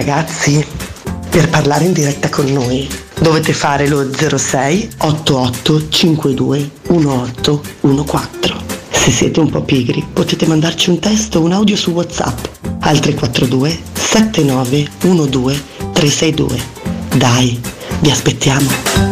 Ragazzi, per parlare in diretta con noi dovete fare lo 06 88 52 1814. Se siete un po' pigri potete mandarci un testo o un audio su WhatsApp al 342 79 12 362. Dai, vi aspettiamo.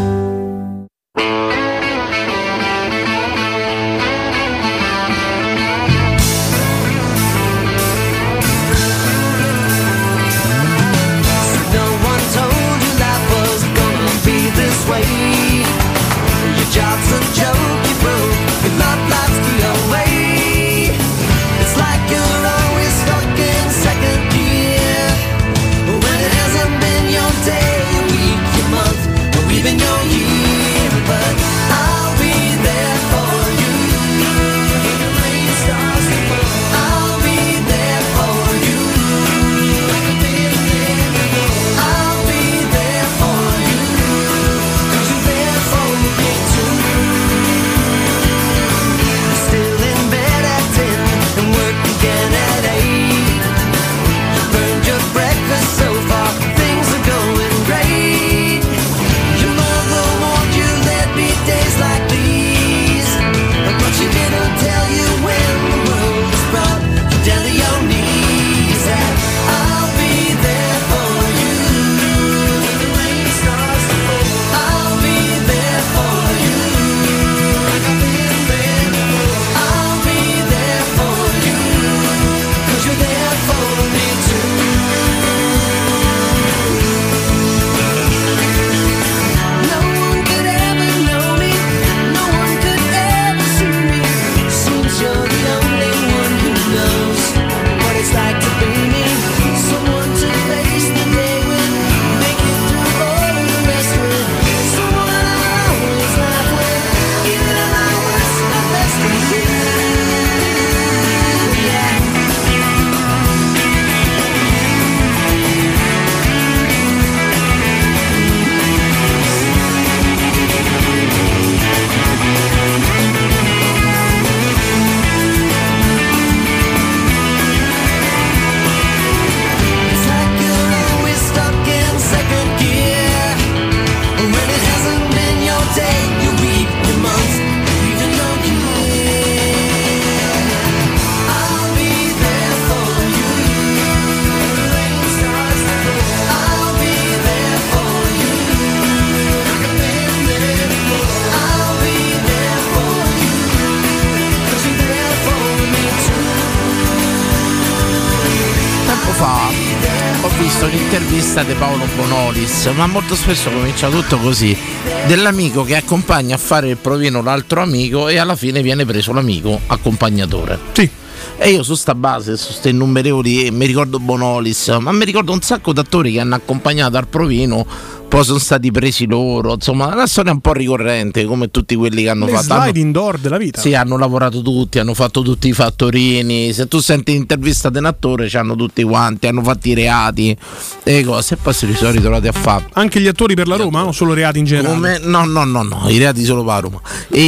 L'intervista di Paolo Bonolis, ma molto spesso comincia tutto così, dell'amico che accompagna a fare il provino l'altro amico e alla fine viene preso l'amico accompagnatore. Sì. E io su sta base, su ste innumerevoli, mi ricordo Bonolis, ma mi ricordo un sacco d'attori che hanno accompagnato al provino, poi sono stati presi loro, insomma una storia un po' ricorrente come tutti quelli che hanno fatto sliding door della vita. Sì, hanno lavorato tutti, hanno fatto tutti i fattorini, se tu senti l'intervista di un attore c'hanno tutti quanti, hanno fatto i reati e cose, e poi si sono ritrovati a fare anche gli attori per la Roma o solo reati in generale? No, i reati solo per la Roma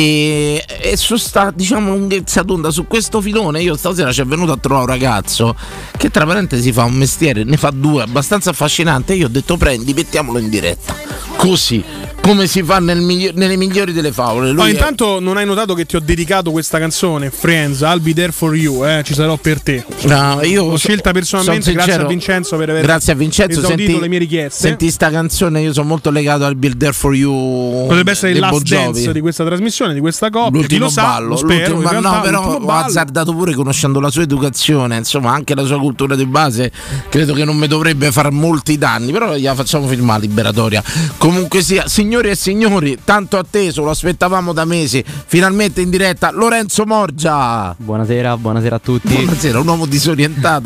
e su sta, diciamo, lunghezza d'onda su questo filone. Io stasera ci è venuto a trovare un ragazzo che tra parentesi fa un mestiere, ne fa due abbastanza affascinante, e io ho detto prendi, mettiamolo in diretta così come si fa nelle migliori delle favole. Ma intanto non hai notato che ti ho dedicato questa canzone, Friends, I'll be there for you, ci sarò per te. No, io l'ho scelta personalmente, grazie a Vincenzo per aver esaudito le mie richieste. Senti sta canzone, io sono molto legato al Be There for You. Potrebbe essere il last dance di questa trasmissione, di questa coppia. L'ultimo Chi lo ballo, sa, lo spero, no, però ho azzardato pure conoscendo la sua educazione, insomma anche la sua cultura di base, credo che non mi dovrebbe far molti danni, però gliela facciamo filmare liberatoria. Comunque sia, signori e signori, tanto atteso, lo aspettavamo da mesi, finalmente in diretta Lorenzo Morgia. Buonasera a tutti. Buonasera, un uomo disorientato.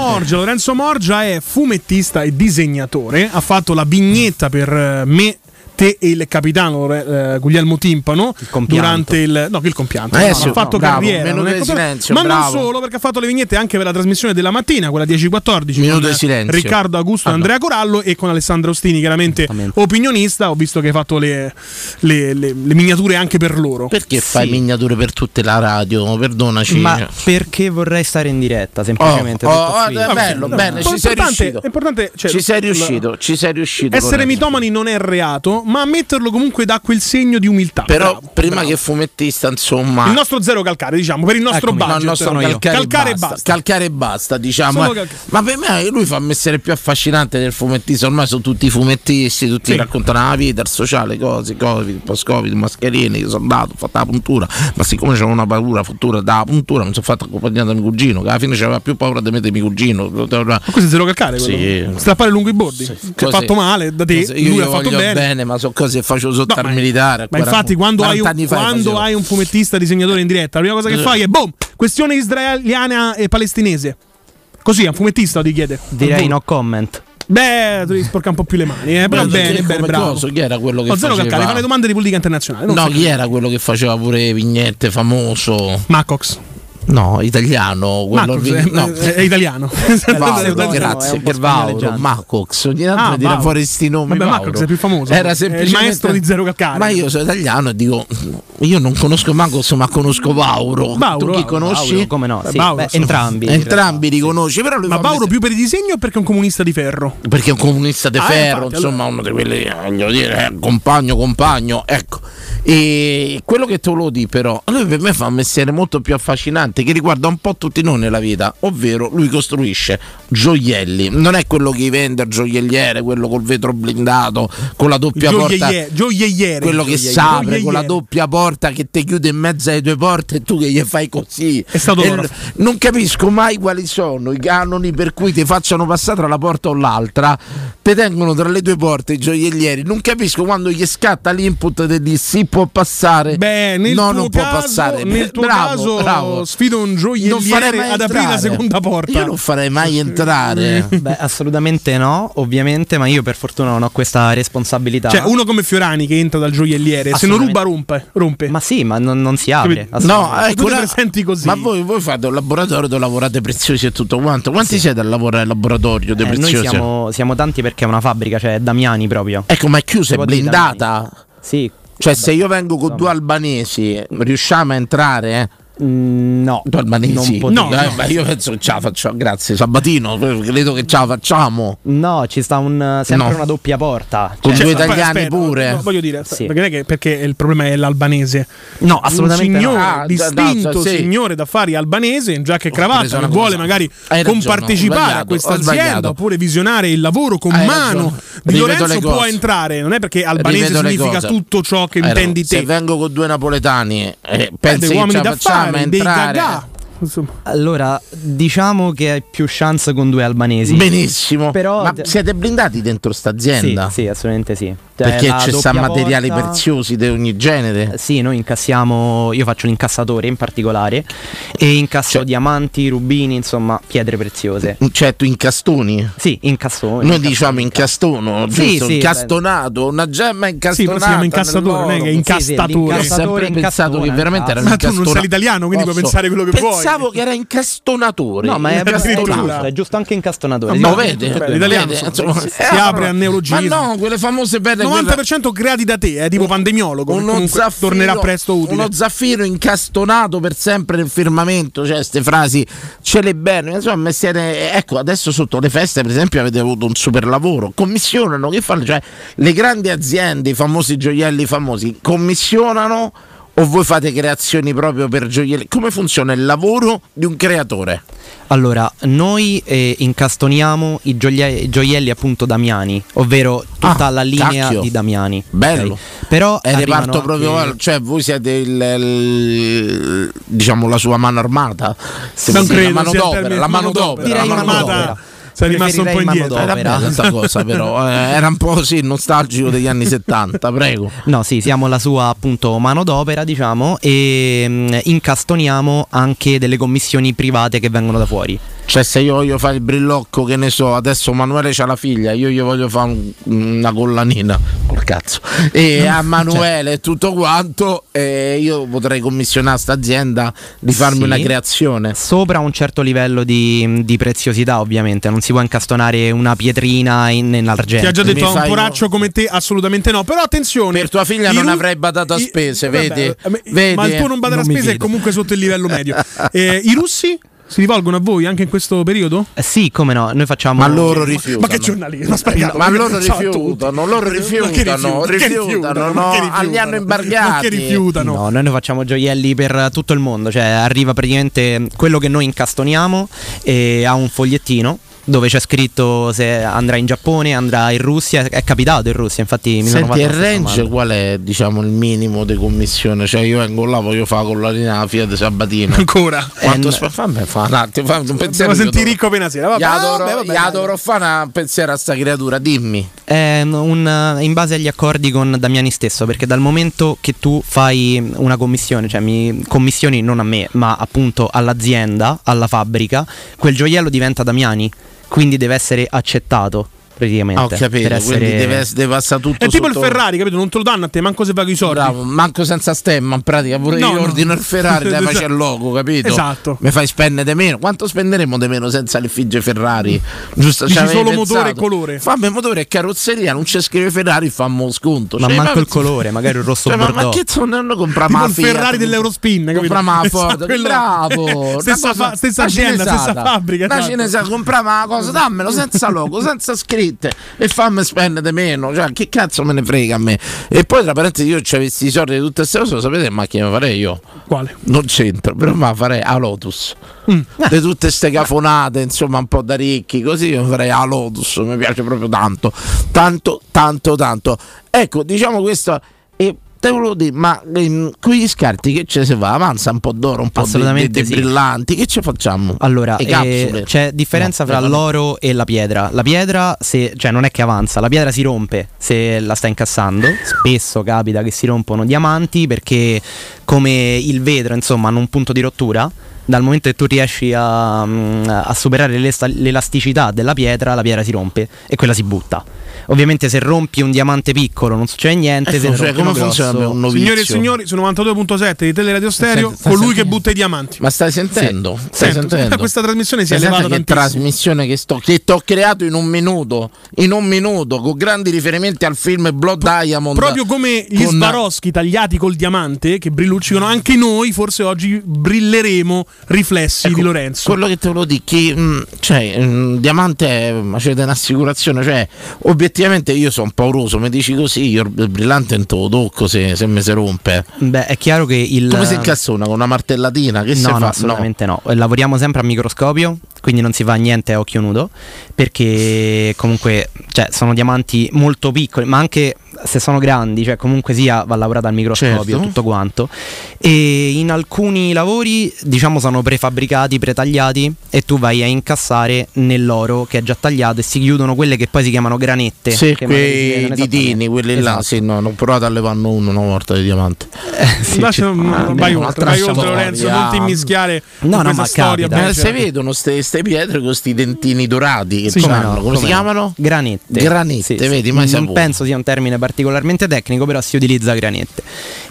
Lorenzo Morgia è fumettista e disegnatore, ha fatto la vignetta per me, te e il capitano Guglielmo Timpano durante il compianto. Sì, ha fatto carriera, non è silenzio, ma bravo. non solo, perché ha fatto le vignette anche per la trasmissione della mattina, quella 10-14, Minuto con di silenzio. Riccardo Augusto e Andrea Corallo, e con Alessandro Ostini, chiaramente opinionista. Ho visto che hai fatto le miniature anche per loro. Perché fai miniature per tutte la radio? Perdonaci. Ma perché vorrei stare in diretta, semplicemente. Bello, bene, ci sei riuscito. È importante, cioè, ci sei riuscito. Essere mitomani non è reato, ma ammetterlo comunque dà quel segno di umiltà. Però prima che fumettista, insomma, il nostro zero calcare, diciamo, per il nostro budget. Il nostro calcare e basta. Calcare e basta, diciamo. Ma per me lui fa essere più affascinante del fumettista. Ormai sono tutti fumettisti, tutti raccontano la vita, il sociale, cose, Covid, post-Covid, mascherine, io sono andato, ho fatto la puntura, ma siccome c'avevo una paura futura dalla puntura, mi sono fatto accompagnare da mio cugino, che alla fine c'aveva più paura di mettere mio cugino. Ma questo è zero calcare, quello? Strappare lungo i bordi. Che ha fatto male da te, io lui ha fatto bene, ma sono cose che facevo sotto al militare. Ma infatti quando hai un fumettista disegnatore in diretta, la prima cosa che fai è boom, questione israeliana e palestinese. Così a un fumettista ti chiede. Direi no comment. Beh, devi sporcare un po' più le mani, però bene, bravo. Chi era quello che faceva? Calcare, fa le domande di politica internazionale. Chi era quello che faceva pure vignette famoso? Macox. No, italiano. Quello è italiano. Grazie per Vauro. Macox. Ogni tanto tira fuori sti nomi. Vabbè, Macox è più famoso. Era semplicemente il maestro di zero calcare. Ma io sono italiano e dico, io non conosco Macox, ma conosco Vauro. Tu chi conosci? Vauro, come no? Sì. Entrambi li conosci. Però ma Vauro più per i disegni o perché è un comunista di ferro? Perché è un comunista di ferro, infatti, insomma, uno di quelli, voglio dire, compagno, ecco. E quello che te lo dico, però, lui per me fa un mestiere molto più affascinante, che riguarda un po' tutti noi nella vita, ovvero lui costruisce gioielli, non è quello che vende il gioielliere, quello col vetro blindato, con la doppia porta, quello che si apre con la doppia porta che ti chiude in mezzo alle due porte e tu che gli fai così. È stato non capisco mai quali sono i canoni per cui ti facciano passare tra la porta o l'altra, ti tengono tra le due porte i gioiellieri, non capisco quando gli scatta l'input e dici sì, può passare. Non può passare. Nel tuo caso sfido un gioielliere ad aprire la seconda porta. Io non farei mai entrare. Beh, assolutamente no, ovviamente, ma io per fortuna non ho questa responsabilità. Cioè, uno come Fiorani che entra dal gioielliere, se non ruba rompe. Ma sì, ma non si apre. No, tu ti presenti così. Ma voi fate un laboratorio dove lavorate preziosi e tutto quanto. Quanti siete a lavorare al laboratorio dei preziosi? Noi siamo tanti perché è una fabbrica, cioè Damiani proprio. Ecco, ma è chiusa, è blindata? Sì. Cioè, se io vengo con due albanesi, riusciamo a entrare? No, tu albanesi? No. Ma io penso che ce la facciamo. Grazie, Sabatino. Credo che ce la facciamo. No, ci sta sempre una doppia porta. Con due italiani pure. No, voglio dire, perché il problema è l'albanese. No, assolutamente. Un signore distinto, signore d'affari albanese, in giacca e cravatta, che vuole magari compartecipare a questa azienda oppure visionare il lavoro con mano di Lorenzo, può entrare. Non è perché albanese significa tutto ciò che intendi te. Se vengo con due napoletani, pensi che ce la facciamo entrare? Allora, diciamo che hai più chance con due albanesi. Benissimo. Però ma siete blindati dentro sta azienda? Sì, assolutamente sì. Perché ci sta materiali preziosi di ogni genere? Sì, noi incassiamo, io faccio l'incassatore in particolare e incasso diamanti, rubini, insomma, pietre preziose. Cioè tu incastoni? Sì, incastoni. Noi diciamo incastono, giusto? Sì, incastonato, una gemma incastonata. Sì, si chiama incastatore, non è che incastatore. Ho sempre pensato che veramente era un incastonatore. Ma tu non sei italiano, quindi puoi pensare quello che vuoi. Pensavo che era incastonatore. No, ma è giusto anche incastonatore. No, vede, l'italiano si apre a neologismo. Ma no, quelle famose perle 90% creati da te, tipo pandemiologo. Uno zaffiro, tornerà presto utile. Uno zaffiro incastonato per sempre nel firmamento. Cioè, queste frasi ce le bene. Insomma, mestiere. Ecco, adesso sotto le feste, per esempio, avete avuto un super lavoro. Commissionano, che fanno? Cioè, le grandi aziende, i famosi gioielli famosi, commissionano o voi fate creazioni proprio per gioielli? Come funziona il lavoro di un creatore? Allora, noi incastoniamo i gioielli appunto Damiani, ovvero tutta la linea di Damiani. Bello. Okay. Però è reparto proprio, cioè voi siete diciamo la sua mano armata. Non credo, la manodopera. Direi manodopera. Sei rimasto un po' indietro. Era bella questa cosa, però era un po' nostalgico degli anni 70, prego. No, sì, siamo la sua appunto manodopera, diciamo, e incastoniamo anche delle commissioni private che vengono da fuori. Cioè, se io voglio fare il brillocco, che ne so, adesso Manuele c'ha la figlia, io gli voglio fare una collanina col cazzo, e a Manuele e tutto quanto, io potrei commissionare a sta azienda di farmi una creazione sopra un certo livello di preziosità. Ovviamente non si può incastonare una pietrina in argento. Ti ha già detto a un poraccio come te assolutamente no, però attenzione, per tua figlia non avrei badato a spese, vedi? Ma il tuo non badare a spese è comunque sotto il livello medio. I russi si rivolgono a voi anche in questo periodo? Sì, come no, noi facciamo. Ma loro rifiutano. Ma che giornalismo? Ma loro rifiutano, li hanno imbargati. Che rifiutano? No, noi facciamo gioielli per tutto il mondo, cioè arriva praticamente quello che noi incastoniamo e ha un fogliettino dove c'è scritto se andrà in Giappone, andrà in Russia. È capitato in Russia, infatti mi sono fatto. Senti, il range qual è, diciamo, il minimo di commissione? Cioè io vengo là, voglio fare con la linea Fiat Sabatino. Ancora? Quanto fammi fa un attimo, un pensiero. Devo sentire ricco appena sera. Io dovrò fare un pensiero a sta creatura, dimmi. In base agli accordi con Damiani stesso, perché dal momento che tu fai una commissione, cioè mi commissioni non a me, ma appunto all'azienda, alla fabbrica, quel gioiello diventa Damiani. Quindi deve essere accettato praticamente. Ho capito, quindi deve passare tutto. È tipo sotto... il Ferrari, capito? Non te lo danno a te, manco se paghi i soldi. Bravo, manco senza stemma, in pratica pure io ordino il Ferrari, dai faccia il logo, capito? Esatto. Mi fai spendere di meno. Quanto spenderemo di meno senza l'effigie Ferrari? Giusto, dici solo motore e colore. Fammi motore e carrozzeria, non c'è scrive Ferrari, fammo sconto. Ma manco il colore, magari un rosso bordeaux. Ma che non compriamo il Ferrari dell'Eurospin, capito? Compriamo la Ford, bravo. Stessa azienda, stessa fabbrica. La cinese compriamo la cosa, dammelo senza logo, senza scritte e fammi spendere meno, cioè che cazzo me ne frega a me. E poi tra parentesi, io ci avessi i soldi di tutte queste cose, lo sapete che macchina farei io? Quale? Non c'entro, però ma farei a Lotus. Di tutte queste cafonate, insomma, un po' da ricchi, così io farei a Lotus, mi piace proprio tanto. Ecco, diciamo questo. E te volevo dire, ma con gli scarti che ce si fa? Avanza un po' d'oro, un po' di brillanti, che ci facciamo? Allora, c'è differenza fra l'oro e la pietra. La pietra, cioè non è che avanza, la pietra si rompe se la stai incassando. Spesso capita che si rompono diamanti perché, come il vetro, insomma, hanno un punto di rottura. Dal momento che tu riesci a superare l'elasticità della pietra, la pietra si rompe e quella si butta. Ovviamente se rompi un diamante piccolo non succede niente. Come funziona un novizio? Signore e signori, su 92.7 di Teleradio Stereo, colui che butta i diamanti. Ma stai sentendo? Sì. Sento. Questa trasmissione si è elevata tantissimo. Trasmissione che t'ho creato in un minuto, con grandi riferimenti al film Blood Diamond. Proprio come gli Swarovski tagliati col diamante che brilluccicano, anche noi forse oggi brilleremo riflessi di Lorenzo. Quello che te lo dico, diamante c'è un'assicurazione, cioè obiettivamente io sono pauroso, mi dici così, io il brillante non te lo tocco se mi si rompe. Beh, è chiaro che come si incassona? Con una martellatina? Che no, assolutamente no. Lavoriamo sempre a microscopio, quindi non si fa niente a occhio nudo, perché comunque sono diamanti molto piccoli, ma anche se sono grandi, cioè comunque sia va lavorato al microscopio, tutto quanto. E in alcuni lavori, diciamo, sono prefabbricati, pretagliati, e tu vai a incassare nell'oro che è già tagliato e si chiudono quelle che poi si chiamano granette. Sì, quei ditini, quelli là, sì, no, non provate a levarne una volta di diamante. Vai oltre Lorenzo, non ti immischiare questa storia. Ma si vedono queste pietre con questi dentini dorati che come si chiamano? Granette, sì, vedi, mai non penso sia un termine particolarmente tecnico, però si utilizza granette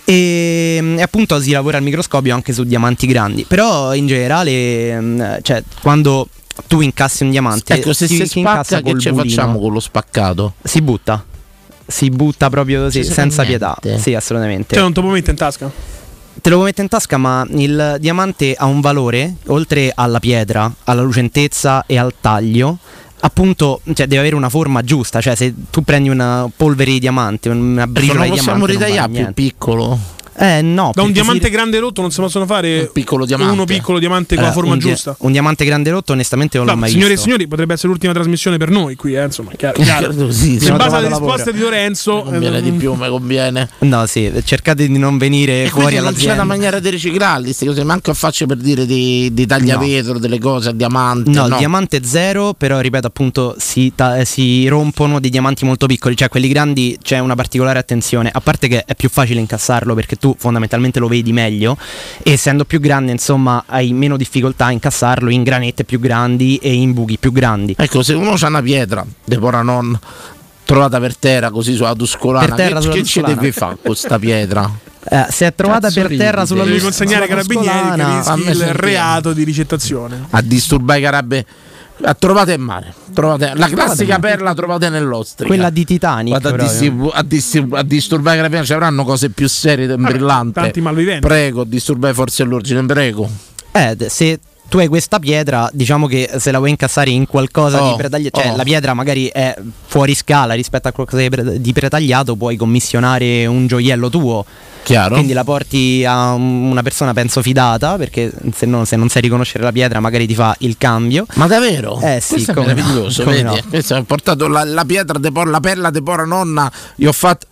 e appunto si lavora al microscopio anche su diamanti grandi, però in generale quando tu incassi un diamante, ecco, se si spacca, che ci facciamo con lo spaccato? Si butta proprio così, senza pietà. Sì, assolutamente. Cioè non te lo puoi mettere in tasca? Te lo puoi mettere in tasca, ma il diamante ha un valore, oltre alla pietra, alla lucentezza e al taglio. Appunto, deve avere una forma giusta, cioè se tu prendi una polvere di diamante, una briciola di diamante, non possiamo ritagliare più piccolo? No. Da un diamante grande rotto non si possono fare un piccolo diamante. Uno piccolo diamante con la forma giusta. Un diamante grande rotto, onestamente, non l'ho mai signore visto. E signori, potrebbe essere l'ultima trasmissione per noi qui, insomma, chiaro. Sì, in base alle risposte di Lorenzo, conviene di più, mi conviene. No, sì, cercate di non venire fuori all'azienda. Non c'è una maniera di riciclarli queste cose, manco faccio per dire di tagliavetro, delle cose a diamante. No, il diamante zero, però ripeto, appunto si rompono dei diamanti molto piccoli, cioè quelli grandi c'è una particolare attenzione, a parte che è più facile incassarlo perché tu tu fondamentalmente lo vedi meglio, e essendo più grande insomma hai meno difficoltà a incassarlo in granette più grandi e in buchi più grandi. Ecco, se uno c'ha una pietra de Poranon trovata per terra così sulla Tuscolana, che ci deve fare con questa pietra? Se è trovata per terra sulla devi consegnare ai carabinieri che rischi il reato di ricettazione. A disturbare i carabinieri. A trovate in mare, la classica perla trovate nell'Ostria, quella di Titanic. A disturbare i carabinieri, ci avranno cose più serie e brillanti. Tanti malviventi. Prego, disturbare forze dell'ordine, prego. Se tu hai questa pietra, diciamo che se la vuoi incassare in qualcosa di pretagliato, cioè la pietra magari è fuori scala rispetto a qualcosa di pretagliato, puoi commissionare un gioiello tuo. Chiaro. Quindi la porti a una persona, penso, fidata, perché se non sai riconoscere la pietra magari ti fa il cambio. Ma davvero? Sì, questo è meraviglioso, vedi? No. Questo ha portato la pietra la perla de Pora nonna. Io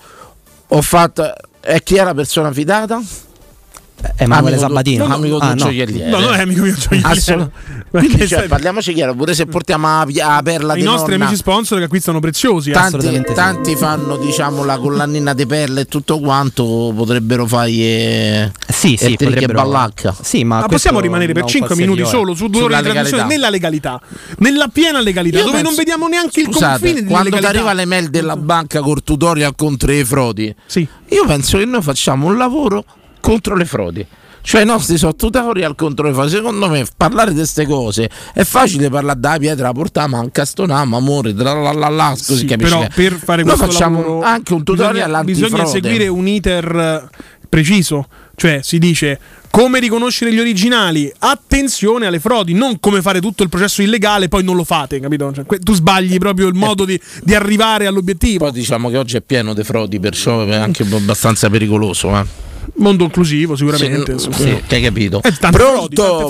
ho fatto chi era persona fidata? Emanuele Sabatino, amico del gioielliere. No, non è amico mio gioielliere. Quindi, parliamoci chiaro, pure se portiamo la perla i nostri amici sponsor che acquistano preziosi, tanti fanno, diciamo, la collanina di perle e tutto quanto, potrebbero fare potrebbero ballacca. Sì, ma possiamo rimanere per 5 minuti solo su 2 ore di trasmissione nella legalità, nella piena legalità, dove non vediamo neanche il confine di quando legalità. Ti arriva l'email della banca col tutorial contro le frodi. Sì. Io penso che noi facciamo un lavoro contro le frodi, cioè i nostri sono tutorial contro le frodi. Secondo me parlare di queste cose è facile, parlare da pietra, portare a castonamo, amore, così sì, capisci. Però per fare noi questo facciamo lavoro anche un tutorial bisogna seguire un iter preciso, cioè si dice come riconoscere gli originali, attenzione alle frodi, non come fare tutto il processo illegale poi non lo fate, capito? Cioè, tu sbagli proprio il modo di arrivare all'obiettivo. Poi diciamo che oggi è pieno di frodi, perciò è anche abbastanza pericoloso, Mondo inclusivo sicuramente. Sì, hai capito. Pronto.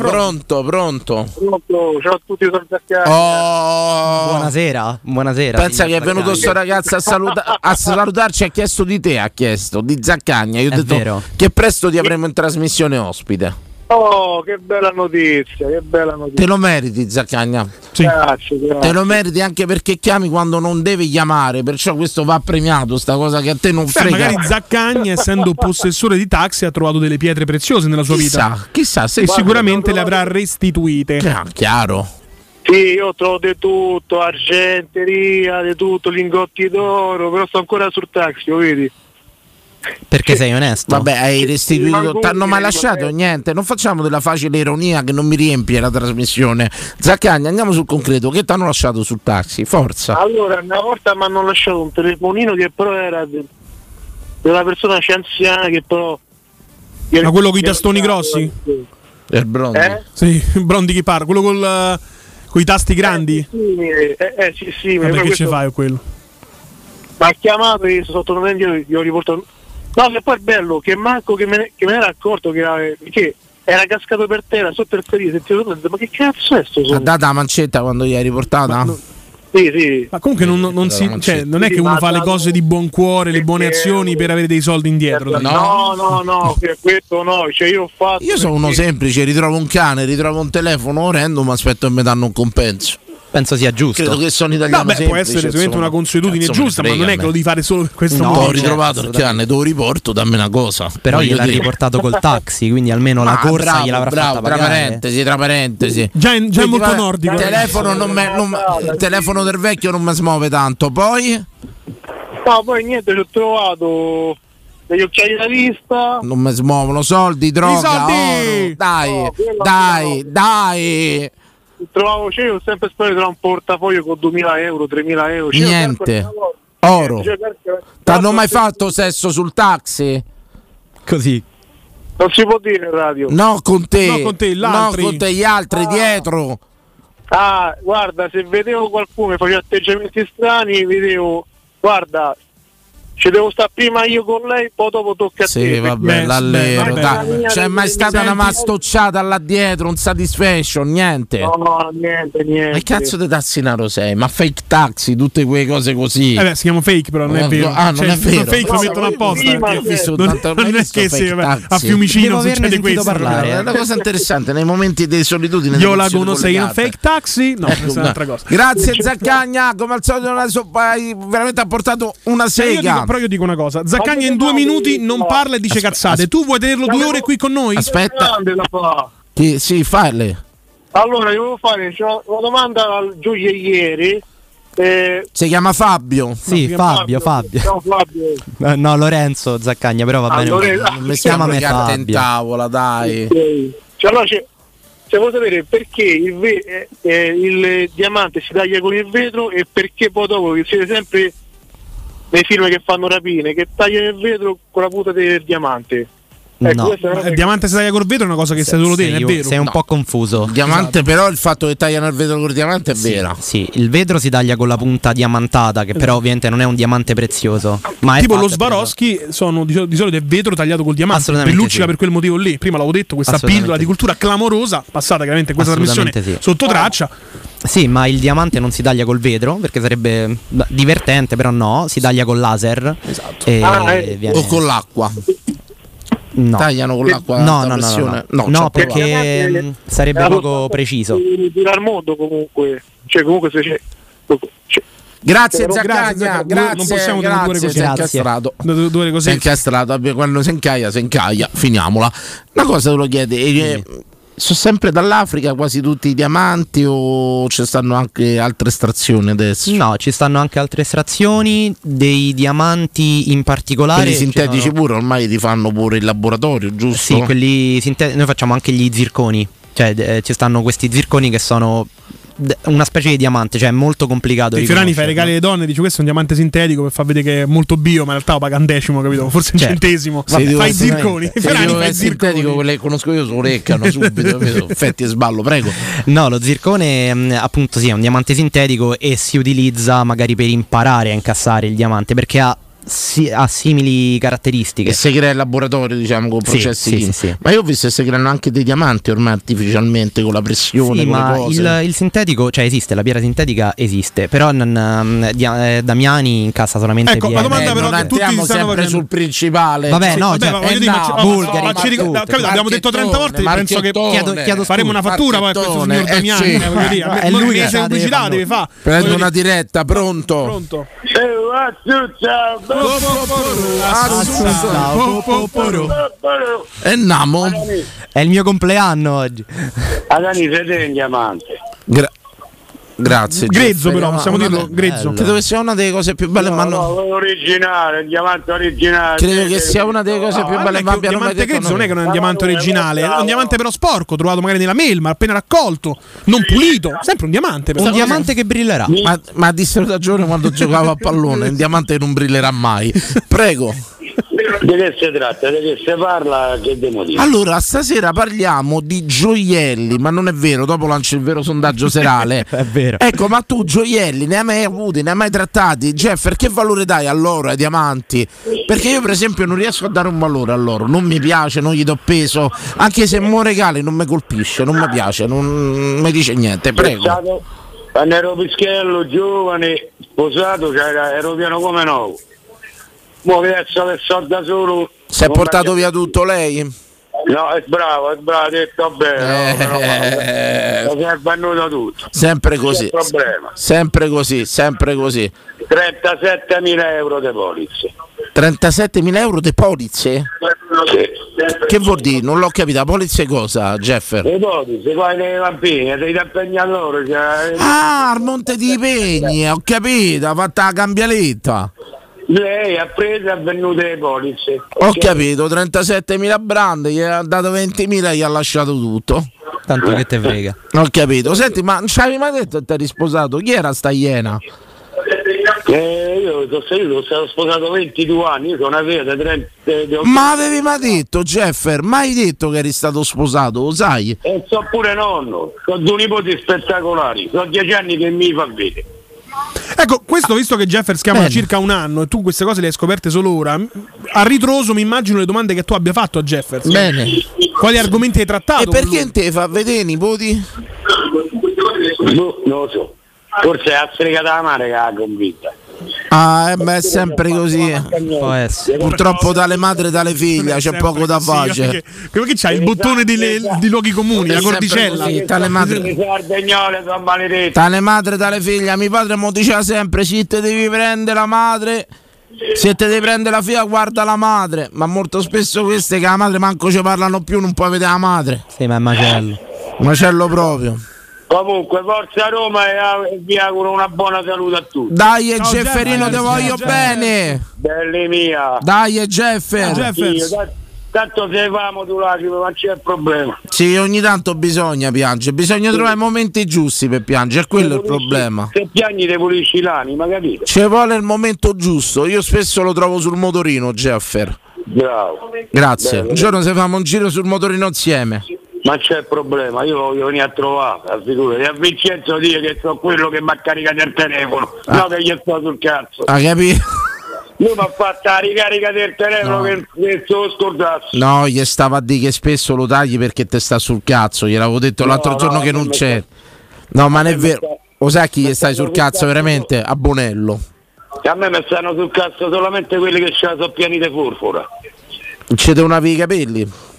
Ciao a tutti, sono Buonasera. Pensa che è venuto sto ragazzo a salutarci, ha chiesto di te, di Zaccagna. Io ho detto vero. che presto ti avremo in trasmissione ospite. Oh, che bella notizia, Te lo meriti, Zaccagna. Sì. Grazie. Te lo meriti anche perché chiami quando non devi chiamare, perciò questo va premiato, sta cosa che a te non frega. Magari Zaccagna, essendo possessore di taxi, ha trovato delle pietre preziose nella sua vita. Chissà, e sicuramente le avrà restituite. Chiaro. Sì, io trovo di tutto, argenteria, di tutto, lingotti d'oro, però sto ancora sul taxi, lo vedi? Perché sei onesto? Vabbè, hai restituito, t'hanno mai lasciato niente. Non facciamo della facile ironia che non mi riempie la trasmissione. Zaccagna, andiamo sul concreto. Che t'hanno lasciato sul taxi? Forza. Allora, una volta mi hanno lasciato un telefonino che però era della persona anziana, che però ma quello con i tastoni grossi? Il Brondi. Sì, Brondi chi parla? Quello con i tasti grandi? Sì. Vabbè, che ci fai quello? Ma ha chiamato e sotto io ho riportato. No, che poi è bello che manco che me ne era accorto che era cascato per terra sotto il sedile. Ma che cazzo è sto? Ha data la mancetta quando gli hai riportata? Sì. Ma comunque non è che uno fa le cose di buon cuore, le buone azioni per avere dei soldi indietro. No, questo no. Cioè io sono uno semplice, ritrovo un cane, ritrovo un telefono orrendo, ma aspetto che mi danno un compenso. Penso sia giusto. Credo che sono italiano. Può essere sicuramente una consuetudine giusta, ma non è che lo devi fare solo per questo modo. Ho ritrovato il cane, te lo riporto, dammi una cosa. Però gliel'ha riportato col taxi, quindi almeno la corsa gliel'avrà fatta pagare. Tra parentesi. Già è molto nordico. Il telefono del vecchio non mi smuove tanto. Poi? No, poi niente, ci ho trovato degli occhiali da vista. Non mi smuovono soldi, droga, oro. Dai. Trovavo, ho sempre sperato di trovare un portafoglio con 2.000 euro, 3.000 euro. Niente. Oro. T'hanno mai fatto sesso sul taxi? Così. Non si può dire in radio. No, con te. No, con te, gli altri dietro. Guarda, se vedevo qualcuno che faceva atteggiamenti strani, vedevo, guarda, ci devo stare prima io con lei, poi dopo tocca a te. Sì, vabbè, l'allero. C'è mai stata una mastocciata là dietro, un satisfaction, niente? No, niente. Ma che cazzo di tassinaro sei? Ma fake taxi, tutte quelle cose così. Si chiama fake, però non è vero. Non è vero. Fake lo mettono apposta. Non è che a Fiumicino succede questo. È una cosa interessante, nei momenti di solitudine. Io la conosco in fake taxi? No, questa è un'altra cosa. Grazie Zaccagna, come al solito hai veramente apportato una sega. però io dico una cosa: Zaccagna in 2 minuti non parla e dice cazzate. Tu vuoi tenerlo 2 ore qui con noi? Aspetta. Sì, falle. Allora, io volevo fare una domanda al gioielliere. Si chiama Fabio. Sì, Fabio. Ciao, Fabio. No, Lorenzo Zaccagna, però va bene. Non mi chiama carta in tavola, dai. Cioè, allora vuoi sapere perché il diamante si taglia con il vetro e perché poi dopo che siete sempre nei film che fanno rapine, che tagliano il vetro con la punta del diamante. No. Il diamante si taglia col vetro è una cosa che sai solo te, è vero? Sei un po' confuso. Il diamante, però il fatto che tagliano il vetro col diamante è vera. Sì, il vetro si taglia con la punta diamantata, che però ovviamente non è un diamante prezioso. Ma tipo lo Swarovski sono di solito è vetro tagliato col diamante. Luccica per quel motivo lì. Prima l'avevo detto, questa pillola di cultura clamorosa, passata chiaramente questa trasmissione sotto traccia. Sì, ma il diamante non si taglia col vetro, perché sarebbe divertente, però no, si taglia col laser. Esatto. O con l'acqua. No. Tagliano con l'acqua no, perché sarebbe poco preciso. Al mondo comunque, se c'è. Grazie Zaccagna, grazie. Non possiamo dire così. Sei incastrato, quando si incaia, finiamola. Una cosa te lo chiede, sono sempre dall'Africa quasi tutti i diamanti o ci stanno anche altre estrazioni adesso? No, ci stanno anche altre estrazioni, dei diamanti in particolare. Quelli sintetici pure ormai ti fanno pure il laboratorio, giusto? Sì, quelli sintetici, noi facciamo anche gli zirconi, cioè ci stanno questi zirconi che sono una specie di diamante, cioè è molto complicato. Fiorani fa i regali alle donne, dice questo è un diamante sintetico per far vedere che è molto bio, ma in realtà lo paga un decimo, capito? Forse un centesimo. Fai i zirconi. Fiorani fa i sintetico, quelle che conosco io sono orecchiano subito, effetti e sballo, prego. No, lo zircone appunto sì, è un diamante sintetico e si utilizza magari per imparare a incassare il diamante, perché ha simili caratteristiche. E si crea il laboratorio, diciamo, con processi. Sì. Ma io ho visto che si creano anche dei diamanti ormai artificialmente con la pressione. Sì, con ma le cose. Il sintetico, cioè esiste, la pietra sintetica esiste, però Damiani incassa solamente ecco, pietra. la domanda però non che tutti andiamo sempre facendo sul principale. Vabbè, no, Bulgari, abbiamo detto 30 volte, penso che chiedo faremo una fattura poi a questo signor Damiani, è lui che pubblicità deve fare. Prendo una diretta, pronto. E Namo è il mio compleanno oggi. Adani siete in diamante. Grazie. Grezzo, però possiamo dirlo grezzo. Credo che sia una delle cose più belle. Originale, il diamante originale. Credo che sia una delle cose più belle. Il diamante grezzo non è che non è un diamante originale, è un diamante però sporco, trovato magari nella melma, appena raccolto, non pulito. Sempre un diamante. Un diamante che brillerà. Ma dissero da giorno quando giocavo a pallone: un diamante non brillerà mai. Prego. Di che si tratta? Di che si parla? Che devo dire? Allora, stasera parliamo di gioielli, ma non è vero, dopo lancio il vero sondaggio serale. È vero. Ecco, ma tu gioielli ne hai mai avuti, ne hai mai trattati? Jeffer, che valore dai all'oro, ai diamanti? Perché io per esempio non riesco a dare un valore all'oro, non mi piace, non gli do peso, anche se mo regali non mi colpisce, non mi piace, non mi dice niente, prego. Quando ero pischello, giovane, sposato, ero pieno come nuovo. Mo che adesso che so da solo. Si è portato via tutto lei? No, è bravo, ha detto bene. Si è venuto tutto. Sempre così. Sempre così. 37.000 euro di polizze. 37.000 euro di polizze? Sì. Che vuol dire? Non l'ho capito. Polizze cosa, Jeffer? Le polizze, poi dei bambini, dei impegnatori. Ah, al Monte di Pegni, ho capito, ha fatto la cambialetta. Lei ha preso e ha venduto le polizze. Ho capito, 37.000 brand, gli ha dato 20.000 e gli ha lasciato tutto. Tanto che te frega. Ho capito. Senti, ma non ci avevi mai detto che ti eri sposato? Chi era sta iena? Io sono stato sposato 22 anni, io sono una vita 30. Ma avevi mai detto, Jeffer? Mai detto che eri stato sposato, lo sai? E so pure nonno, ho due nipoti spettacolari, sono 10 anni che mi fa vedere. Ecco, questo visto che Jeffer chiama da circa un anno e tu queste cose le hai scoperte solo ora, a ritroso mi immagino le domande che tu abbia fatto a Jeffer. Bene. Quali argomenti hai trattato? E perché te fa vedere i nipoti? Non lo so. Forse è la stregata mare che l'ha convinta. Ah, è sempre così. Purtroppo dalle madri e dalle figlie c'è poco da fare. Perché c'hai il bottone di luoghi comuni, la cordicella. Tale madre dalle madre e dalle figlie. Mio padre mi diceva sempre: se te devi prendere la madre Se te devi prendere la figlia guarda la madre, ma molto spesso queste che la madre manco ci parlano più, non puoi vedere la madre. Sì, ma è macello. Macello proprio. Comunque forza Roma e vi auguro una buona salute a tutti. Dai Gefferino, te voglio bene. Belli mia. Dai Jeffer. Tanto se famo tu lacrime, ma c'è il problema. Sì, ogni tanto bisogna piangere, bisogna trovare i momenti giusti per piangere, quello è il problema. Se piangi te pulisci l'anima, capito? Ci vuole il momento giusto, io spesso lo trovo sul motorino, Jeffer. Bravo. Grazie. Un giorno se facciamo un giro sul motorino insieme. Ma c'è il problema, io voglio venire a trovare, figurati. A Vincenzo dire che sono quello che mi ha caricato il telefono, no che gli sto sul cazzo. Ah, capito? Lui mi ha fatto la ricarica del telefono che se lo scordassi. No, gli stava a dire che spesso lo tagli perché te sta sul cazzo, gliel'avevo detto l'altro giorno che non c'è. No, ma non è vero. Lo sai chi gli stai sul cazzo veramente? A Bonello. A me mi stanno sul cazzo solamente quelli che ce la sono pieni di forfora. Ci devono avere i capelli.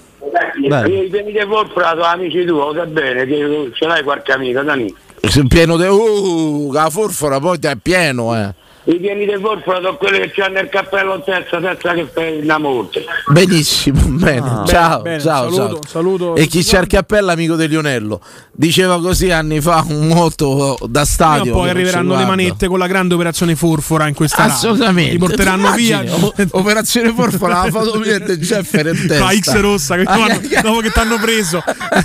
I pieni di forfora sono amici tuoi, lo sai bene, che ce l'hai qualche amico, Dani? Pieno di la forfora poi ti è pieno, I pieni di forfora sono quelli che hanno il cappello in testa senza che fai una morte. Benissimo, bene. Ciao, bene, ciao. Saluto e chi c'ha il cappello amico di Lionello. Diceva così anni fa un motto da stadio. Poi arriveranno le manette con la grande operazione forfora in questa assolutamente. Ti porteranno via. Operazione forfora, la foto mia di Jeffer in testa. La X rossa dopo che ti hanno preso.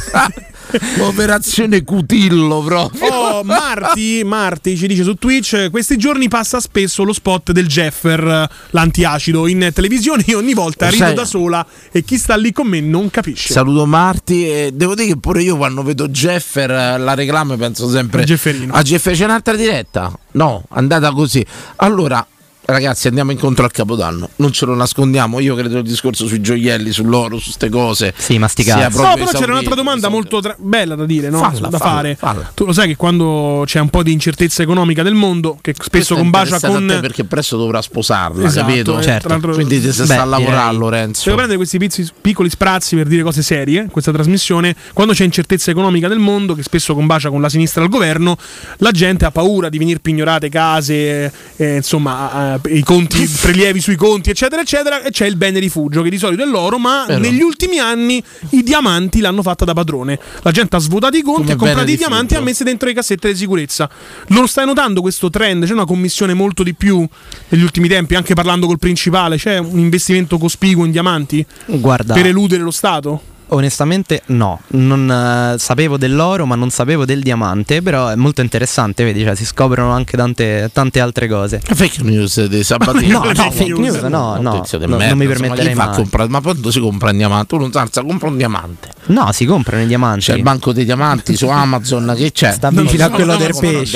Operazione Cutillo proprio. Marti ci dice su Twitch: questi giorni passa spesso lo spot del Jeffer, l'antiacido, in televisione. Io ogni volta rido da sola e chi sta lì con me non capisce. Saluto Marti e devo dire che pure io quando vedo Jeffer la reclamo penso sempre a Jeffer. C'è un'altra diretta? No, andata così. Allora ragazzi, andiamo incontro al Capodanno, non ce lo nascondiamo. Io credo il discorso sui gioielli, sull'oro, su ste cose. Sì, masticate. No, però c'era un'altra domanda molto bella da dire, no? Falla. Tu lo sai che quando c'è un po' di incertezza economica del mondo, che spesso combacia con perché presto dovrà sposarla, esatto, capito? Certo. Quindi se sta a lavorare, Lorenzo. Devo prendere questi piccoli sprazzi per dire cose serie. Questa trasmissione, quando c'è incertezza economica del mondo, che spesso combacia con la sinistra al governo, la gente ha paura di venir pignorate case, insomma, i conti, prelievi sui conti, eccetera, eccetera, e c'è il bene rifugio, che di solito è l'oro, ma negli ultimi anni i diamanti l'hanno fatta da padrone. La gente ha svuotato i conti, ha comprato i diamanti e ha messi dentro le cassette di sicurezza. Non stai notando questo trend? C'è una commissione molto di più negli ultimi tempi, anche parlando col principale, c'è un investimento cospicuo in diamanti? Guarda, per eludere lo Stato? Onestamente no, non sapevo dell'oro ma non sapevo del diamante, però è molto interessante, vedi, cioè si scoprono anche tante altre cose. Fake news di Sabatino. No, fake news, no, non mi permetterei mai. Ma quando si compra un diamante? Tu non sai, compra un diamante. No, si comprano i diamanti. C'è il banco dei diamanti su Amazon, che c'è? Sta vicino a quello del pesce.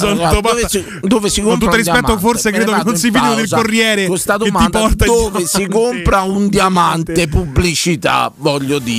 Dove si compra? Con tutto rispetto, forse credo che non si fidi del Corriere. Questa domanda, dove si compra un diamante? Pubblicità, voglio dire.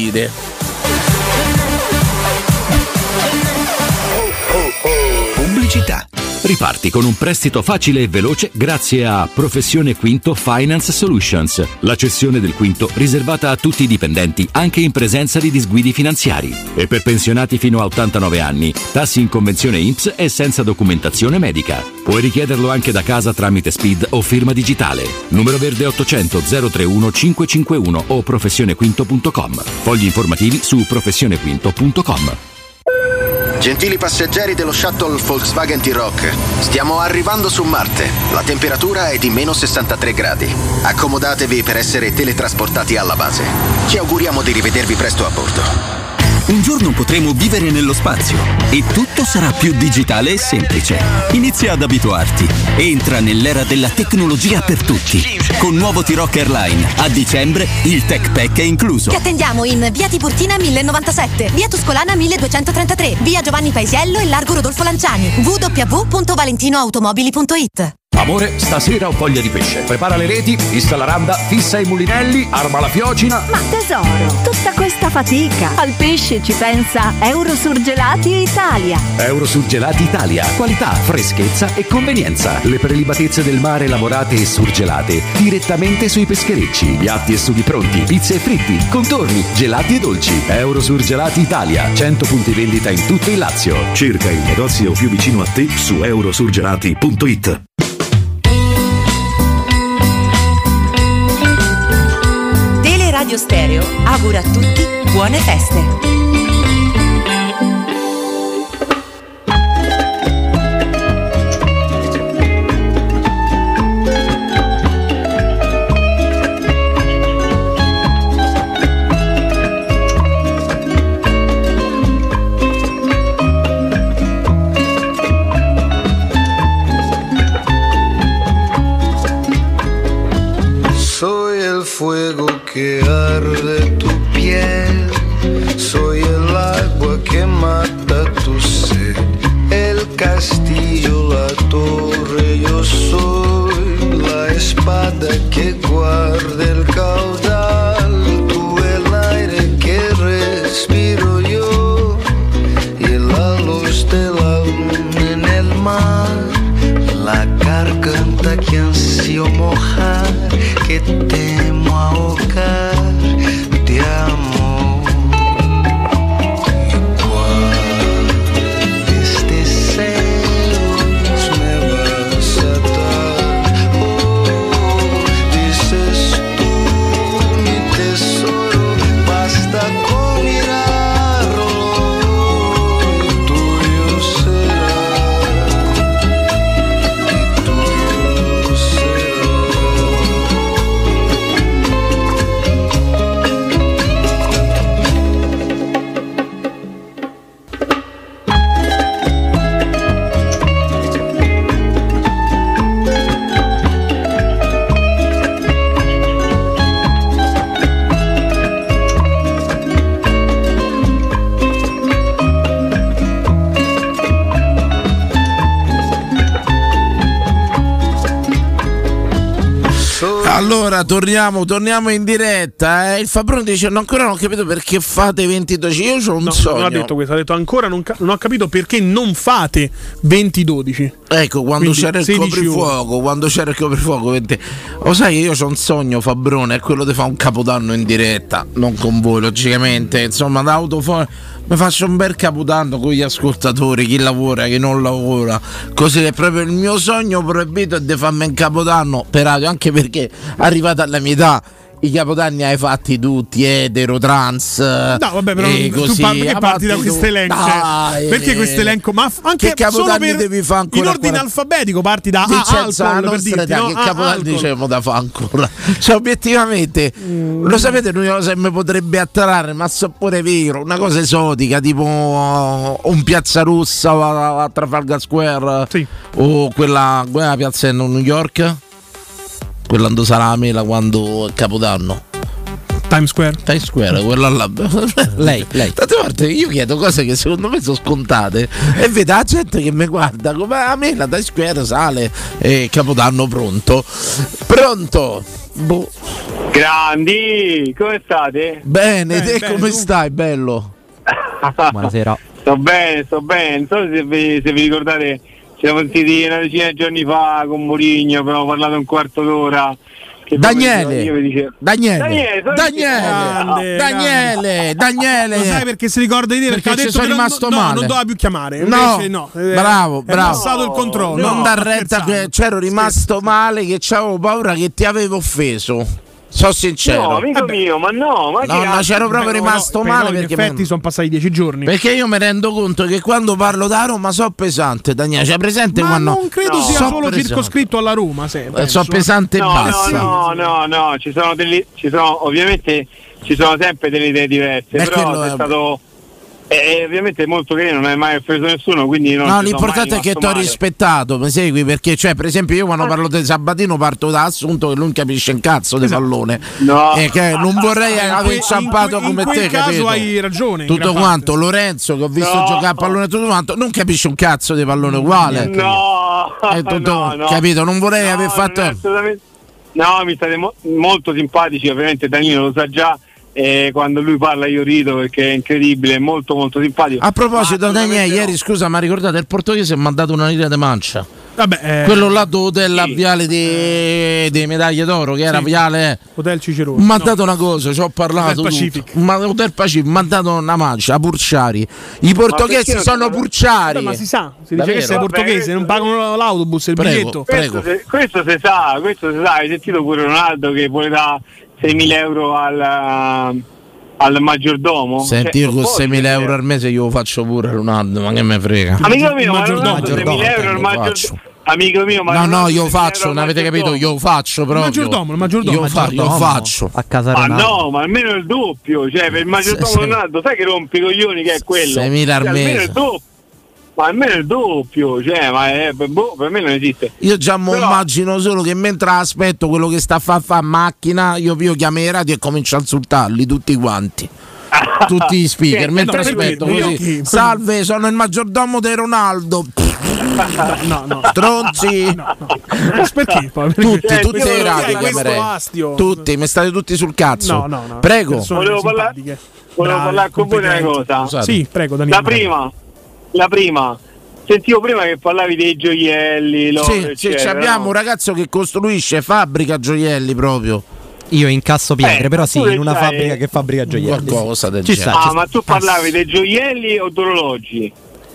Pubblicità. Riparti con un prestito facile e veloce grazie a Professione Quinto Finance Solutions, la cessione del quinto riservata a tutti i dipendenti anche in presenza di disguidi finanziari. E per pensionati fino a 89 anni, tassi in convenzione INPS e senza documentazione medica. Puoi richiederlo anche da casa tramite SPID o firma digitale. Numero verde 800 031 551 o professionequinto.com. Fogli informativi su professionequinto.com. Gentili passeggeri dello shuttle Volkswagen T-Roc, stiamo arrivando su Marte. La temperatura è di meno 63 gradi. Accomodatevi per essere teletrasportati alla base. Ci auguriamo di rivedervi presto a bordo. Un giorno potremo vivere nello spazio e tutto sarà più digitale e semplice. Inizia ad abituarti. Entra nell'era della tecnologia per tutti. Con nuovo T-Roc Airline, a dicembre il Tech Pack è incluso. Ti attendiamo in via Tiburtina 1097, via Tuscolana 1233, via Giovanni Paesiello e largo Rodolfo Lanciani. www.valentinoautomobili.it. Amore, stasera ho voglia di pesce. Prepara le reti, fissa la randa, fissa i mulinelli, arma la fiocina. Ma tesoro, tutta questa fatica. Al pesce ci pensa Eurosurgelati Italia. Eurosurgelati Italia. Qualità, freschezza e convenienza. Le prelibatezze del mare lavorate e surgelate direttamente sui pescherecci. Piatti e sughi pronti, pizze e fritti, contorni, gelati e dolci. Eurosurgelati Italia. 100 punti vendita in tutto il Lazio. Cerca il negozio più vicino a te su eurosurgelati.it. Radio Stereo augura a tutti buone feste. Fuego que arde tu piel, soy el agua que mata tu sed, el castillo, la torre, yo soy la espada que guarda el caudal, tú el aire que respiro yo y la luz de la luna en el mar, la garganta que ansío mojar, que temo ahogar de amor. Y cuando este celos me vas a dar, oh, dices tú mi tesoro, basta con mirarlo y tuyo será, y tuyo será. Allora torniamo in diretta. Il Fabrone dice: no, ancora non ho capito perché fate 20-12. Io c'ho un sogno. Non ha detto questo, ha detto ancora non ho capito perché non fate 20-12. Ecco, quando c'era il coprifuoco, 20. Lo sai che io c'ho un sogno, Fabrone, è quello di fare un capodanno in diretta, non con voi logicamente, insomma, mi faccio un bel capodanno con gli ascoltatori, chi lavora, chi non lavora, così è proprio il mio sogno proibito, è di farmi un capodanno per radio, anche perché arrivata alla mia età i capodanni hai fatti tutti, etero, trans. No, vabbè, però così, perché parti da questo elenco? Perché questo elenco? Ma anche che capodanni devi fare ancora? In ordine alfabetico parti da alcol, per dirti, no? Che capodanni diciamo da fare ancora? Cioè, obiettivamente, lo sapete, l'unica cosa che mi potrebbe attrarre, ma so pure vero, una cosa esotica, tipo un Piazza Rossa a Trafalgar Square, sì. O quella piazza in New York, quella quando sarà la mela, quando è Capodanno. Times Square, quella là. lei. Tante volte io chiedo cose che secondo me sono scontate e vedo la gente che mi guarda come a me la Times Square sale e Capodanno pronto. Boh. Grandi, come state? Bene, te come stai, bello? Buonasera. Sto bene, non so se vi ricordate, ci siamo sentiti una decina di giorni fa con Mourinho, abbiamo parlato un quarto d'ora. Daniele. Lo sai perché si ricorda di te? Perché ha detto sono rimasto male. Non doveva più chiamare. Invece no. Bravo. È passato il controllo. Non dar retta, che c'ero rimasto male, che c'avevo paura che ti avevo offeso. Sono sincero. No, amico mio, ma c'ero proprio rimasto male perché in effetti sono passati 10 giorni. Perché io mi rendo conto che quando parlo da Roma so pesante, Daniele. C'è presente ma quando? Non credo sia solo circoscritto alla Roma. So pesante e basta. No, ci sono ovviamente ci sono sempre delle idee diverse. Però è stato. Ovviamente è molto carino, non hai mai offeso nessuno, quindi non l'importante è che ti ho rispettato, mi segui? Perché, cioè, per esempio, io quando parlo di Sabatino parto da assunto che lui non capisce un cazzo di pallone. No. Che non vorrei aver inciampato come te, capito? Hai ragione. Tutto quanto, Lorenzo, che ho visto giocare a pallone tutto quanto, non capisce un cazzo di pallone uguale. Capito? Non vorrei aver fatto. No, mi state molto simpatici, ovviamente Danilo lo sa già. Quando lui parla io rido perché è incredibile, è molto molto simpatico. A proposito, Daniele, ieri scusa, ma ricordate il portoghese mi ha dato una linea di mancia. Vabbè, quello là dell'hotel Viale di medaglie d'oro, che era Viale Hotel Cicerone. Mi ha dato una cosa, ci ho parlato. Hotel Pacific mi ha dato una mancia a Purciari. I portoghesi sono Purciari. Ma si sa, si dice che sei portoghese, non pagano l'autobus, il biglietto. Questo si sa, hai sentito pure Ronaldo che vuole da 6.000 euro al maggiordomo. Senti, io con 6.000 euro al mese io lo faccio pure Ronaldo, ma che me frega. Amico mio, ma Ronaldo 6.000 euro al maggiordomo. Amico mio, ma no, io faccio, non avete capito, io faccio proprio. Il maggiordomo. Io faccio a casa Ronaldo. Ma no, ma almeno il doppio, cioè per il maggiordomo Ronaldo, sai che rompi i coglioni che è quello? 6.000 al mese. Almeno il doppio. Ma almeno il doppio, cioè, ma per me non esiste. Io già immagino solo che mentre aspetto quello che sta a fare macchina, io chiamo i radio e comincio a insultarli tutti quanti. Tutti gli speaker, mentre aspetto così. Salve, sono il maggiordomo di Ronaldo. No. Stronzi. Perché? Tutti le radio chiamerei. Tutti, mi state tutti sul cazzo. No. Prego. Volevo parlare con voi di una cosa. Scusate. Sì, prego, Daniele. La prima. Sentivo prima che parlavi dei gioielli. Sì, abbiamo un ragazzo che costruisce fabbrica gioielli proprio. Io incasso pietre, però sì, in una fabbrica che fabbrica gioielli. Qualcosa del genere. Ma tu parlavi dei gioielli o d'orologi?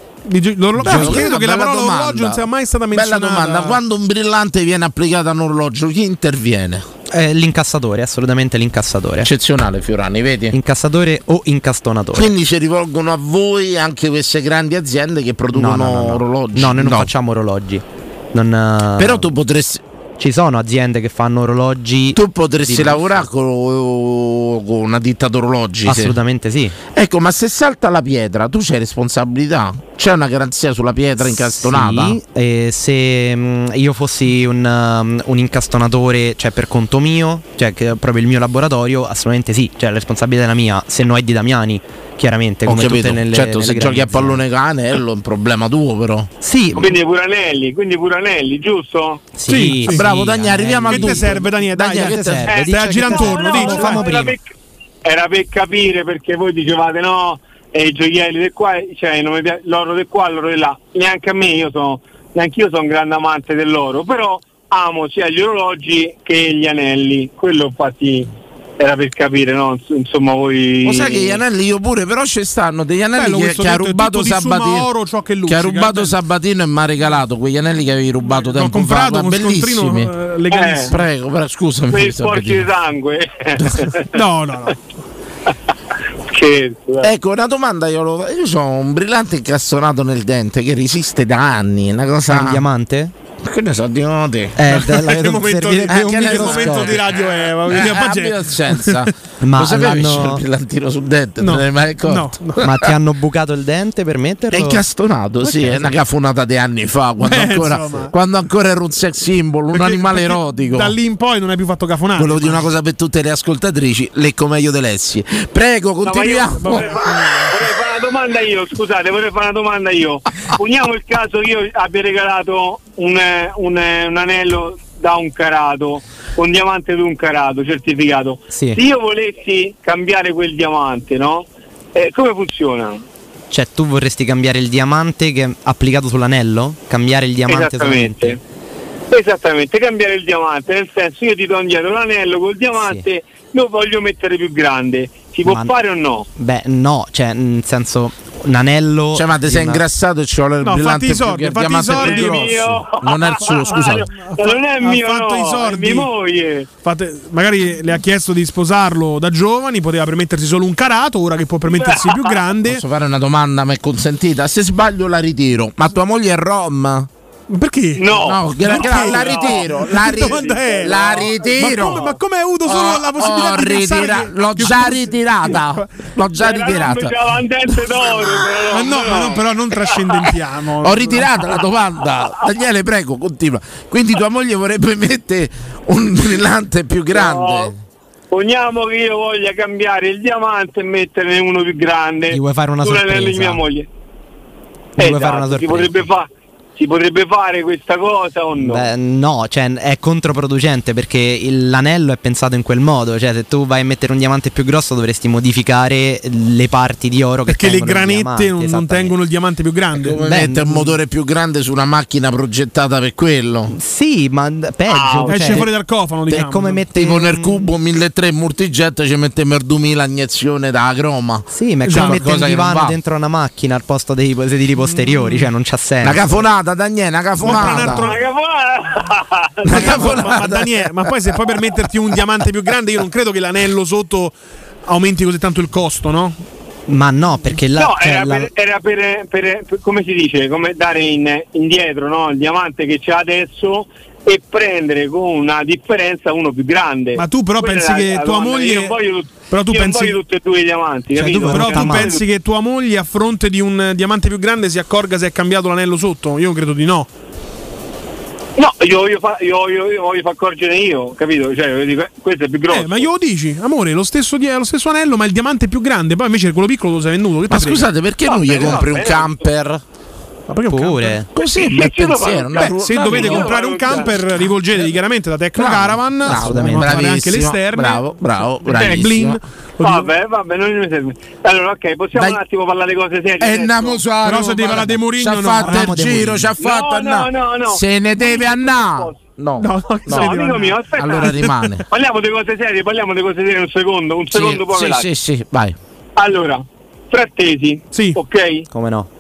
Credo che la parola orologio non sia mai stata menzionata. Bella domanda. Quando un brillante viene applicato a un orologio, chi interviene? L'incassatore, assolutamente l'incassatore. Eccezionale, Fiorani, vedi? Incassatore o incastonatore. Quindi ci rivolgono a voi anche queste grandi aziende che producono orologi? No, noi non facciamo orologi. Però tu potresti... Ci sono aziende che fanno orologi. Tu potresti lavorare con una ditta d'orologi? Assolutamente sì. Ecco, ma se salta la pietra, tu c'hai responsabilità? C'è una garanzia sulla pietra incastonata? Sì, se io fossi un incastonatore, cioè per conto mio, cioè che proprio il mio laboratorio, assolutamente sì, cioè la responsabilità è la mia, se no è di Damiani. Chiaramente, come tutte nelle. Certo, se giochi a pallone cane è un problema tuo, però. Sì. Quindi pure anelli, giusto? Sì. Bravo, Daniele, arriviamo al dunque. Che ti serve, Daniele? Dai, che ti serve? Stai a girare intorno, fammo prima. Era per capire, perché voi dicevate no, i gioielli del qua, cioè l'oro del qua, l'oro di là. Neanche io sono un grande amante dell'oro, però amo sia gli orologi che gli anelli. Quello infatti era per capire, no? Insomma, voi. Lo sai che gli anelli io pure, però ci stanno degli anelli che ha rubato Sabatino. Oro, ciò che ha rubato Sabatino e mi ha regalato quegli anelli che avevi rubato tempo fa. Bellissimi. Prego, scusami. Quei sporchi di sangue. No. Scherzo. Ecco, una domanda, io ho un brillante incastonato nel dente che resiste da anni. Una cosa. Un diamante? Che ne so di te? Che momento di radio è? Pazienza. Ma lo sapevi il brillantino sul dente? No, non ne mai accorto? No. Ma ti hanno bucato il dente per metterlo? È incastonato, sì, è una cafonata di anni fa, quando ancora era un sex symbol, un animale erotico. Da lì in poi non hai più fatto cafonate. Volevo dire una cosa per tutte le ascoltatrici, lecco meglio Delessi. Prego, continuiamo. Vorrei fare una domanda io. Poniamo il caso che io abbia regalato un anello da 1 carato, un diamante di 1 carato certificato. Sì. Se io volessi cambiare quel diamante, no? Come funziona? Cioè tu vorresti cambiare il diamante che è applicato sull'anello? Cambiare il diamante Esattamente, cambiare il diamante, nel senso io ti do indietro l'anello col diamante, lo voglio mettere più grande. Si può fare o no? Beh, no, cioè nel senso un anello. Cioè, ma ti sei ingrassato e ci vuole il brillante più diamante più grosso. Non è il suo, scusate. Non è mio, fatto i soldi. È mia moglie. Magari le ha chiesto di sposarlo da giovani, poteva permettersi solo 1 carato, ora che può permettersi più grande. Posso fare una domanda, mi è consentita? Se sbaglio la ritiro. Ma tua moglie è rom? Perché? No, la ritiro. La ritiro. Ma come hai avuto solo la possibilità di pensare l'ho già ritirata. Un dente d'oro, però non trascendentiamo. Ho ritirato la domanda. Daniele, prego, continua. Quindi tua moglie vorrebbe mettere un brillante più grande? No. Poniamo che io voglia cambiare il diamante e metterne uno più grande. Gli vuoi fare una sorpresa? Di mia moglie. Vuoi fare una sorpresa? Si potrebbe fare questa cosa o no? Beh, no, cioè è controproducente perché l'anello è pensato in quel modo, cioè se tu vai a mettere un diamante più grosso dovresti modificare le parti di oro perché le granette non tengono il diamante più grande. Come mette un motore più grande su una macchina progettata per quello? Sì, ma peggio, esce fuori dal cofano, diciamo. È come mette tipo nel cubo 1300 multijet ci mettiamo il 2000 iniezione da croma. Sì, ma è come mette un divano dentro una macchina al posto dei sedili posteriori, cioè non c'ha senso. La cafonata cafonata, Daniele, una cafonata. Ma Daniele, ma poi se puoi permetterti un diamante più grande, io non credo che l'anello sotto aumenti così tanto il costo, no? Ma no, perché era per come si dice, come dare indietro, no? Il diamante che c'è adesso e prendere con una differenza uno più grande. Ma tu però pensi che tua moglie però tu pensi tutti e due i diamanti, capito? Però tu pensi che tua moglie a fronte di un diamante più grande si accorga se è cambiato l'anello sotto? Io credo di no. No, io voglio far accorgere io, capito? Cioè, dico, questo è più grosso. Ma io lo dici, amore, lo stesso anello, ma il diamante più grande, poi invece quello piccolo lo sei venduto. Ma scusate, perché non gli compri un camper? Ma pure così bel pensiero. Se dovete comprare un camper, rivolgetevi chiaramente da Tecno Caravan, anche l'esterno. Bravo, bravissimo. Vabbè, non mi serve. Allora, ok, possiamo un attimo parlare di cose serie. Però se devi parlare di Mourinho, ci ha fatto il giro, ci ha fatto no. Se ne deve andare. No, amico mio, aspetta. Allora rimane. Parliamo di cose serie un secondo poi. Sì, vai. Allora, Frattesi, sì. Ok? Come no?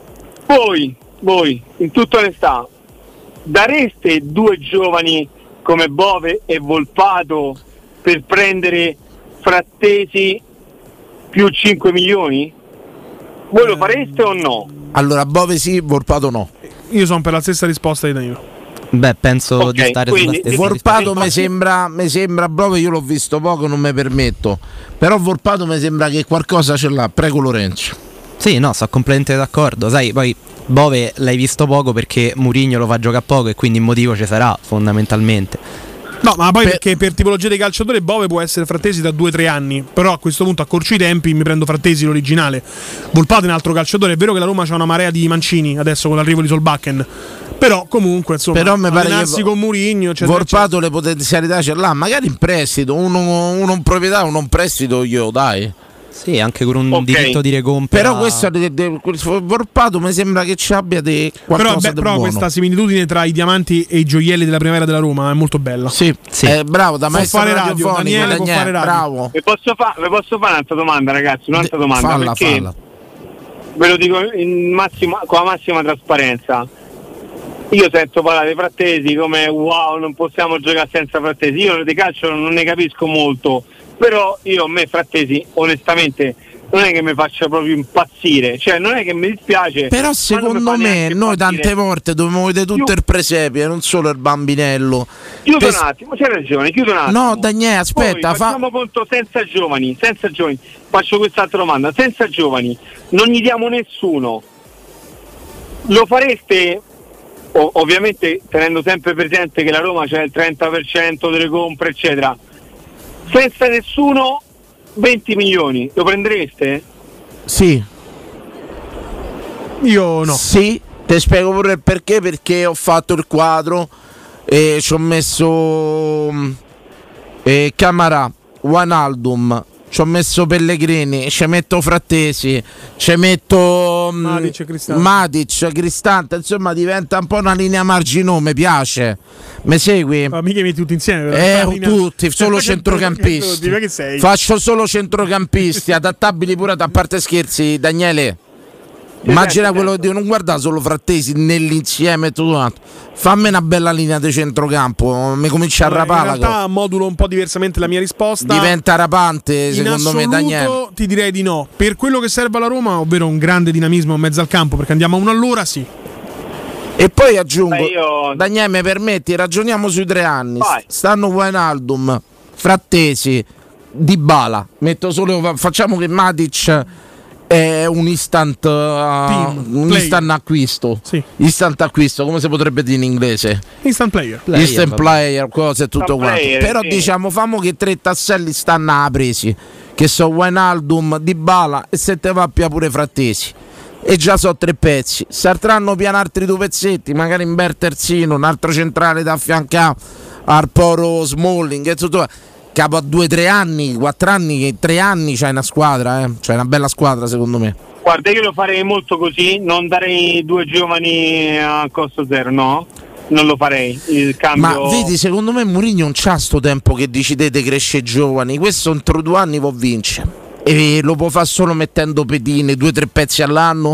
Voi, in tutta onestà, dareste 2 giovani come Bove e Volpato per prendere Frattesi più 5 milioni? Voi lo fareste o no? Allora, Bove sì, Volpato no. Io sono per la stessa risposta di Danilo. Beh, penso di stare sulla stessa. Volpato mi sembra Bove, io l'ho visto poco, non mi permetto. Però Volpato mi sembra che qualcosa ce l'ha. Prego Lorenzo. Sì, no, sono completamente d'accordo. Sai, poi Bove l'hai visto poco perché Mourinho lo fa giocare poco e quindi il motivo ci sarà fondamentalmente. No, ma poi perché per tipologia di calciatore Bove può essere Frattesi da 2-3 anni. Però a questo punto accorcio i tempi, mi prendo Frattesi l'originale. Volpato è un altro calciatore. È vero che la Roma c'ha una marea di mancini adesso con l'arrivo di Solbakken, però comunque insomma, però mi pare che con Mourinho, Volpato le potenzialità ce l'ha. Magari in prestito, uno in proprietà, uno in prestito io dai. Sì, anche con un diritto di recompra. Però questo Volpato mi sembra che ci abbia qualcosa però questa similitudine tra i diamanti e i gioielli della primavera della Roma è molto bella. Sì. Bravo, da maestro radiofonico, Daniele può fare radio. Bravo. Vi posso fare un'altra domanda, ragazzi, Falla. Ve lo dico con la massima trasparenza. Io sento parlare di Frattesi come wow, non possiamo giocare senza Frattesi. Io di calcio non ne capisco molto, però a me Frattesi onestamente non è che mi faccia proprio impazzire, cioè non è che mi dispiace. Però secondo me noi tante volte dobbiamo vedere tutto il presepe, non solo il bambinello. Chiudo un attimo, c'hai ragione, No, Daniele, aspetta, facciamo conto senza giovani. Faccio quest'altra domanda, senza giovani non gli diamo nessuno. Lo fareste? Ovviamente tenendo sempre presente che la Roma c'è il 30% delle compre eccetera, senza nessuno 20 milioni lo prendereste? Sì. Io no. Sì, ti spiego pure il perché ho fatto il quadro e ci ho messo Camarà, Wijnaldum, ci ho messo Pellegrini, ci metto Frattesi, ci metto Matic, Cristante, insomma diventa un po' una linea marginale, mi piace. Mi segui? Ma mica metti tutti insieme? Tutti, solo centrocampisti. Faccio solo centrocampisti, adattabili pure a parte scherzi, Daniele. Immagina quello che dico, non guarda solo Frattesi nell'insieme e tutto quanto. Fammi una bella linea di centrocampo, mi comincia a rapare. In realtà modulo un po' diversamente la mia risposta. Diventa rapante secondo me, Daniele. Ti direi di no. Per quello che serve alla Roma, ovvero un grande dinamismo in mezzo al campo, perché andiamo a uno all'ora, sì. E poi aggiungo, Daniele, mi permetti, ragioniamo sui 3 anni. Vai. Stanno Wijnaldum, Frattesi, Dybala. Facciamo che Matic è un instant acquisto. Sì. Instant acquisto, come si potrebbe dire in inglese? Instant player. Instant player, cose e tutto quanto. Però sì. Diciamo, famo che 3 tasselli stanno presi, che so Wijnaldum, Dybala e se te va pure Frattesi. E già so 3 pezzi. Sartranno piano altri 2 pezzetti, magari in bel terzino, un altro centrale da affiancare al Poro Smalling e tutto. Capo a 2-3 anni, 4 anni, 3 anni c'hai una squadra, c'hai una bella squadra secondo me. Guarda, io lo farei molto così, non darei 2 giovani a costo zero, no? Non lo farei, il cambio. Ma vedi, secondo me Mourinho non c'ha sto tempo che decidete cresce giovani, questo entro 2 anni può vincere. E lo può fare solo mettendo pedine, 2-3 pezzi all'anno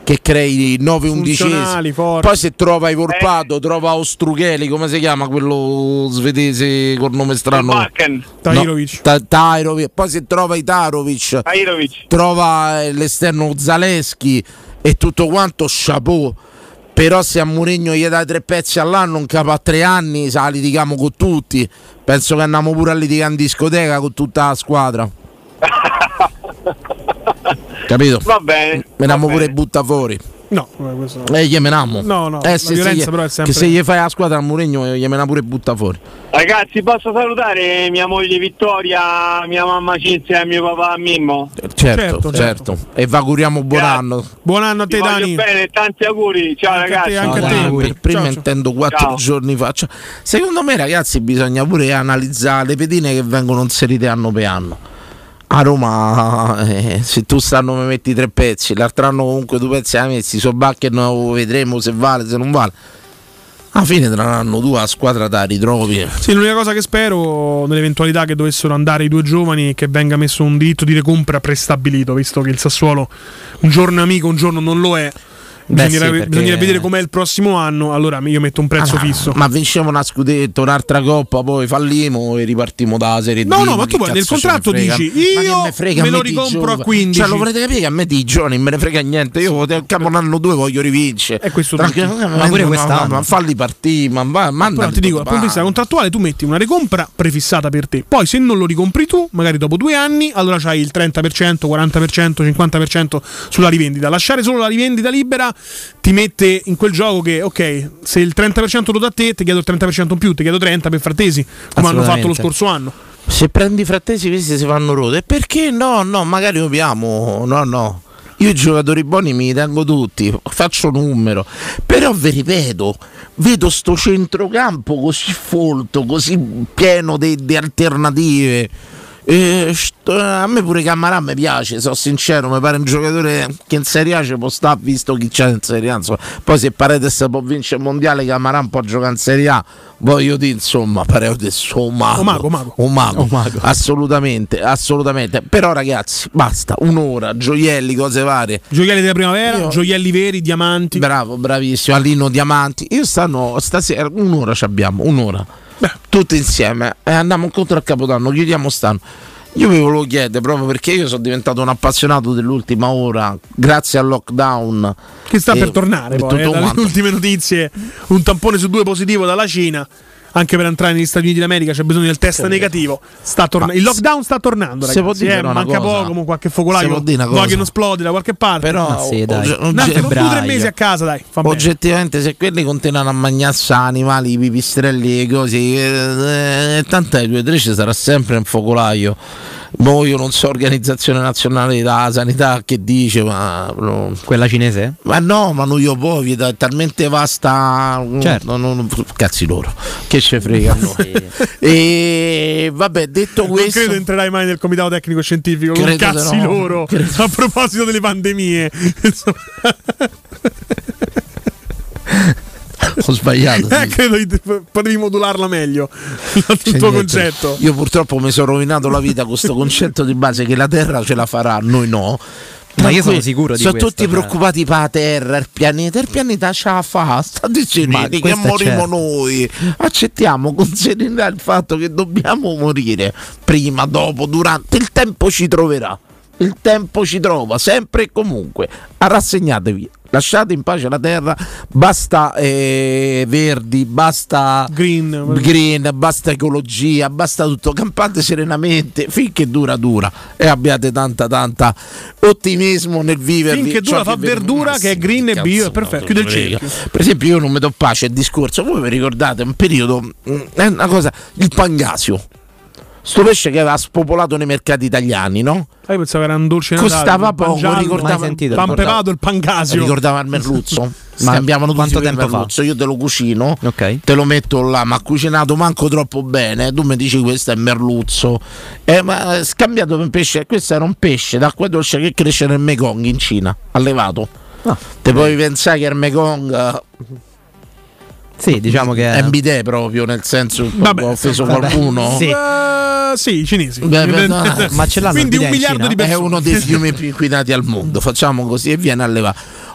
che crei 9 undicesimi. Poi se trova i Volpato, trova Ostrucheli, come si chiama quello svedese col nome strano? Tajrovic. Poi se trova i Tajrovic, trova l'esterno Zaleschi e tutto quanto, chapeau. Però se a Mourinho gli dai 3 pezzi all'anno, un capo a 3 anni, sa, litighiamo con tutti. Penso che andiamo pure a litigare in discoteca con tutta la squadra. Capito? Va bene. Meniamo pure butta fuori. No, questo gli menamo. No, la violenza però è sempre. Che se gli fai la squadra a Mourinho, gli mena pure butta fuori. Ragazzi, posso salutare mia moglie Vittoria, mia mamma Cinzia e mio papà Mimmo? Certo. E vi auguriamo buon anno. Buon anno a te, Dani. Bene, tanti auguri. Ciao ragazzi. Anche a te. Prima intendo 4 giorni fa. Secondo me, ragazzi, bisogna pure analizzare le pedine che vengono inserite anno per anno. A Roma, se tu stanno mi metti 3 pezzi, l'altro anno comunque 2 pezzi la messi, Bakken vedremo se vale, se non vale. Alla fine tra un anno o 2 la squadra te la ritrovi. Sì, l'unica cosa che spero, nell'eventualità che dovessero andare i 2 giovani, è che venga messo un diritto di recompra prestabilito, visto che il Sassuolo un giorno è amico, un giorno non lo è. Bisognerà vedere com'è il prossimo anno. Allora io metto un prezzo fisso. Ma vinciamo una scudetto, un'altra coppa, poi fallimo e ripartimo dalla Serie D. No, ma tu nel contratto dici io me lo ricompro a 15. Cioè, lo volete capire che a me di giovani me ne frega niente. Io a capo un anno 2 voglio rivincere. E questo ma pure quest'anno. Ma falli partire, però ti dico, dal punto di vista contrattuale tu metti una recompra prefissata per te. Poi se non lo ricompri tu, magari dopo 2 anni, allora c'hai il 30%, 40%, 50% sulla rivendita. Lasciare solo la rivendita libera ti mette in quel gioco che, ok, se il 30% lo da te, ti chiedo il 30% in più, ti chiedo 30 per Frattesi, come hanno fatto lo scorso anno. Se prendi Frattesi questi si fanno rode. Perché no, magari opiamo. No. Io i giocatori buoni mi tengo tutti, faccio numero. Però vi ripeto, vedo sto centrocampo così folto, così pieno di alternative. A me pure Cammarà mi piace, sono sincero, mi pare un giocatore che in Serie A ci può stare, visto chi c'è in Serie A. Poi se Paredes può vincere il mondiale, Cammarà un po' gioca in Serie A. Voglio dire, insomma, Paredes un mago. Assolutamente. Però ragazzi, basta, un'ora, gioielli, cose varie. Gioielli della primavera, gioielli veri, diamanti. Bravo, bravissimo, Alino, diamanti. Io stasera un'ora ci abbiamo, tutti insieme e andiamo incontro al Capodanno, chiudiamo stanno. Io vi volevo chiedere, proprio perché io sono diventato un appassionato dell'ultima ora grazie al lockdown che sta per tornare poi, dalle ultime notizie, un tampone su 2 positivo dalla Cina. Anche per entrare negli Stati Uniti d'America c'è bisogno del test negativo. Il lockdown sta tornando, ragazzi. Manca poco, come qualche focolaio che non esplode da qualche parte. Però dai. 2-3 mesi a casa, dai. Oggettivamente, se quelli continuano a mangiarsi animali, i pipistrelli e cose, tant'è, 2-3 ci sarà sempre un focolaio. Io non so, Organizzazione Nazionale della Sanità che dice, ma quella cinese? Ma no, ma non io poi è talmente vasta, certo. Cazzi loro, che ce frega. E vabbè, detto questo, non credo entrerai mai nel comitato tecnico scientifico con cazzi loro a proposito delle pandemie. Ho sbagliato. Credo potevi modularla meglio il tuo concetto. Io purtroppo mi sono rovinato la vita con questo concetto di base che la Terra ce la farà, noi no. Ma io sono sicuro di questo. Sono tutti preoccupati per la Terra, il pianeta ce la fa, state sereni che morimo noi. Accettiamo con serenità il fatto che dobbiamo morire prima, dopo, durante. Il tempo ci troverà. Il tempo ci trova sempre e comunque. Rassegnatevi, lasciate in pace la terra, basta verdi, basta green, basta ecologia, basta tutto, campate serenamente finché dura e abbiate tanta ottimismo nel vivervi. Finché dura fa verdura che è green e bio, è perfetto, chiude il cerchio. Per esempio io non mi do pace il discorso, voi vi ricordate un periodo, è una cosa, il Pangasio, sto pesce che aveva spopolato nei mercati italiani, no? Io pensavo era un dolce natale, costava poco, ricordava Pampepato, il Pangasio. Ricordava il merluzzo. Scambiavano quanto tempo fa? Io te lo cucino, okay. Te lo metto là, ma cucinato manco troppo bene. Tu mi dici questo è merluzzo, ma scambiato per pesce. Questo era un pesce d'acqua dolce che cresce nel Mekong in Cina, allevato. Te puoi pensare che il Mekong sì, diciamo che è bidet proprio, nel senso, ho offeso qualcuno. Sì, i cinesi. Ma ce l'hanno. Quindi 1 miliardo di persone. È uno dei fiumi più inquinati al mondo. Facciamo così e viene allevato.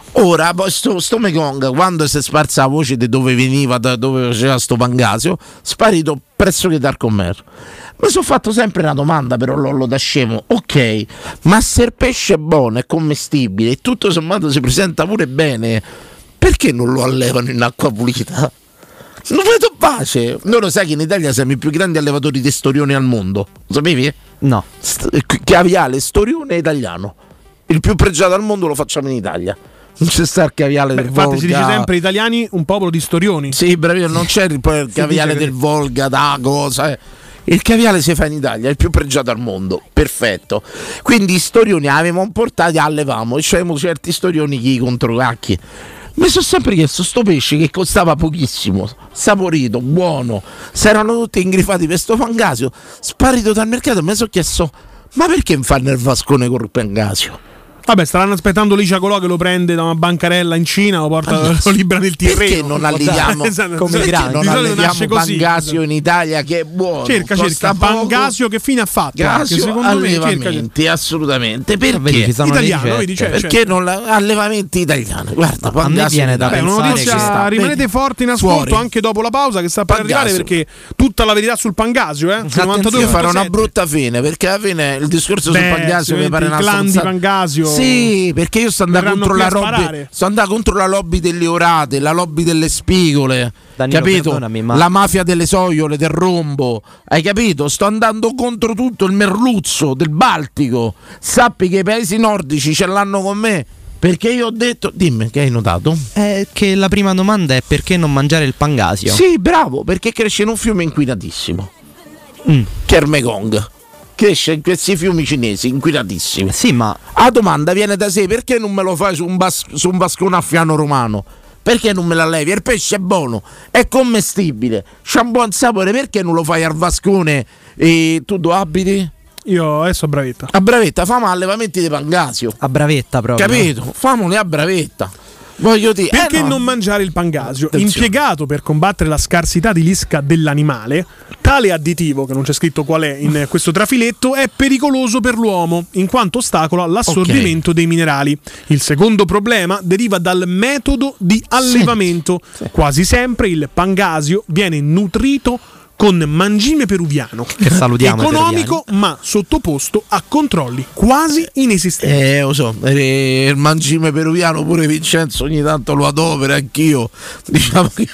Ora, poi sto Mekong, quando si è sparsa la voce di dove veniva, da dove faceva sto Pangasio, sparito pressoché dal commercio. Mi sono fatto sempre una domanda, però Lollo da scemo. Ok, ma se il pesce è buono, è commestibile e tutto sommato si presenta pure bene, perché non lo allevano in acqua pulita? Non vedo pace. Non lo sai che in Italia siamo i più grandi allevatori di storioni al mondo? Lo sapevi? No. Caviale, storione italiano. Il più pregiato al mondo lo facciamo in Italia. Non c'è sta il caviale del Volga. Infatti si dice sempre italiani un popolo di storioni. Sì, bravino, non c'è il caviale del Volga, da cosa. Il caviale si fa in Italia, è il più pregiato al mondo, perfetto. Quindi i storioni avevamo portati, allevamo e c'erano certi storioni chi contro cacchi. Mi sono sempre chiesto sto pesce che costava pochissimo, saporito, buono, si erano tutti ingrifati per sto Pangasio, sparito dal mercato, mi sono chiesto ma perché mi fanno il vascone col Pangasio? Vabbè, staranno aspettando Licia Colò che lo prende da una bancarella in Cina, lo porta, lo libera nel Tirreno. Perché non alliviamo come grande? Non alliviamo Pangasio in Italia che è buono. Cerca Pangasio che fine ha fatto? Pangasio, secondo allevamenti, assolutamente. Perché? Italiano, vedi, perché non allevamenti italiani? Guarda, a me viene da pensare che rimanete forti in ascolto anche dopo la pausa che sta per arrivare, perché tutta la verità sul Pangasio, 92. Io farò una brutta fine, perché alla fine il discorso sul Pangasio mi pare una clan di Pangasio. Sì, perché io sto andando contro la lobby delle orate, la lobby delle spigole, Danilo, capito? La mafia delle soiole, del rombo, hai capito? Sto andando contro tutto il merluzzo del Baltico. Sappi che i paesi nordici ce l'hanno con me. Perché io ho detto, dimmi che hai notato? Che la prima domanda è perché non mangiare il Pangasio? Sì, bravo, perché cresce in un fiume inquinatissimo, che è il Mekong. Cresce in questi fiumi cinesi inquinatissimi. Sì, ma la domanda viene da sé: perché non me lo fai su un vascone a fiano romano? Perché non me la levi? Il pesce è buono, è commestibile, c'ha un buon sapore, perché non lo fai al vascone? E tu dove abiti? Io adesso a Bravetta. A Bravetta, famo allevamenti di Pangasio. A Bravetta proprio. Capito? Famoli a Bravetta. Voglio dire, perché non mangiare il Pangasio? Attenzione. Impiegato per combattere la scarsità di lisca dell'animale, tale additivo, che non c'è scritto qual è in questo trafiletto, è pericoloso per l'uomo, in quanto ostacola l'assorbimento dei minerali. Il secondo problema deriva dal metodo di allevamento. Sì. Quasi sempre il Pangasio viene nutrito con mangime peruviano, che salutiamo, economico ma sottoposto a controlli quasi inesistenti. Lo so, il mangime peruviano pure Vincenzo ogni tanto lo adopera, anch'io, diciamo che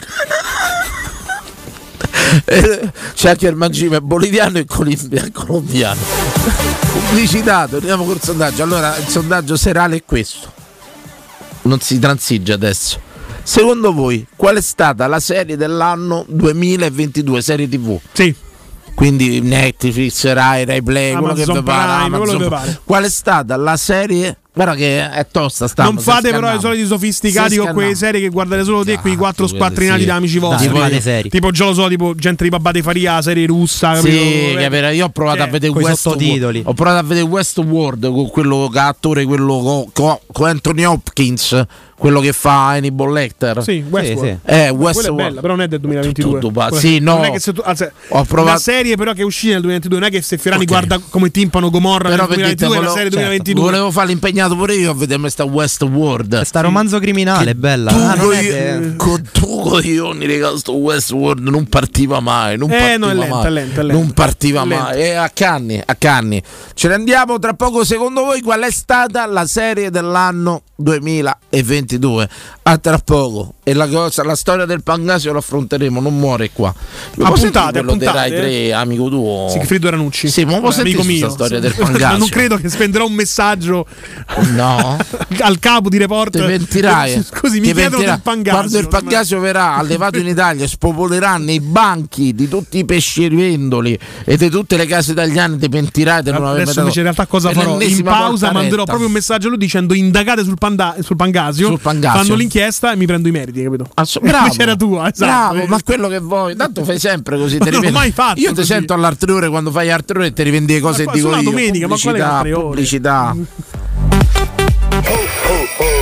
c'è anche il mangime boliviano e colombiano. Pubblicitato, andiamo col sondaggio. Allora, il sondaggio serale è questo, non si transige adesso. Secondo voi, qual è stata la serie dell'anno 2022? Serie TV? Sì. Quindi Netflix, Rai Play, Amazon, quello che vi pare, Amazon. Qual è stata la serie? Guarda che è tosta sta. Non fate però i soliti sofisticati con quelle serie che guardate solo te, quei 4 squattrinati da amici vostri. Tipo già lo so, tipo gente di Babà de Faria, serie russa. Sì, capito? Io ho provato a vedere Westworld. Ho provato a vedere Westworld con quello attore, quello con Anthony Hopkins, quello che fa Hannibal Lecter. Sì, Westworld. Westworld è bella, però non è del 2022. Sì, no. Non è che se tu, ho provato una serie però che è uscita nel 2022, non è che se Ferrani guarda come timpano Gomorra nel 2022, è la serie 2022. Volevo fare l'impegnato pure io a vedermi sta Westworld. Sta romanzo criminale, è bella. Con tu coglioni, raga, sto Westworld non partiva mai. Non partiva mai. A canni. Ce ne andiamo tra poco. Secondo voi qual è stata la serie dell'anno 2022? A tra poco. E la storia del Pangasio lo affronteremo, non muore qua. Appuntate. Rai 3, amico tuo Sigfrido Ranucci. Sì, ma amico mio. Storia del Pangasio. Non credo che spenderò un messaggio al capo di Report. Ti pentirai. Scusi, mi chiedono del Pangasio. Quando il Pangasio verrà allevato in Italia, spopolerà nei banchi di tutti i pescivendoli e di tutte le case italiane, ti pentirai di non aver Adesso invece in realtà cosa farò? In pausa manderò proprio un messaggio a lui dicendo indagate sul Pangasio. Fanno l'inchiesta e mi prendo i meriti, capito? Bravo, c'era tua, esatto. Bravo, ma quello che vuoi. Tanto fai sempre così. Non l'ho mai fatto. Io ti sento all'altre ore quando fai altre ore e ti rivendi le cose e dico io. Domenica, pubblicità.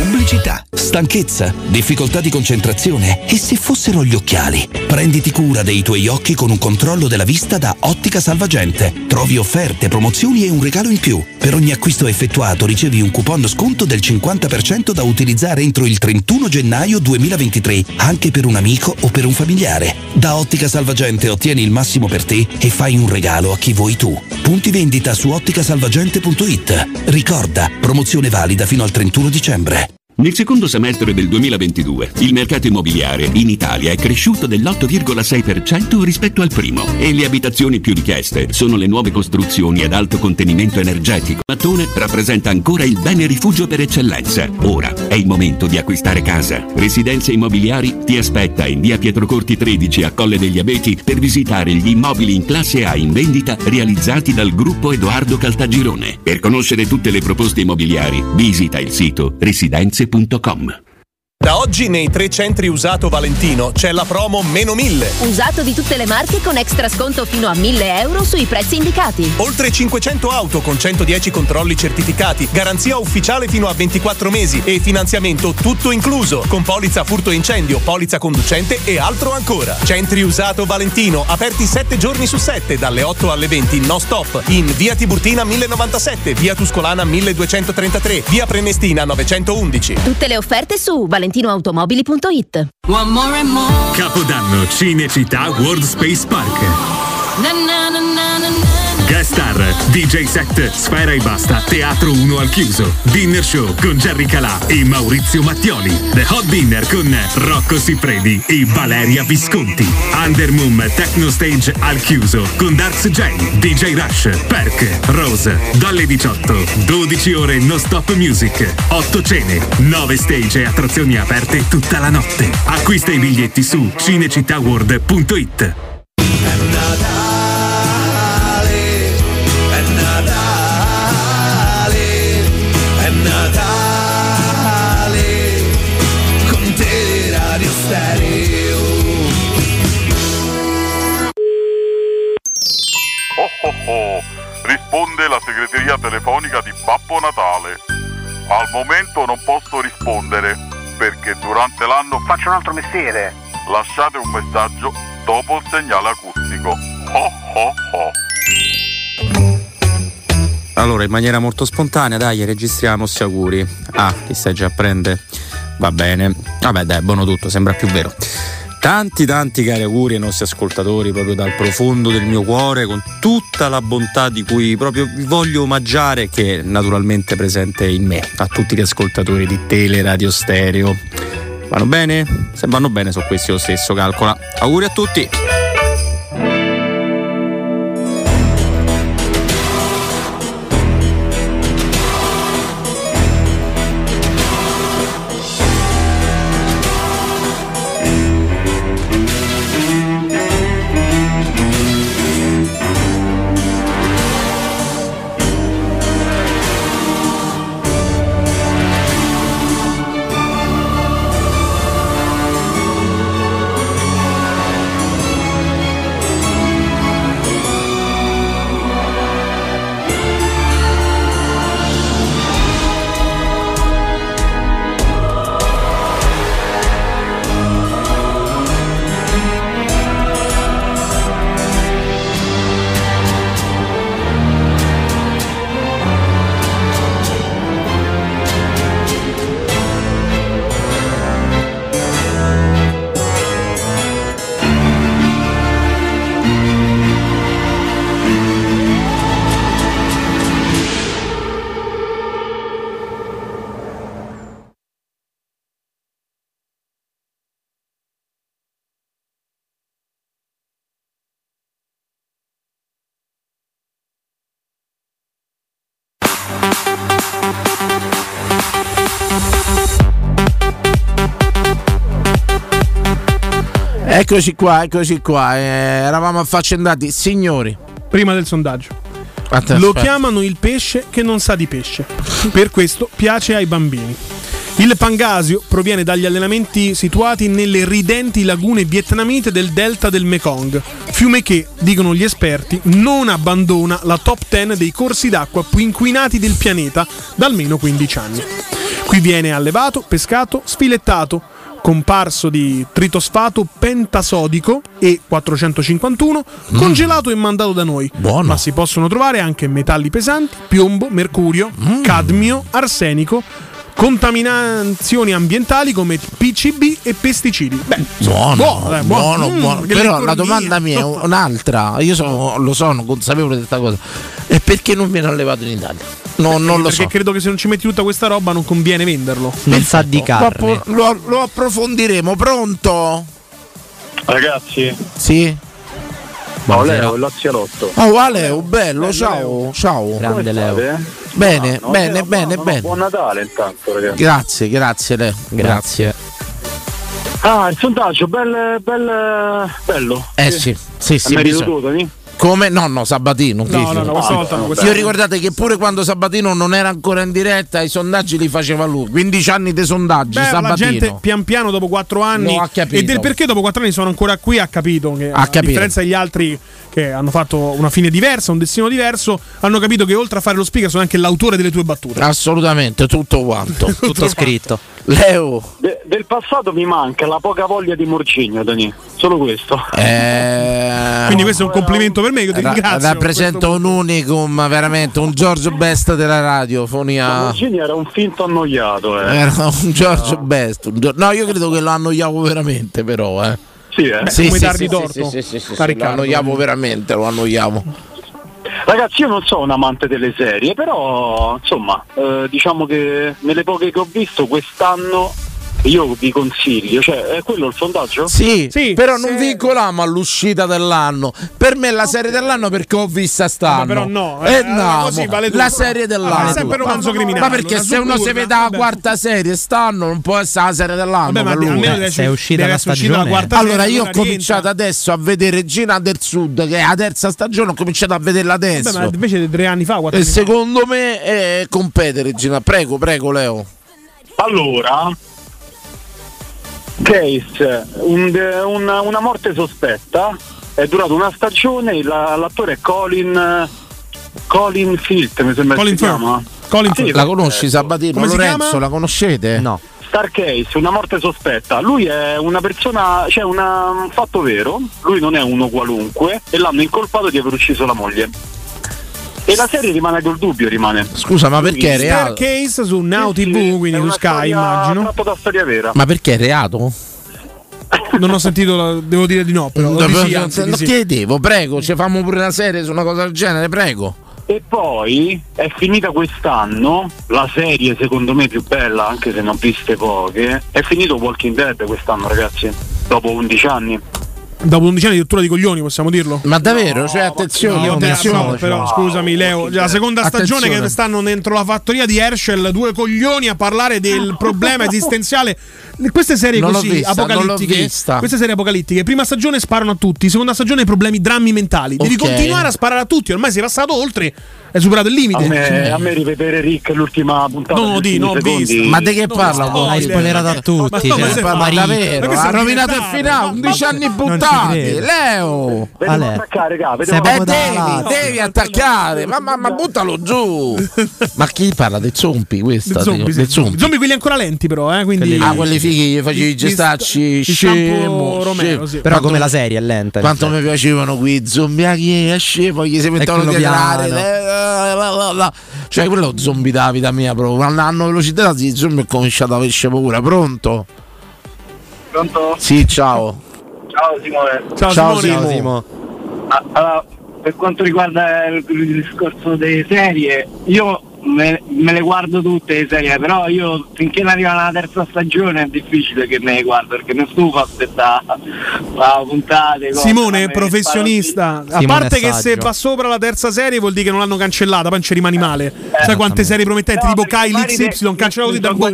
Pubblicità, stanchezza, difficoltà di concentrazione e se fossero gli occhiali? Prenditi cura dei tuoi occhi con un controllo della vista da Ottica Salvagente. Trovi offerte, promozioni e un regalo in più. Per ogni acquisto effettuato ricevi un coupon sconto del 50% da utilizzare entro il 31 gennaio 2023, anche per un amico o per un familiare. Da Ottica Salvagente ottieni il massimo per te e fai un regalo a chi vuoi tu. Punti vendita su otticasalvagente.it. Ricorda, promozione valida fino al 31 dicembre. Nel secondo semestre del 2022 il mercato immobiliare in Italia è cresciuto dell'8,6% rispetto al primo e le abitazioni più richieste sono le nuove costruzioni ad alto contenimento energetico. Mattone rappresenta ancora il bene rifugio per eccellenza. Ora è il momento di acquistare casa. Residenze Immobiliari ti aspetta in via Pietrocorti 13 a Colle degli Abeti per visitare gli immobili in classe A in vendita realizzati dal gruppo Edoardo Caltagirone. Per conoscere tutte le proposte immobiliari visita il sito residenze.com. Da oggi nei 3 centri usato Valentino c'è la promo -1000. Usato di tutte le marche con extra sconto fino a 1.000 euro sui prezzi indicati. Oltre 500 auto con 110 controlli certificati, garanzia ufficiale fino a 24 mesi e finanziamento tutto incluso, con polizza furto e incendio, polizza conducente e altro ancora. Centri usato Valentino, aperti 7 giorni su 7, dalle 8 alle 20 no stop, in via Tiburtina 1097, via Tuscolana 1233, via Prenestina 911. Tutte le offerte su valentinoautomobili.it. Capodanno Cinecittà World Space Park. Guest star, DJ set, Sfera e Basta, Teatro 1 al chiuso, dinner show con Jerry Calà e Maurizio Mattioli, The Hot Dinner con Rocco Siffredi e Valeria Visconti, Undermoon Techno Stage al chiuso con Darks J, DJ Rush, Perk, Rose, dalle 18, 12 ore no stop music, 8 cene, 9 stage e attrazioni aperte tutta la notte. Acquista i biglietti su cinecittàworld.it. Risponde la segreteria telefonica di Babbo Natale. Al momento non posso rispondere perché durante l'anno faccio un altro mestiere. Lasciate un messaggio dopo il segnale acustico. Ho ho ho. Allora, in maniera molto spontanea, dai, registriamo sti auguri. Ah, ti stai già a prendere? Va bene. Vabbè, dai, buono tutto, sembra più vero. Tanti cari auguri ai nostri ascoltatori, proprio dal profondo del mio cuore, con tutta la bontà di cui proprio vi voglio omaggiare, che è naturalmente presente in me. A tutti gli ascoltatori di Teleradio Stereo. Vanno bene? Se vanno bene sono questi lo stesso, calcola. Auguri a tutti! Eccoci qua, eravamo affaccendati, signori. Prima del sondaggio. Lo chiamano il pesce che non sa di pesce. Per questo piace ai bambini. Il pangasio proviene dagli allenamenti situati nelle ridenti lagune vietnamite del delta del Mekong, fiume che, dicono gli esperti, non abbandona la top 10 dei corsi d'acqua più inquinati del pianeta da almeno 15 anni. Qui viene allevato, pescato, sfilettato, comparso di tritosfato pentasodico e 451, congelato e mandato da noi. Buono. Ma si possono trovare anche metalli pesanti, piombo, mercurio, cadmio, arsenico, contaminazioni ambientali come PCB e pesticidi. Beh, buono. Però la domanda mia è un'altra. Io lo sono consapevole di questa cosa. E perché non viene allevato in Italia? Non lo so. Perché credo che se non ci metti tutta questa roba non conviene venderlo. Non sa di carne. Lo approfondiremo. Pronto? Ragazzi? Sì? No, Leo, il Lazialotto. Oh, Leo, bello, ciao. Grande Leo. Bene. Buon Natale intanto, ragazzi. Grazie Leo. Grazie. Il sondaggio, bello. Sì. Bisogna. Come? No, Sabatino. No, questa volta no. Io ricordate che pure quando Sabatino non era ancora in diretta, i sondaggi li faceva lui. 15 anni di sondaggi. Sabatino. La gente pian piano dopo 4 anni e del perché dopo 4 anni sono ancora qui ha capito che a differenza degli altri che hanno fatto una fine diversa, un destino diverso, hanno capito che oltre a fare lo speaker sono anche l'autore delle tue battute. Assolutamente, tutto quanto. Tutto scritto. Leo. Del passato mi manca la poca voglia di Morcigno, Dani. Solo questo. Quindi questo è un complimento per me, io ti ringrazio. Rappresenta un unicum, veramente, un George Best della radiofonia. Morcigno era un finto annoiato. Era un George Best. No, io credo che lo annoiavo veramente, però. Sì, come dargli torto. Sì, lo annoiavo veramente, lo annoiavo. Ragazzi, io non sono un amante delle serie, però insomma, diciamo che nelle poche che ho visto quest'anno io vi consiglio, cioè è quello il sondaggio? Sì, però non vincoliamo all'uscita dell'anno. Per me è la serie dell'anno perché ho vista st'anno. Però no, così vale la serie dell'anno. È sempre romanzo criminale. Ma perché se uno si vede la quarta serie st'anno non può essere la serie dell'anno. Ma almeno se è uscita la stagione. Allora io ho cominciato adesso a vedere Regina del Sud, che è la terza stagione, ho cominciato a vederla adesso. Ma invece 3 anni fa, 4 e anni secondo me compete Regina. Prego Leo. Allora, case, una morte sospetta, è durato una stagione, l'attore è Colin Firth, mi sembra che si chiama. La conosci Sabatino? Lorenzo, la conoscete? No. Star Case, una morte sospetta. Lui è una persona, cioè un fatto vero, lui non è uno qualunque e l'hanno incolpato di aver ucciso la moglie. E la serie rimane col dubbio, Scusa, ma perché è reato? Star Case su Now TV, quindi su Sky, immagino. Tratto da storia vera. Ma perché è reato? Non ho sentito, devo dire di no, però non chiedevo, prego, ci facciamo pure una serie su una cosa del genere, prego. E poi è finita quest'anno la serie secondo me più bella, anche se ne ho viste poche, è finito Walking Dead quest'anno, ragazzi, dopo 11 anni. Dopo 11 anni di rottura di coglioni, possiamo dirlo? Ma davvero? Cioè, attenzione, però scusami Leo, la seconda stagione che stanno dentro la fattoria di Herschel, 2 coglioni a parlare del problema esistenziale. Queste serie così apocalittiche, queste serie apocalittiche, prima stagione sparano a tutti, seconda stagione problemi, drammi mentali. Devi continuare a sparare a tutti, ormai sei passato oltre, hai superato il limite. A me rivedere Rick l'ultima puntata. Non ho visto. Ma di che parla? Hai spoilerato a tutti. Ma davvero? Ha rovinato il finale, 11 anni buttati. Leo, devi attaccare, ma buttalo giù. Ma chi parla dei zombi? Questa zombi quelli ancora lenti, però, quindi quelli fighi facevi i gestacci scemo Romero, sì. Però come la serie è lenta. Quanto mi piacevano qui zombie scemo, gli si mettevano a tirare. Cioè quello zombie da vita mia proprio. Quando hanno velocità i zombie ho cominciato a avere paura. Pronto? Sì, ciao. Ciao Simo. Allora, per quanto riguarda il discorso delle serie, io me le guardo tutte le serie, però io finché non arriva la terza stagione è difficile che me le guardo, perché non stufo aspettare la puntata. Simone è professionista, a parte che se va sopra la terza serie vuol dire che non l'hanno cancellata, poi non ci rimani male. Sai quante serie promettenti, tipo Kyle XY cancellato così dal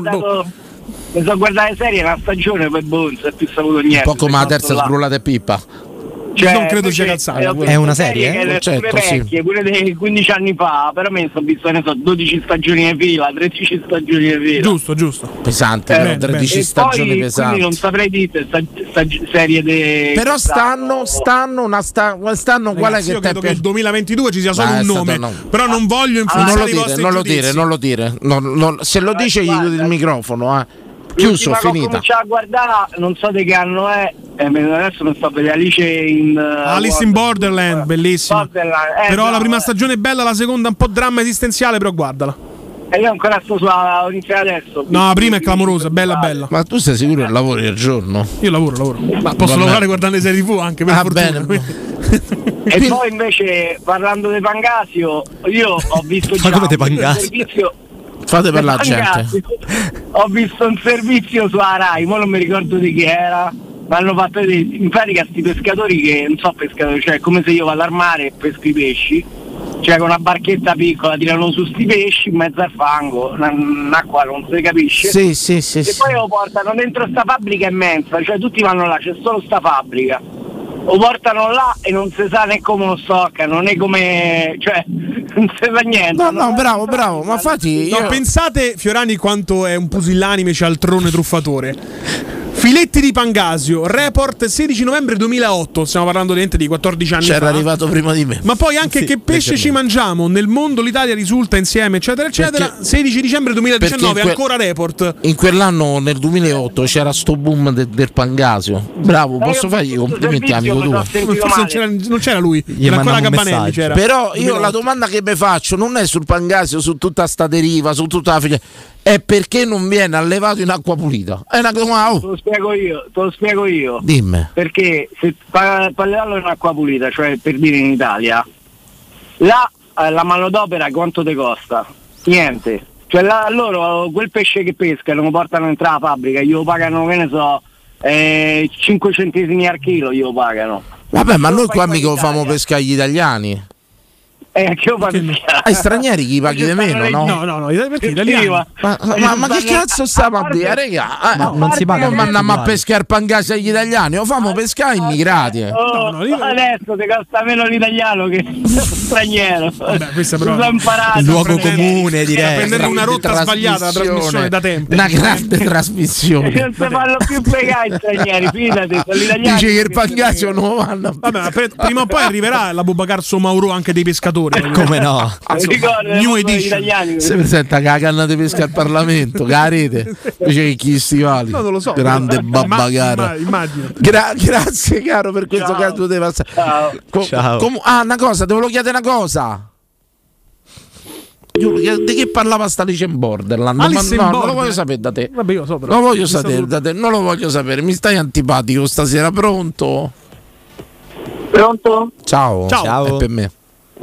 mi so guardare serie una stagione, poi non si è più saputo niente. Un po' come la terza sbrullata e pippa. Cioè, non credo sia calzata. È una serie? Certo, vecchie, quelle dei 15 anni fa, però me ne sono visto, ne so, 12 stagioni di fila, 13 stagioni di fila. Giusto. Pesante, però, 13 stagioni poi, pesanti. Quindi non saprei dire serie di. Però stanno qual è io che credo che il 2022 ci sia solo un nome, però non voglio non lo dire. Se lo dice gli chiudi il microfono, chiuso, finita. Cominciare a guardare, non so di che anno è, adesso non sto a vedere Alice in Borderland, bellissima. Però la prima stagione è bella, la seconda un po' dramma esistenziale, però guardala. E io ancora sto sulla iniziare adesso. No, la prima è clamorosa, bella. Ma tu sei sicuro che lavori al giorno? Io lavoro. Ma posso lavorare guardando le serie TV anche per fortuna. Bene. E poi invece parlando di Pangasio, io ho visto già come te un Pangasi? servizio. Fate per la gente. Ho visto un servizio sulla Rai, ma non mi ricordo di chi era. Ma hanno fatto vedere in pratica sti pescatori che non so pescatori, cioè è come se io vado al mare e pesco i pesci. Cioè con una barchetta piccola tirano su sti pesci in mezzo al fango, un'acqua non si capisce. Sì. E poi lo portano dentro sta fabbrica immensa, cioè tutti vanno là, c'è solo sta fabbrica. Lo portano là e non si sa né come lo stoccano, né come. Cioè, non si fa niente. No, bravo. Ma infatti. Pensate, Fiorani, quanto è un pusillanime cialtrone truffatore. Filetti di Pangasio, report 16 novembre 2008, stiamo parlando di 14 anni fa. C'era arrivato prima di me. Ma poi anche che pesce ci mangiamo, nel mondo l'Italia risulta insieme, eccetera. 16 dicembre 2019, ancora report. In quell'anno, nel 2008, c'era sto boom del Pangasio. Bravo, posso fargli i complimenti, amico tuo. Forse non c'era lui, era ancora Gabanelli. C'era. Però io la domanda che mi faccio non è sul Pangasio, su tutta sta deriva, su tutta la figlia. È perché non viene allevato in acqua pulita. È una cosa. Te lo spiego io. Dimmi. Perché se per allevarlo in acqua pulita, cioè per dire in Italia, là la manodopera quanto ti costa? Niente. Cioè loro quel pesce che pescano lo portano dentro la fabbrica, glielo pagano, che ne so, 5 centesimi al chilo glielo pagano. Vabbè, ma noi qua mica lo famo pescare gli italiani. Che ai stranieri chi paghi di meno, no? No, perché italiani? Ma che cazzo stiamo a dire, raga? Non si paga. Non mandiamo a pescare il Pangasio agli italiani, lo famo pescare immigrati. Adesso ti costa meno l'italiano che lo straniero. Vabbè, questo però il luogo comune, direi. Prendere una rotta sbagliata la trasmissione da tempo. Una grande trasmissione. Non si fanno più pregare i stranieri, fidati, sono gli italiani. Dici che il Pangasio non lo vanno. Vabbè, prima o poi arriverà la Bubacar Somauro anche dei pescatori. Come no? New Edition. Si presenta che la canna di pesca al Parlamento, che la rete invece che chi stivali. No, non lo so. Grande babbacara. Immagino. Grazie caro per questo caso di passare. Ciao. Una cosa, te volevo chiedere una cosa. Di che parlava sta Alice in Borderland? Non lo voglio sapere da te. Vabbè, io so, però. Lo voglio sapere da te. Non lo voglio sapere. Mi stai antipatico stasera, pronto? Pronto? Ciao. Ciao. È per me.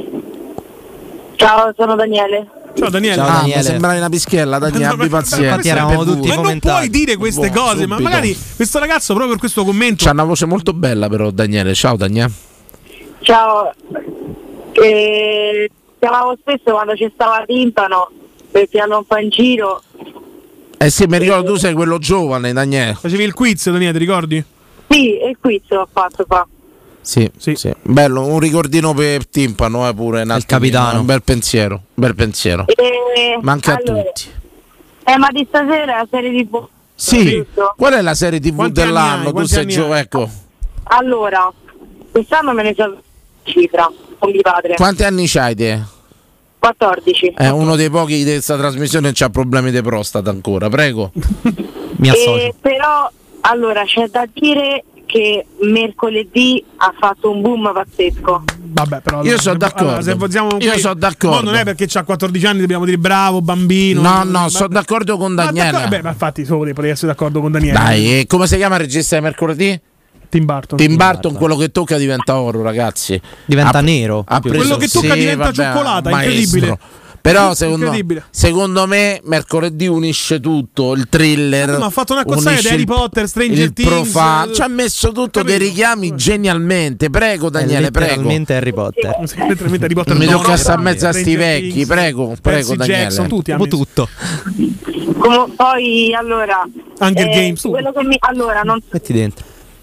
Ciao, sono Daniele. Ciao Daniele. Mi sembravi una pischiella, Daniele, abbi pazienza. Infatti eravamo tutti ma non puoi dire queste cose, subito. ma magari questo ragazzo proprio per questo commento. C'ha una voce molto bella però Daniele. Ciao Daniele. Ciao. Chiamavo spesso quando ci stava Timpano perché hanno un po' in giro. Sì, mi ricordo, tu sei quello giovane, Daniele. Facevi il quiz, Daniele, ti ricordi? Sì, il quiz l'ho fatto qua. Sì. Bello, un ricordino per Timpano pure. Il capitano. Un bel pensiero. Manca allora, a tutti. Ma di stasera la serie TV. Sì. Qual è la serie TV dell'anno? Tu sei giovane, ecco. Allora, quest'anno me ne so cifra con mio padre. Quanti anni c'hai te? 14. Uno dei pochi di questa trasmissione c'ha problemi di prostata ancora, prego. Mi associo. Però, allora, c'è da dire che mercoledì ha fatto un boom pazzesco. Vabbè, però io sono d'accordo. Io sono d'accordo. Non è perché c'ha 14 anni dobbiamo dire bravo bambino. No, sono d'accordo con Daniele. Ma infatti potrei essere d'accordo con Daniele. Dai, come si chiama il regista di mercoledì? Tim Burton, quello che tocca diventa oro, ragazzi. Diventa nero. Quello che tocca diventa cioccolata, incredibile. Però secondo me mercoledì unisce tutto, il thriller. Ma ha fatto una cosa di Harry Potter, Stranger Things. Ci ha messo tutto dei richiami genialmente. Prego Daniele, prego. Harry Potter. Harry Potter. Mi tocca sta mezzo a sti vecchi, prego Daniele. Jackson, tutti hanno tutto. Poi allora Hunger Games. Quello che allora non metti dentro.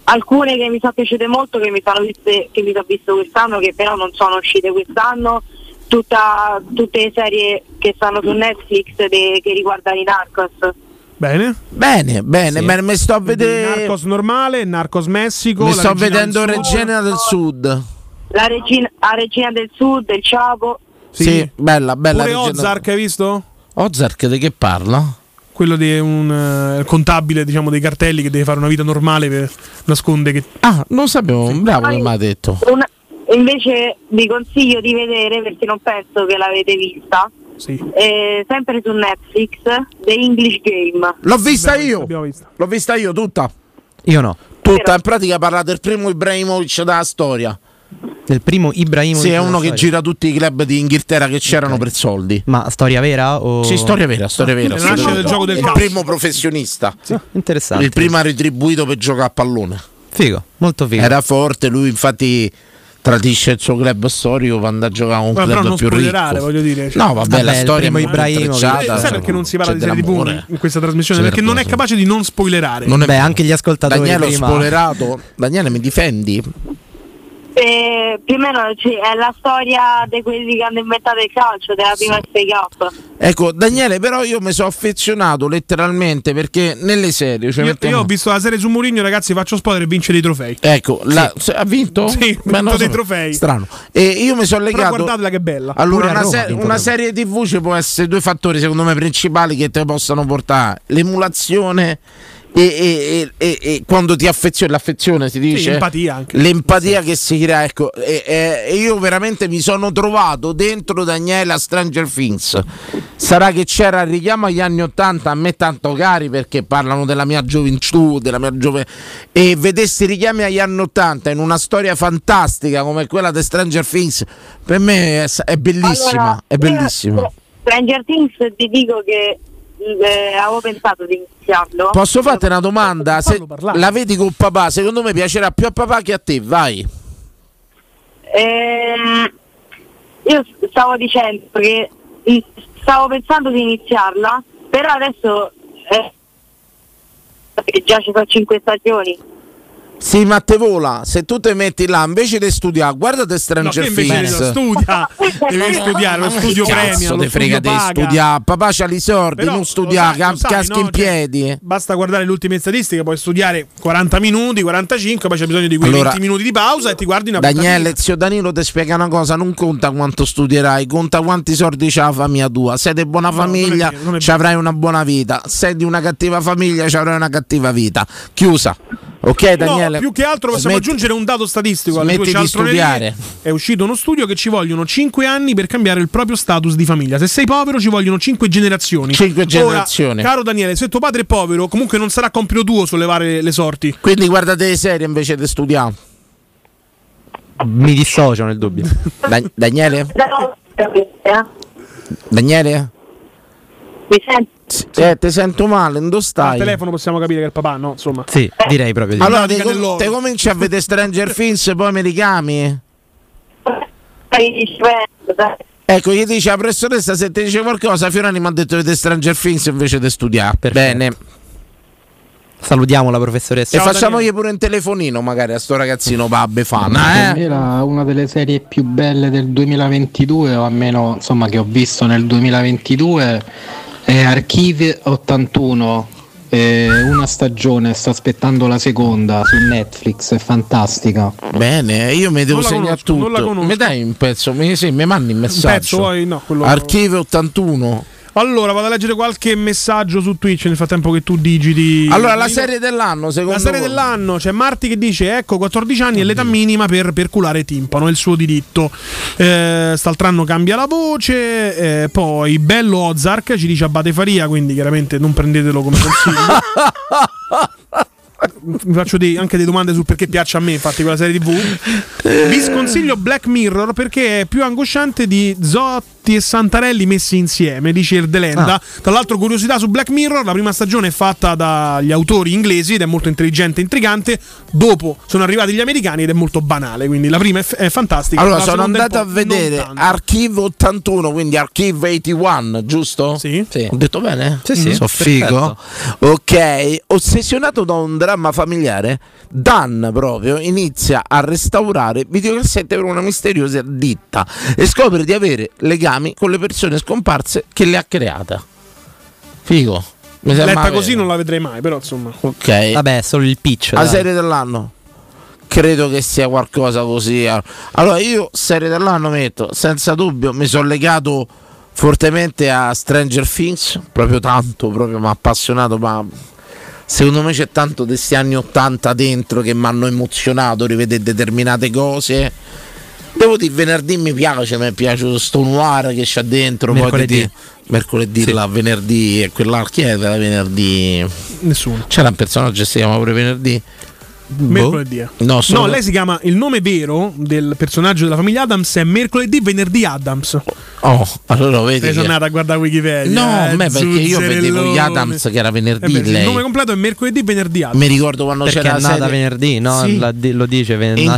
alcune che mi sono piaciute molto, che mi sono visto quest'anno, che però non sono uscite quest'anno, tutte le serie che stanno su Netflix che riguardano i Narcos. Bene, sì. Mi sto a vedere Narcos normale, Narcos Messico. Mi sto vedendo Regina del Sud. La Regina del Sud, il Chapo. Sì, bella. Pure Ozark, hai visto? Ozark di che parla? Quello di un contabile, diciamo, dei cartelli che deve fare una vita normale per nascondere che... Ah, non lo sapevo, bravo che mi ha detto. Invece vi consiglio di vedere, perché non penso che l'avete vista. Sì. Sempre su Netflix, The English Game. L'ho vista io tutta. Io no. Tutta, in pratica parla del primo Ibrahimovic della storia. Del primo Ibrahimovic? Sì, è uno che gira tutti i club di Inghilterra che c'erano per soldi. Ma storia vera? O... Sì, storia vera. Nasce del gioco del il primo professionista. Sì, interessante. Il primo retribuito per giocare a pallone. Figo, molto figo. Era forte, lui infatti tradisce il suo club storico quando a giocare a un club più ricco. Voglio dire, no, vabbè, la storia è molto intrecciata. Sai perché non si parla di serie TV in questa trasmissione? Perché non è capace di non spoilerare. Anche gli ascoltatori Daniele prima. spoilerato. Daniele, mi difendi? Più o meno è la storia di quelli che hanno inventato il calcio, della prima FA Cup. Ecco, Daniele, però io mi sono affezionato letteralmente perché nelle serie io ho visto la serie su Mourinho, ragazzi, faccio spoiler e vince dei trofei. Ecco, ha vinto? Sì, ha vinto dei trofei. Strano. E io mi sono legato. Però guardatela che bella. Allora, una serie TV ci può essere due fattori, secondo me, principali che te possano portare: l'emulazione e quando ti affezioni, l'affezione si dice, sì, l'empatia anche. L'empatia che si crea, ecco, e io veramente mi sono trovato dentro Daniele a Stranger Things. Sarà che c'era il richiamo agli anni 80 a me tanto cari, perché parlano della mia gioventù, e vedessi richiami agli anni 80 in una storia fantastica come quella di Stranger Things, per me è bellissima. Allora, è bellissima. Stranger Things, ti dico che avevo pensato di iniziarlo. Posso farti una domanda? Se la vedi con papà, secondo me piacerà più a papà che a te, vai. Io stavo dicendo che stavo pensando di iniziarla, però adesso già ci sono 5 stagioni. Sì, ma te vola, se tu ti metti là invece di studiare, guardate Stranger Things. Devi studiare, lo studio premia, lo frega di studiare, papà c'ha i soldi, non studiare, caschi in piedi. Basta guardare le ultime statistiche, puoi studiare 40 minuti, 45, poi c'è bisogno di quei 20 minuti di pausa e ti guardi una Daniele, zio Danilo ti spiega una cosa, non conta quanto studierai, conta quanti soldi c'ha la famiglia tua. Sei di buona famiglia, ci avrai una buona vita. Sei di una cattiva famiglia, ci avrai una cattiva vita. Chiusa. Ok, Daniele. No, più che altro possiamo aggiungere un dato statistico. Smetti di studiare. È uscito uno studio che ci vogliono 5 anni per cambiare il proprio status di famiglia. Se sei povero ci vogliono 5 generazioni. 5 generazioni. Ora, caro Daniele, se tuo padre è povero, comunque non sarà compito tuo sollevare le sorti. Quindi guardate le serie invece di studiare. Mi dissocio nel dubbio. Daniele? Daniele? Mi senti? Ti sento male, dove stai? Al telefono possiamo capire che è il papà, no? Insomma. Sì, direi proprio di allora te cominci a vedere Stranger Things e poi mi ricami? Ecco, gli dice la professoressa, se ti dice qualcosa, Fiorani mi ha detto di vedere Stranger Things invece di studiare. Bene. Salutiamo la professoressa. E facciamogli pure un telefonino magari a sto ragazzino pa' Befana. Era una delle serie più belle del 2022, o almeno insomma che ho visto nel 2022, è Archive 81. Una stagione, sta aspettando la seconda su Netflix, è fantastica. Bene, io mi devo segnare tutto. Mi dai un pezzo? Mi mandi un messaggio. Un pezzo, poi, no, Archive 81. Allora vado a leggere qualche messaggio su Twitch nel frattempo che tu digiti. Allora la serie dell'anno, secondo la serie dell'anno c'è Marti che dice ecco 14 anni è l'età minima per perculare timpano, è il suo diritto. St'altro anno cambia la voce. Poi bello Ozark ci dice Abate Faria, quindi chiaramente non prendetelo come consiglio. Mi faccio anche delle domande su perché piace a me, infatti, quella serie TV. Vi sconsiglio Black Mirror perché è più angosciante di Totti e Santarelli messi insieme, dice Irdelenda. Tra l'altro, curiosità su Black Mirror, la prima stagione è fatta dagli autori inglesi ed è molto intelligente e intrigante. Dopo sono arrivati gli americani ed è molto banale, quindi la prima è fantastica. Allora sono andato a vedere Archive 81, quindi Archive 81, giusto? Sì. Ho detto bene? Sì. So figo. Ok, ossessionato da un dramma familiare, Dan proprio inizia a restaurare videocassette per una misteriosa ditta e scopre di avere legami con le persone scomparse che le ha creata. Figo. Letta così non la vedrei mai, però insomma. Ok. Vabbè, solo il pitch. La serie dell'anno credo che sia qualcosa così. Allora io serie dell'anno metto senza dubbio, mi sono legato fortemente a Stranger Things, proprio tanto, proprio mi ha appassionato, ma secondo me c'è tanto di questi anni 80 dentro che mi hanno emozionato, rivedere determinate cose. Devo dire, venerdì mi piace, mi è piaciuto sto noir che c'ha dentro. Mercoledì sì. Là, venerdì e quella chi è la venerdì? Nessuno. C'era un personaggio che si chiama pure venerdì? Mercoledì. No, lei si chiama, il nome vero del personaggio della famiglia Addams è Mercoledì Venerdì Addams. Oh, allora vedi. Sei tornato a guardare Wikipedia. No, perché io vedevo gli Addams che era venerdì. Il nome completo è Mercoledì Venerdì Addams. Mi ricordo quando perché c'era è nata serie... venerdì, no? Sì. Lo dice in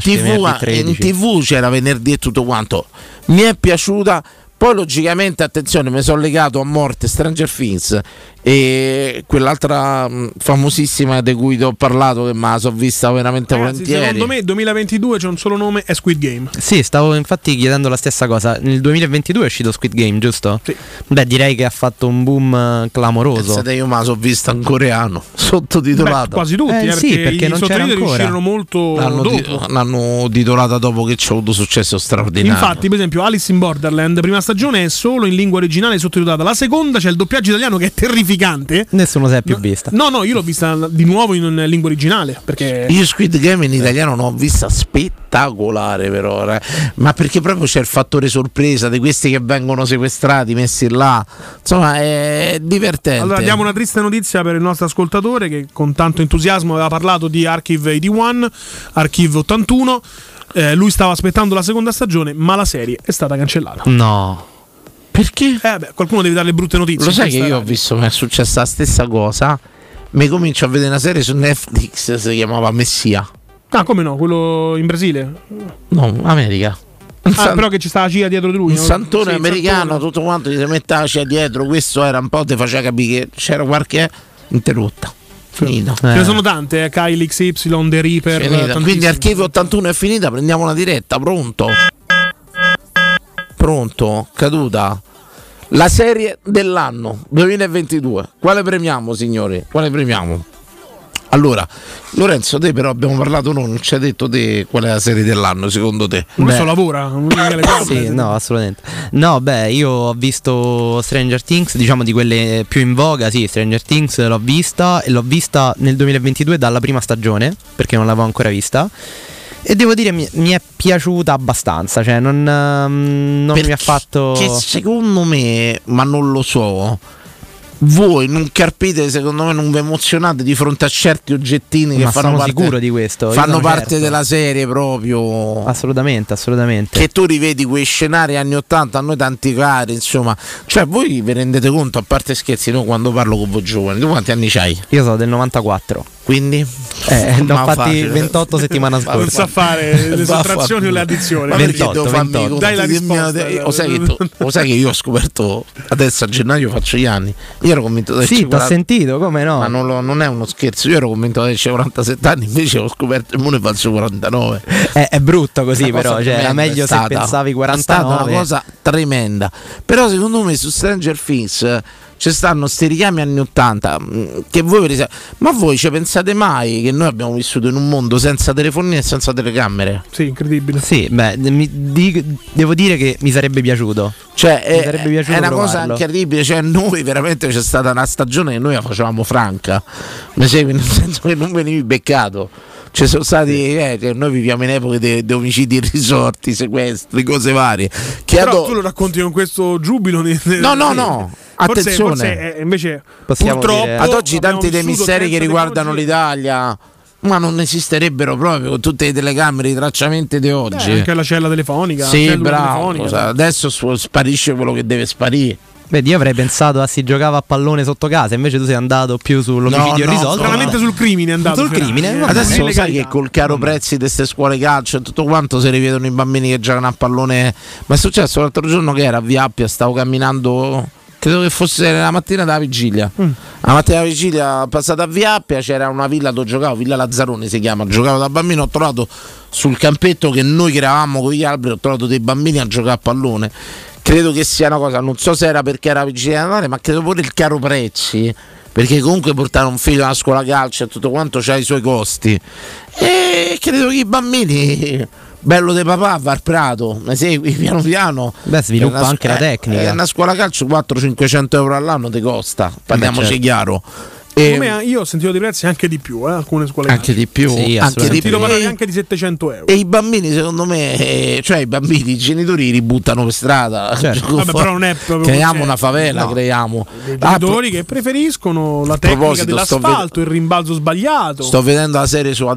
TV c'era venerdì e tutto quanto. Mi è piaciuta. Poi logicamente, attenzione, mi sono legato a morte Stranger Things e quell'altra famosissima di cui ti ho parlato che me la sono vista veramente volentieri. Secondo me 2022 c'è un solo nome, è Squid Game. Sì, stavo infatti chiedendo la stessa cosa. Nel 2022 è uscito Squid Game, giusto? Sì. Beh, direi che ha fatto un boom clamoroso. Pensate, io me la sono vista in coreano, sottotitolata. Quasi tutti, sì, perché non c'era ancora. Riuscirono molto dopo. L'hanno titolata dopo che c'è avuto successo straordinario. Infatti, per esempio, Alice in Borderland, prima stagione è solo in lingua originale sottotitolata. La seconda c'è il doppiaggio italiano che è terrificante. Nessuno si è più vista. No, io l'ho vista di nuovo in lingua originale. Perché io Squid Game in italiano l'ho vista spettacolare per ora. Ma perché proprio c'è il fattore sorpresa di questi che vengono sequestrati, messi là. Insomma, è divertente. Allora diamo una triste notizia per il nostro ascoltatore che con tanto entusiasmo aveva parlato di Archive 81, Archive 81. Lui stava aspettando la seconda stagione, ma la serie è stata cancellata. No. Perché? Qualcuno deve dare le brutte notizie. Lo sai che io ho visto che è successa la stessa cosa. Mi comincio a vedere una serie su Netflix, si chiamava Messia. Ah, come no? Quello in Brasile? No, America. Però che ci stava la CIA dietro di lui. Un santone americano, tutto quanto, gli si mette la CIA dietro. Questo era un po', ti faceva capire che c'era qualche interrotta. Finito. Ce ne sono tante, Kyle XY, The Reaper. Quindi Archivio 81 è finita, prendiamo una diretta, pronto, caduta. La serie dell'anno 2022. Quale premiamo, signori? Quale premiamo? Allora, Lorenzo, te però abbiamo parlato, non ci hai detto te qual è la serie dell'anno secondo te? Questo lavora? Sì, no, assolutamente. No, io ho visto Stranger Things, diciamo di quelle più in voga, sì, Stranger Things l'ho vista e l'ho vista nel 2022 dalla prima stagione, perché non l'avevo ancora vista. E devo dire mi è piaciuta abbastanza, cioè non mi ha fatto... Che secondo me, ma non lo so, voi non capite, secondo me non vi emozionate di fronte a certi oggettini che fanno parte, sicuro di questo, fanno parte della serie proprio. Assolutamente. Che tu rivedi quei scenari anni 80 a noi tanti cari, insomma. Cioè voi vi rendete conto, a parte scherzi, no, quando parlo con voi giovani, tu quanti anni c'hai? Io sono del 94. Quindi? Ne ho fatti 28 settimana scorsa. Non sa fare le sottrazioni o le addizioni. 28. Dai la risposta. Lo sai che io ho scoperto adesso a gennaio faccio gli anni. Io ero convinto di sì, t'ho sentito, come no? Ma non è uno scherzo. Io ero convinto di averci 47 anni, invece ho scoperto il mondo faccio 49. È brutto così, però, cioè, era meglio se pensavi 49. È stata una cosa tremenda. Però secondo me su Stranger Things ci stanno sti richiami anni 80 che voi ma voi ci pensate mai che noi abbiamo vissuto in un mondo senza telefonini e senza telecamere? Sì, incredibile. Sì, devo dire che mi sarebbe piaciuto. Cioè è una cosa incredibile, cioè noi veramente c'è stata una stagione che noi la facevamo franca, mi segui, nel senso che non venivi beccato. Ci sono stati noi viviamo in epoche di omicidi irrisolti, sequestri, cose varie. Però tu lo racconti con questo giubilo. No. Attenzione, forse invece possiamo purtroppo dire, ad oggi tanti dei misteri che riguardano l'Italia ma non esisterebbero proprio con tutte le telecamere, i tracciamenti di oggi. Anche la cella telefonica. Sì, bravo. Adesso sparisce quello che deve sparire. Vedi, io avrei pensato si giocava a pallone sotto casa, invece tu sei andato più sull'omicidio risolto. Veramente sul crimine è andato. Sul crimine. Adesso lo sai che col caro prezzi di queste scuole calcio e tutto quanto si rivedono i bambini che giocano a pallone. Ma è successo l'altro giorno che era a Via Appia, stavo camminando, credo che fosse la mattina della vigilia. La mattina della vigilia passata a Via Appia c'era una villa dove giocavo, Villa Lazzaroni si chiama, giocavo da bambino, ho trovato sul campetto che noi creavamo con gli alberi, ho trovato dei bambini a giocare a pallone. Credo che sia una cosa, non so se era perché era vigilia Natale, ma credo pure il caro prezzi, perché comunque portare un figlio alla scuola calcio e tutto quanto c'ha i suoi costi, e credo che i bambini, bello di papà va al prato, ne segui piano piano. Beh, sviluppa anche la tecnica. Una scuola calcio 400-500 euro all'anno ti costa, parliamoci chiaro. Io ho sentito di prezzi anche di più, alcune scuole anche di più, sì, anche di più. Parlare anche di 700 euro. E i bambini, secondo me, cioè i genitori li buttano per strada. Certo. Vabbè, però non è proprio creiamo una favela, creiamo dei genitori che preferiscono la tecnica dell'asfalto, il rimbalzo sbagliato. Sto vedendo la serie su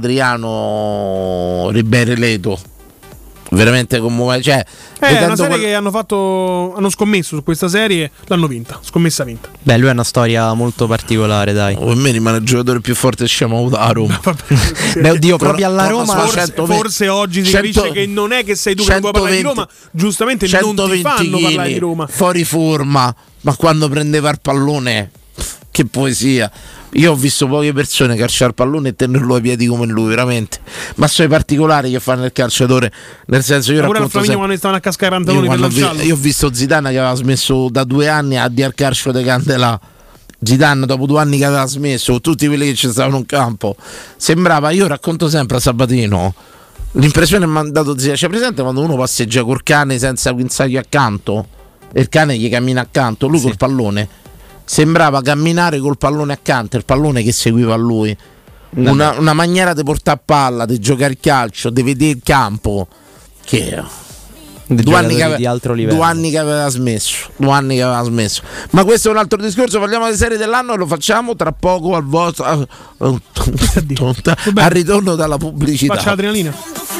Adriano Ribere Leto. Veramente commovente, cioè, è una serie che hanno scommesso su questa serie, l'hanno vinta, scommessa vinta. Beh, lui ha una storia molto particolare, dai. Per me rimane il giocatore più forte scemo da Roma. Beh, oddio, proprio alla Roma forse oggi si capisce che non è che sei tu che vuoi parlare di Roma, giustamente non ti fanno parlare di Roma. Fuori forma, ma quando prendeva il pallone, che poesia. Io ho visto poche persone calciare il pallone e tenerlo ai piedi come lui, veramente. Ma sono i particolari che fanno il calciatore. Nel senso, io racconto sempre, quando stavano a cascare i pantaloni per lanciarlo. Io ho visto Zidane che aveva smesso da 2 anni a dire al calcio de Candelà. Zidane dopo 2 anni che aveva smesso, tutti quelli che ci stavano in campo. Sembrava, io racconto sempre a Sabatino, l'impressione mi ha dato Zidane. C'è presente quando uno passeggia col cane senza guinzaglio accanto? E il cane gli cammina accanto, lui col pallone. Sembrava camminare col pallone accanto, il pallone che seguiva a lui. Una maniera di portare a palla, di giocare il calcio, di vedere il campo. Che 2 anni che di altro livello. 2 anni che aveva smesso. 2 anni che aveva smesso. Ma questo è un altro discorso. Parliamo delle serie dell'anno e lo facciamo tra poco al vostro al ritorno dalla pubblicità. Faccia l'adrenalina.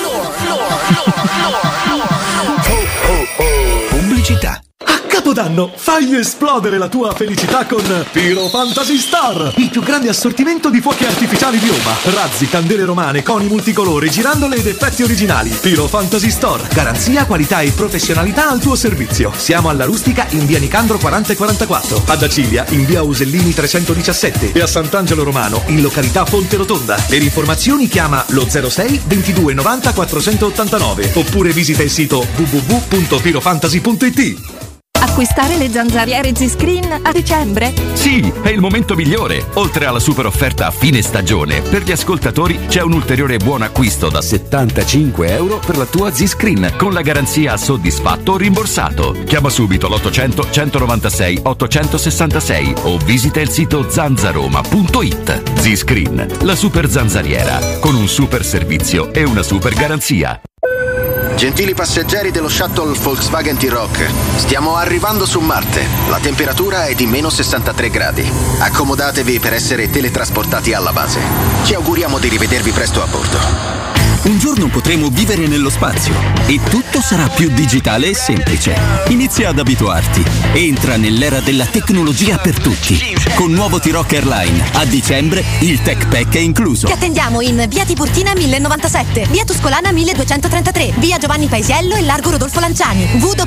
Pubblicità. Capodanno, fai esplodere la tua felicità con Pyro Fantasy Star, il più grande assortimento di fuochi artificiali di Roma. Razzi, candele romane, coni multicolori, girandole ed effetti originali. Pyro Fantasy Store, garanzia, qualità e professionalità al tuo servizio. Siamo alla Rustica in via Nicandro 40 e 44, ad Acilia in via Usellini 317 e a Sant'Angelo Romano in località Fonte Rotonda. Per informazioni chiama lo 06 22 90 489 oppure visita il sito www.pyrofantasy.it. Acquistare le zanzariere Z-Screen a dicembre? Sì, è il momento migliore. Oltre alla super offerta a fine stagione, per gli ascoltatori c'è un ulteriore buon acquisto da 75 euro per la tua Z-Screen con la garanzia soddisfatto o rimborsato. Chiama subito l'800 196 866 o visita il sito zanzaroma.it. Z-Screen, la super zanzariera, con un super servizio e una super garanzia. Gentili passeggeri dello shuttle Volkswagen T-Rock, stiamo arrivando su Marte. La temperatura è di meno 63 gradi. Accomodatevi per essere teletrasportati alla base. Ci auguriamo di rivedervi presto a bordo. Un giorno potremo vivere nello spazio e tutto sarà più digitale e semplice. Inizia ad abituarti. Entra nell'era della tecnologia per tutti. Con nuovo T-Rock Airline, a dicembre il Tech Pack è incluso. Ti attendiamo in via Tiburtina 1097, via Tuscolana 1233, via Giovanni Paisiello e largo Rodolfo Lanciani.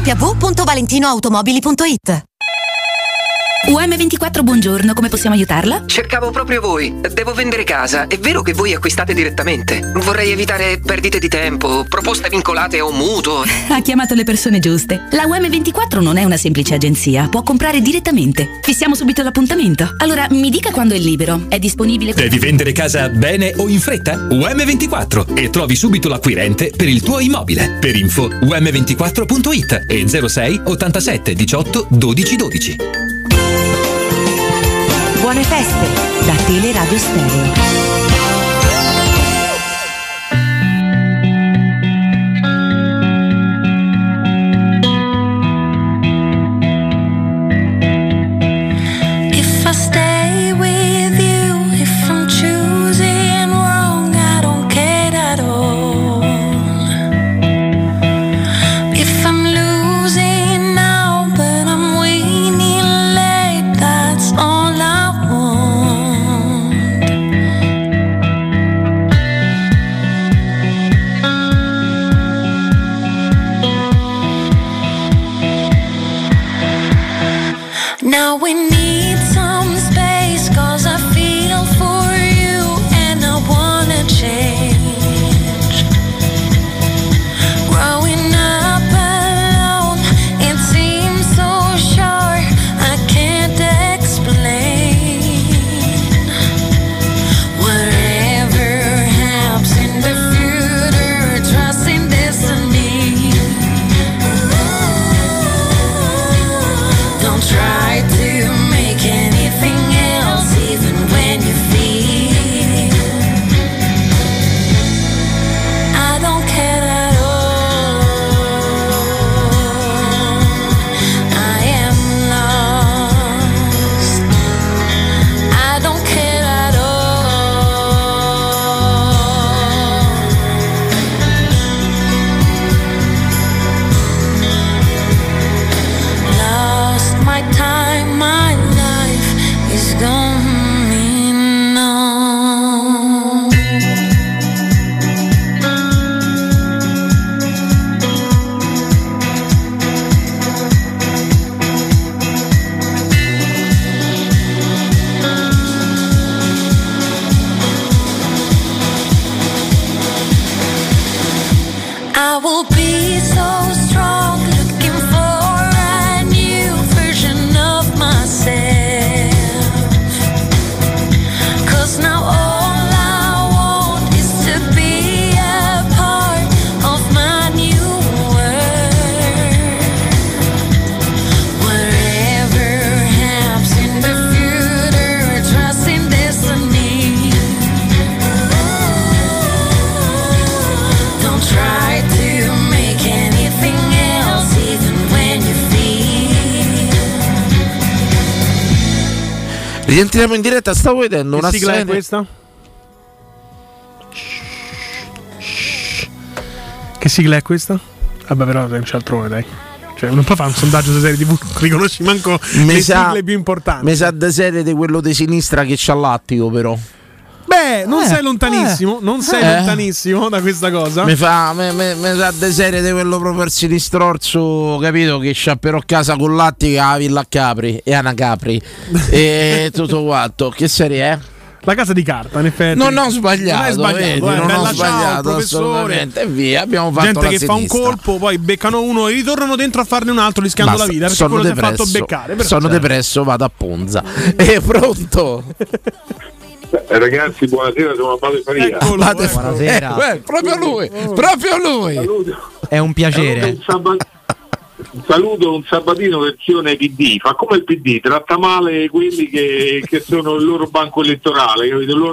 www.valentinoautomobili.it. UM24, buongiorno, come possiamo aiutarla? Cercavo proprio voi. Devo vendere casa. È vero che voi acquistate direttamente? Vorrei evitare perdite di tempo, proposte vincolate a un mutuo. Ha chiamato le persone giuste. La UM24 non è una semplice agenzia, può comprare direttamente. Fissiamo subito l'appuntamento. Allora, mi dica quando è libero. È disponibile? Devi vendere casa bene o in fretta? UM24 e trovi subito l'acquirente per il tuo immobile. Per info um24.it e 06 87 18 12 12. Buone feste da Teleradio Stereo. If I stay with you, if I'm choosing wrong, Rientriamo in diretta, stavo vedendo una sigla serie. È questa? Che sigla è questa? Vabbè, però c'è altrove, dai. Cioè, non può fare un sondaggio di serie TV, riconosci manco le sigle più importanti. Mi sa de serie di quello di sinistra che c'ha l'attico, però. Beh, non sei lontanissimo, non sei lontanissimo da questa cosa. Mi sa de serie di quello proprio il sinistrorzo, capito? Che c'ha però casa con l'attica a Villa Capri e Ana Capri e tutto quanto. Che serie è? La casa di carta, in effetti. Non ho sbagliato, non è sbagliato, vedi, non ho sbagliato, professore. E via, abbiamo fatto gente la che sinistra. fa un colpo, poi beccano uno e ritornano dentro a farne un altro rischiando la vita, perché quello si è fatto beccare. Sono depresso, vado a Ponza. È pronto? Ragazzi, buonasera, sono Abate Faria. Buonasera. Proprio lui, proprio lui. È un piacere. Un saluto, un Sabatino versione PD, fa come il PD, tratta male quelli che sono il loro banco elettorale,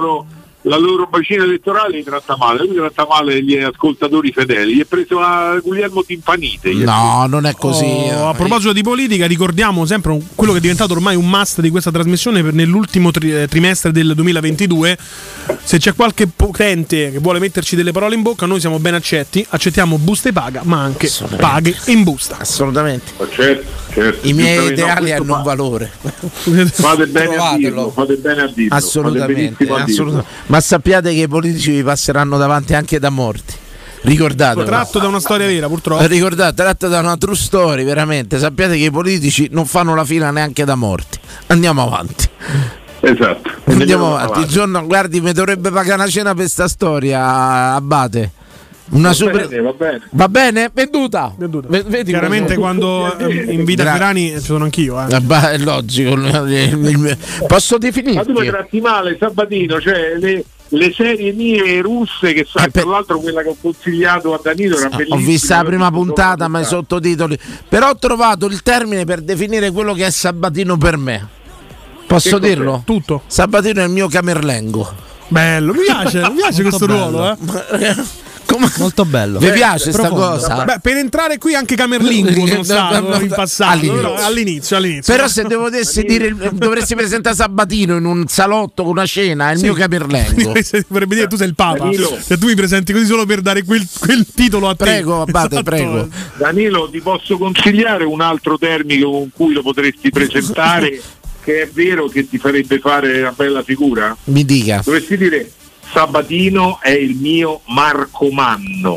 la loro bacina elettorale li tratta male, lui tratta male gli ascoltatori fedeli, gli è preso a Guglielmo Timpanite. No, non è così. A proposito di politica, ricordiamo sempre quello che è diventato ormai un must di questa trasmissione nell'ultimo trimestre del 2022. Se c'è qualche potente che vuole metterci delle parole in bocca, noi siamo ben accetti, accettiamo buste paga, ma anche paghe in busta. Assolutamente. Certo. I miei ideali hanno un valore. Fate bene a dirlo. Assolutamente. Ma sappiate che i politici vi passeranno davanti anche da morti. Ricordatelo. Tratto da una storia vera, purtroppo. Ricordate, tratto da una true story, veramente. Sappiate che i politici non fanno la fila neanche da morti. Andiamo avanti. Esatto. Andiamo avanti. Il giorno, guardi, mi dovrebbe pagare una cena per sta storia, Abate. Una va bene? Venduta. Vedi, chiaramente quando invita Ferrani ci sono anch'io. È logico. Posso definirti? Ma tu mi tratti male, Sabatino, cioè le serie mie russe che tra l'altro quella che ho consigliato a Danilo era bellissima. Ho visto la prima puntata, ma i sottotitoli. Però ho trovato il termine per definire quello che è Sabatino per me. Posso dirlo? Tutto. Sabatino è il mio camerlengo. Bello, mi piace questo ruolo, molto bello. Vi piace sta cosa? Beh, per entrare qui anche Camerlingo sono stato in passato all'inizio. Però se dovessi dire, dovresti presentare Sabatino in un salotto con una cena, è il mio Camerlengo. Dovrebbe dire tu sei il Papa. Danilo. Se tu mi presenti così solo per dare quel titolo a te. Prego, Abate, prego. Danilo, ti posso consigliare un altro termine con cui lo potresti presentare che è vero che ti farebbe fare una bella figura? Mi dica. Dovresti dire Sabatino è il mio Marco Manno.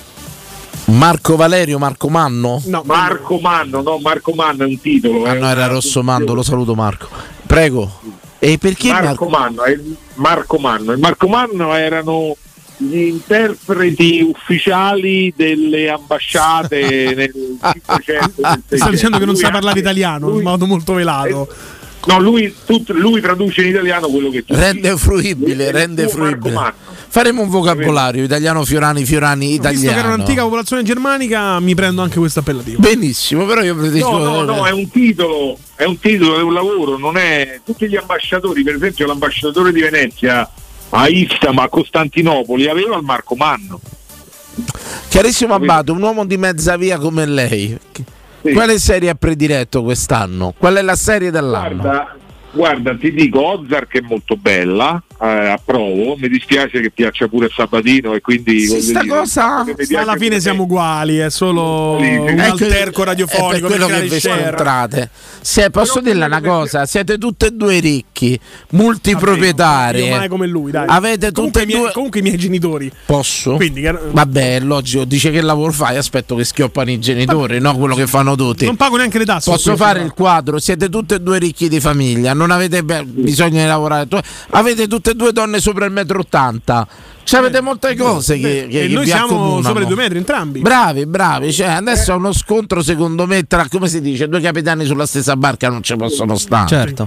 Marco Valerio Marco Manno? No, Marco Manno è un titolo. No, era Rosso Mando, lo saluto Marco. Prego. E perché Marco Manno? Il Marco Manno erano gli interpreti ufficiali delle ambasciate nel 500. Sta dicendo che non sa parlare italiano in modo molto velato. No, lui traduce in italiano quello che tu rende fruibile. Faremo un vocabolario italiano fiorani italiano. Visto che era un'antica popolazione germanica, mi prendo anche questo appellativo. Benissimo, però io preferisco. No, è un titolo, è un lavoro, non è. Tutti gli ambasciatori, per esempio l'ambasciatore di Venezia a Istanbul, a Costantinopoli, aveva il Marco Manno. Chiarissimo Abate, un uomo di mezza via come lei. Sì. Quale serie ha prediletto quest'anno? Qual è la serie dell'anno? Guarda, ti dico Ozark è molto bella, approvo, mi dispiace che piaccia pure Sabatino e quindi cosa alla fine siamo uguali, è solo un alterco radiofonico per quello che vi scontrate. Posso dirle una cosa, siete tutte e due ricchi, multiproprietari. Io mai come lui, dai. Avete tutte e due comunque i miei genitori. Posso? Quindi, vabbè, è logico, dice che lavoro fai, aspetto che schioppano i genitori, no quello che fanno tutti. Non pago neanche le tasse. Posso fare il quadro, siete tutte e due ricchi di famiglia, non avete bisogno di lavorare, avete tutte e due donne sopra il 1,80 m. Avete molte cose che noi vi siamo accomunano. sopra i 2 metri entrambi. Bravi, cioè, adesso è uno scontro secondo me tra, come si dice, due capitani sulla stessa barca non ci possono stare. Certo,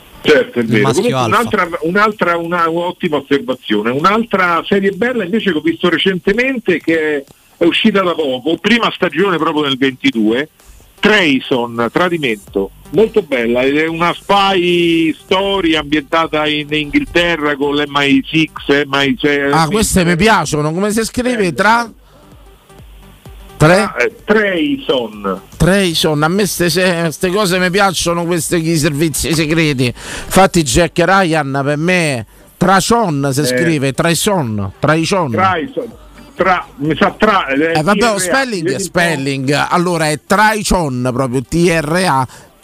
è vero. Un'altra un'ottima osservazione. Un'altra serie bella invece che ho visto recentemente, che è uscita da poco, prima stagione proprio nel 22, Trayson, Tradimento, molto bella, è una spy story ambientata in Inghilterra con l'MI6, queste mi piacciono, come si scrive tra? Trayson, a me queste cose mi piacciono, questi servizi segreti. Infatti Jack Ryan per me Trayson si scrive Trayson. Mi sa vabbè, spelling. Allora è Trayson, proprio Traicon.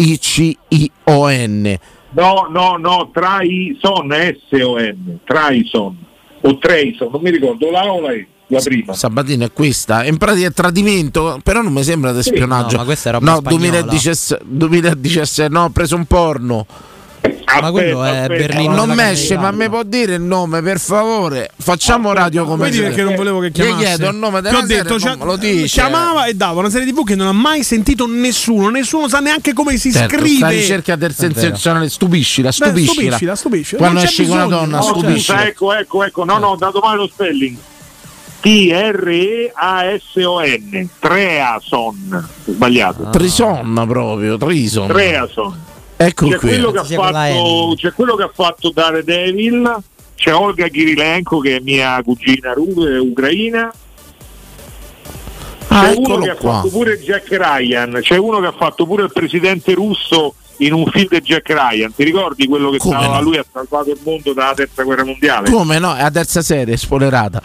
No, Trayson, S-O-N, Trayson o Trayson, non mi ricordo la prima. Sabatino è questa, in pratica è tradimento, però non mi sembra di spionaggio. No, ma questa è roba spagnola. 2017, no, ho preso un porno. Ma quello è Berlino. Non mi esce, ma mi può dire il nome, per favore? Facciamo radio come vedi, perché non volevo che chiamasse. Gli chiedo il nome della serie, non me lo dice. Chiamava e dava una serie TV che non ha mai sentito nessuno sa neanche come si scrive. La ricerca del sensazionale, stupiscila. Quando esci con una donna, stupiscila. Ecco, no, ho dato male lo spelling. Treason, Treason, sbagliato. Trison proprio, Treason. Ecco c'è qui. Quello che ha fatto Daredevil, c'è Olga Kirilenko che è mia cugina ucraina. C'è uno che ha fatto pure Jack Ryan, c'è uno che ha fatto pure il presidente russo in un film di Jack Ryan. Ti ricordi quello che lui ha salvato il mondo dalla terza guerra mondiale? Come no? È la terza serie, spoilerata.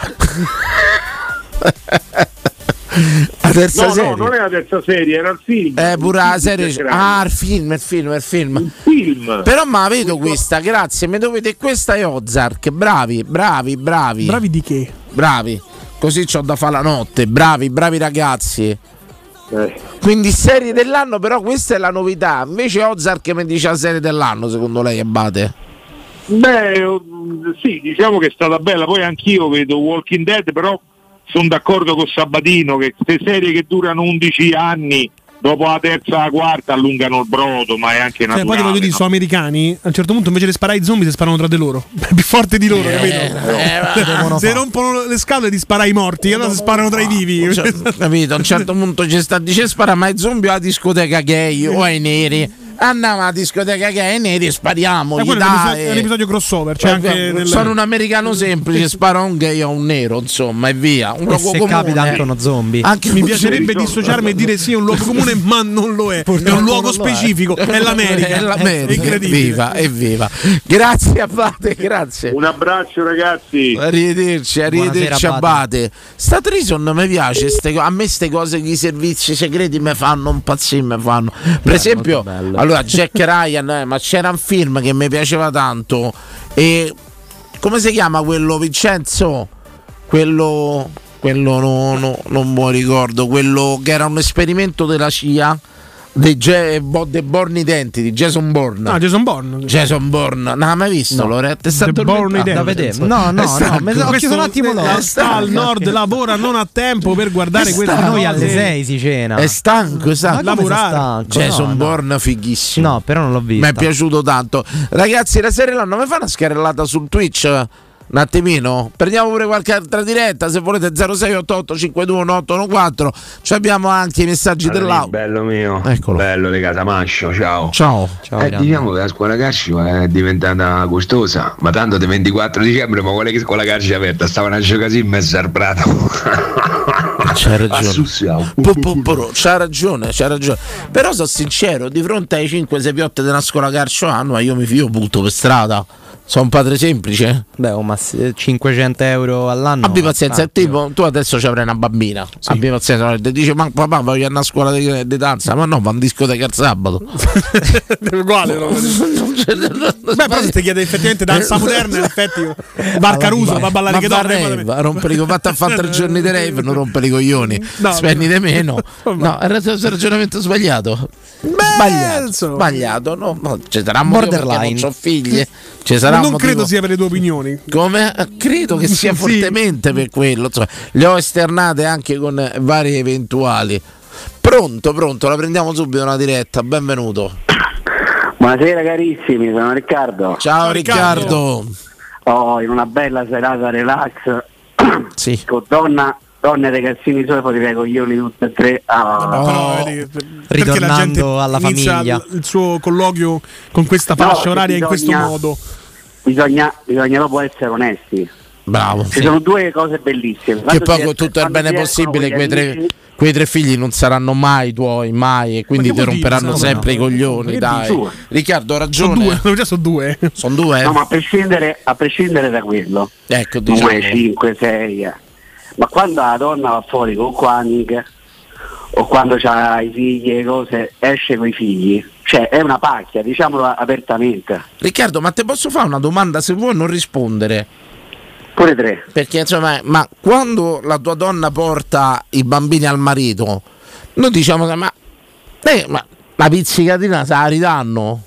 La terza serie. No, non è la terza serie, era il film. Pure la serie. Il film. Però ma vedo questa, grazie. Mi dovete questa è Ozark. Bravi. Bravi di che? Bravi. Così c'ho da fare la notte. Bravi ragazzi. Quindi serie dell'anno, però questa è la novità. Invece Ozark mi dice la serie dell'anno, secondo lei, Abate? Beh, sì, diciamo che è stata bella. Poi anch'io vedo Walking Dead, però sono d'accordo con Sabatino che queste serie che durano 11 anni, dopo la terza la quarta allungano il brodo, ma è anche naturale. Poi voglio dire, sono americani, a un certo punto invece di sparare ai zombie si sparano tra di loro. È più forte di loro, capito? Se rompono le scatole di sparare ai morti, allora si sparano tra i vivi. Capito? A un certo punto ci sta dice spara ma ai zombie alla discoteca gay o ai neri. Andiamo alla discoteca gay neri e spariamo. È un episodio crossover. C'è anche sono un americano semplice, spara un gay o un nero, insomma, e via. Un luogo comune. Capita anche uno zombie. Mi piacerebbe dissociarmi e dire sì, è un luogo comune, ma non lo è. È un luogo specifico. È l'America. È l'America. Evviva. Grazie Abate, grazie. Un abbraccio ragazzi. Arrivederci Abate. Sta Trison mi piace. A me ste cose di servizi segreti mi fanno impazzire. Per esempio, allora Jack Ryan, ma c'era un film che mi piaceva tanto, e come si chiama quello, Vincenzo? Quello non mi ricordo, quello che era un esperimento della CIA dei Born Identity, Jason Bourne. Jason Bourne. Non l'hai mai visto, Loretta? È stato da vedere. No, mi ho chiesto un attimo. Al nord lavora non a tempo per guardare questo. Noi alle 6 si cena. È stanco, lavorare. Jason Bourne fighissimo. No, però non l'ho visto. Mi è piaciuto tanto. Ragazzi, la serie l'anno mi fa una scarrellata sul Twitch? Un attimino, prendiamo pure qualche altra diretta se volete. 0688 521 ci abbiamo anche i messaggi dell'auto. Bello mio, eccolo. Bello di Casamascio, ciao. Diciamo che la scuola calcio è diventata costosa, ma tanto del 24 dicembre ma quelle che scuola calcio è aperta stavano a giocare così in mezzo al prato. C'ha ragione. Però sono sincero, di fronte ai 5-6 piotte della scuola calcio annua io mi fio butto per strada. Sono un padre semplice? Beh, ma 500 euro all'anno. Abbi pazienza, tipo, tu adesso ci avrai una bambina. Sì. Abbi pazienza, ti dice ma papà voglio andare a scuola di danza, ma no, va in discoteca il sabato. Uguale. Beh, però se ti chiede effettivamente danza moderna, in effetti Barcaruso va a ballare che fatti a fare 3 giorni di rave, non rompere i coglioni. Spendi di meno. No, è il ragionamento sbagliato. Sbagliato, no, ci sarà borderline, non ho figlie. Ci sarà non credo sia per le tue opinioni. Come? Credo che sia fortemente per quello. Le ho esternate anche con vari eventuali. Pronto, la prendiamo subito una diretta. Benvenuto. Buonasera carissimi, sono Riccardo. Ciao Riccardo. In una bella serata relax. Sì. Con donne ragazzini suoi fuori dai coglioni tutte e tre. Ritornando alla famiglia. Il suo colloquio con questa fascia oraria in questo modo. Bisogna proprio essere onesti. Bravo. Ci sono due cose bellissime. Che poi con tutto il bene possibile quei tre figli non saranno mai tuoi, mai, e quindi ti romperanno sempre i coglioni, dai. Riccardo ha ragione. Sono due. Sono due? No, ma a prescindere da quello. Ecco, diciamo. 2, 5, 6. Ma quando la donna va fuori con Quaning o quando c'ha i figli e cose, esce coi figli, cioè è una pacchia, diciamolo apertamente. Riccardo, ma te posso fare una domanda se vuoi non rispondere? Pure 3. Perché insomma, ma quando la tua donna porta i bambini al marito, noi diciamo che ma la pizzicatina se la ridanno?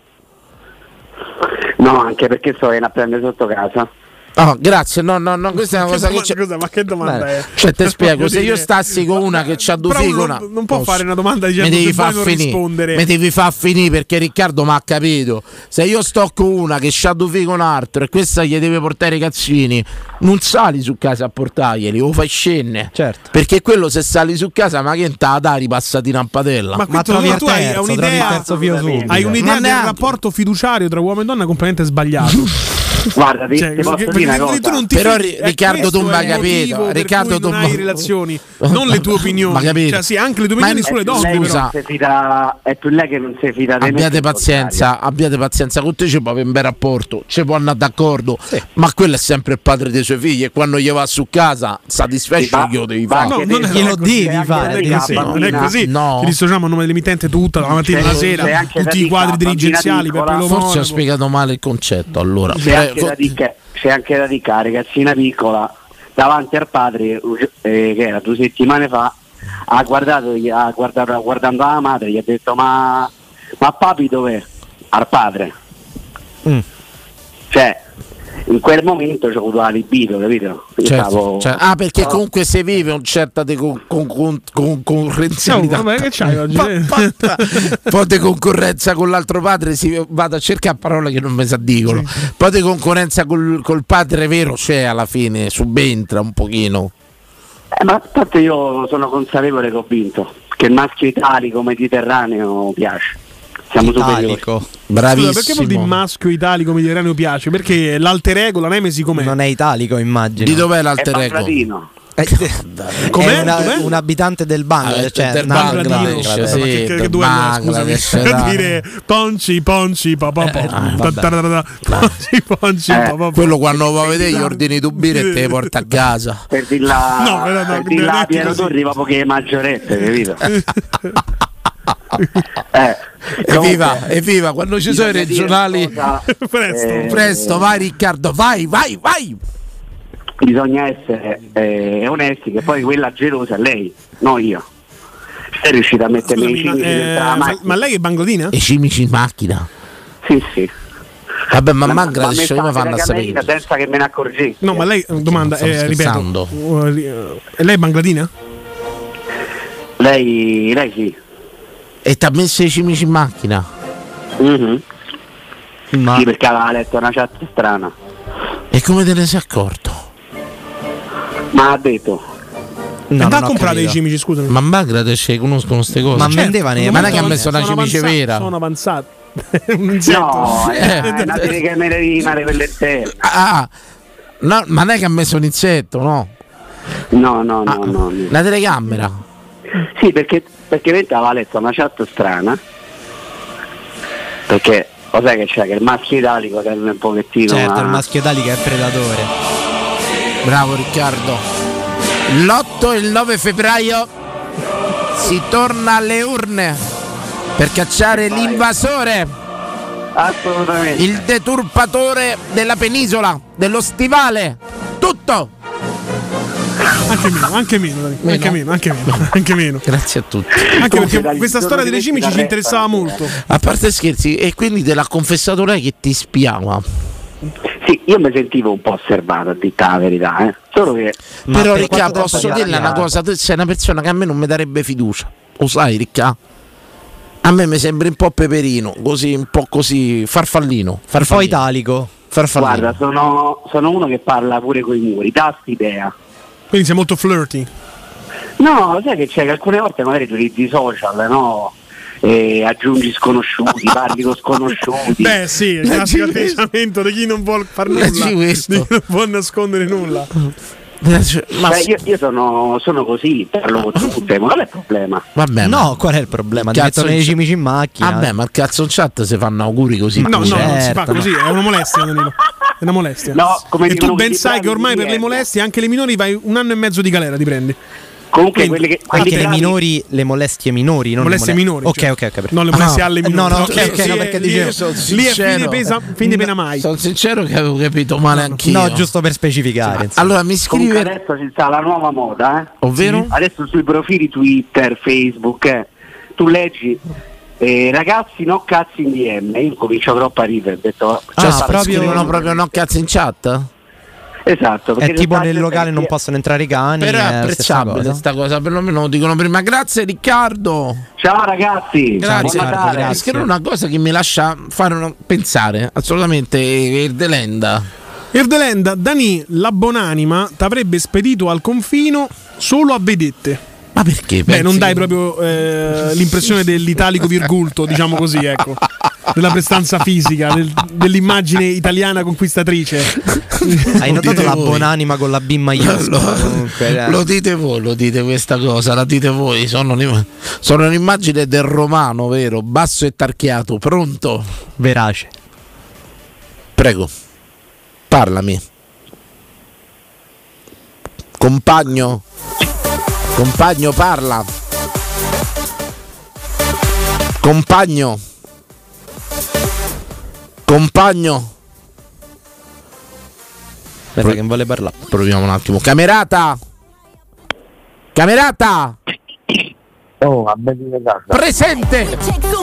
No, anche perché sto a prendere sotto casa. Oh, grazie, no, questa è una cosa che scusa, ma che domanda è? Cioè, te spiego, se io stassi con una che c'ha due figli, non può fare una domanda dicendo che non rispondere. Mi devi far finire, perché Riccardo mi ha capito. Se io sto con una che c'ha due figli con un altro e questa gli deve portare i cazzini, non sali su casa a portarglieli, o fai scenne. Certo. Perché quello se sali su casa, ma che ta dai passatina in padella. Ma tu hai un'idea del rapporto fiduciario tra uomo e donna completamente sbagliato. Guarda, ti posso dire una cosa. Però Riccardo tu mi hai capito. Riccardo tu non hai relazioni, non le tue opinioni. Cioè, sì, anche le tue opinioni sulle donne. È più lei che non si fida di me. Abbiate pazienza, con te ci può avere un bel rapporto, ci può andare d'accordo, ma quello è sempre il padre dei suoi figli, e quando gli va su casa satisfesce che lo devi fare. No, non glielo devi fare. Non è così. Ti dissociamo a nome dell'emittente tutta la mattina e la sera, tutti i quadri dirigenziali. Forse ho spiegato male il concetto, allora. C'è anche da dire, ragazzina piccola davanti al padre, che era 2 settimane fa, guardando la madre, gli ha detto ma papi dov'è? Al padre. Cioè, in quel momento c'ho avuto la libido, capito? Certo. Perché comunque se vive un certa concorrenzialità. Che c'hai oggi? Un po' di concorrenza con l'altro padre, vado a cercare parole che non mi sa dicono. Un po' di concorrenza col padre vero c'è, alla fine subentra un pochino. Ma tanto io sono consapevole che ho vinto, che il maschio italico mediterraneo piace. Siamo italico. Bravissimo. Scusa, perché vuol dire maschio italico mediterraneo piace? Perché l'alter ego, la nemesi com'è? Non è italico, immagino. Di dov'è l'alter ego? È un abitante del Bangladesh, del Bangladesh, sì, che Bangladesh, dire ponci papà. Quello quando va a vedere gli ordini di birra e te porta a casa. Per dirla per dirla Piero Torri proprio che è maggiorette, capito? Evviva, quando ci sono i regionali presto, vai Riccardo, vai. Bisogna essere onesti, che poi quella gelosa è lei, no io. Sei riuscita a mettermi i cimici dentro la macchina. Ma lei è bangladina? I cimici in macchina? Sì. Vabbè, ma aggradisce, come fanno a sapere? Senza che me ne accorgi. No, ma lei, domanda, ripeto, lei è bangladina? Lei sì. E ti ha messo i cimici in macchina? Sì, perché aveva letto una chat strana. E come te ne sei accorto? Ma ha detto andà a comprare i cimici, scusami. Ma in Bangladesh conoscono queste cose. Ma vendevano, ma non è che ha messo una cimice vera? Sono avanzati. No, è una telecamera per l'esterno. No, ma non è che ha messo un insetto, no? No. Una telecamera? Sì, perché aveva letto una chat strana. Perché lo sai che c'è, che il maschio italico è un pochettino. Certo, il maschio italico è predatore. Bravo Riccardo. L'8 e il 9 febbraio si torna alle urne per cacciare l'invasore, assolutamente, il deturpatore della penisola, dello stivale, tutto. Anche meno. Grazie a tutti. Anche perché questa storia delle cimici ci interessava molto. A parte scherzi, e quindi te l'ha confessato lei che ti spiava? Sì, io mi sentivo un po' osservato, a dire la verità, Solo che. Però Ricca, posso dirle una cosa, tu sei una persona che a me non mi darebbe fiducia. Lo sai, Ricca? A me mi sembri un po' peperino, così, un po' così, farfallino. Un po' italico. Guarda, sono uno che parla pure coi muri, dà st'idea. Quindi sei molto flirty? No, sai che c'è che alcune volte magari utilizzi i social, no? aggiungi sconosciuti, parli con sconosciuti. Beh sì, il classico atteggiamento di chi non vuol far nulla, di chi non vuol nascondere nulla. Io sono così, parlo con tutte, ma qual è il problema? Vabbè, no, qual è il problema? Ti mettono i cimici in macchina. Vabbè, ma il cazzo in chat si fanno auguri così. No, non si fa così, è una molestia, Danilo. È una molestia. No, come e tu ben sai che ormai per le molestie, anche le minori, vai 1 anno e mezzo di galera, ti prendi. Comunque anche le minori, le molestie minori, non molestie minori. Ok. Non le molestie alle minori. No, perché dicevo lì è fine pena mai. Sono sincero che avevo capito male anch'io. No, giusto per specificare. Allora mi scrive. Adesso ci sta la nuova moda, ovvero? Sì. Adesso sui profili Twitter, Facebook, tu leggi ragazzi no cazzi in DM. Io comincio troppo a ridere, ho detto scrivono proprio no cazzi in chat? Esatto, è tipo nel locale non possono entrare i cani. Però è apprezzabile questa cosa, perlomeno lo dicono prima. Grazie Riccardo. Ciao ragazzi. Grazie. Mi scrivono una cosa che mi lascia fare pensare assolutamente. Irdelenda, Dani, la Bonanima t'avrebbe spedito al confino solo a vedette. Ma perché? Beh, non dai proprio l'impressione dell'italico virgulto, diciamo così, ecco, della prestanza fisica, dell'immagine italiana conquistatrice. Hai notato la Bonanima con la B maiuscola? Lo dite voi, lo dite questa cosa, la dite voi. Sono un'immagine del romano, vero? Basso e tarchiato, pronto? Verace. Prego, parlami. Compagno, parla. Compagno. Aspetta che non vuole parlare. Proviamo un attimo. Camerata. Oh, a casa. Presente.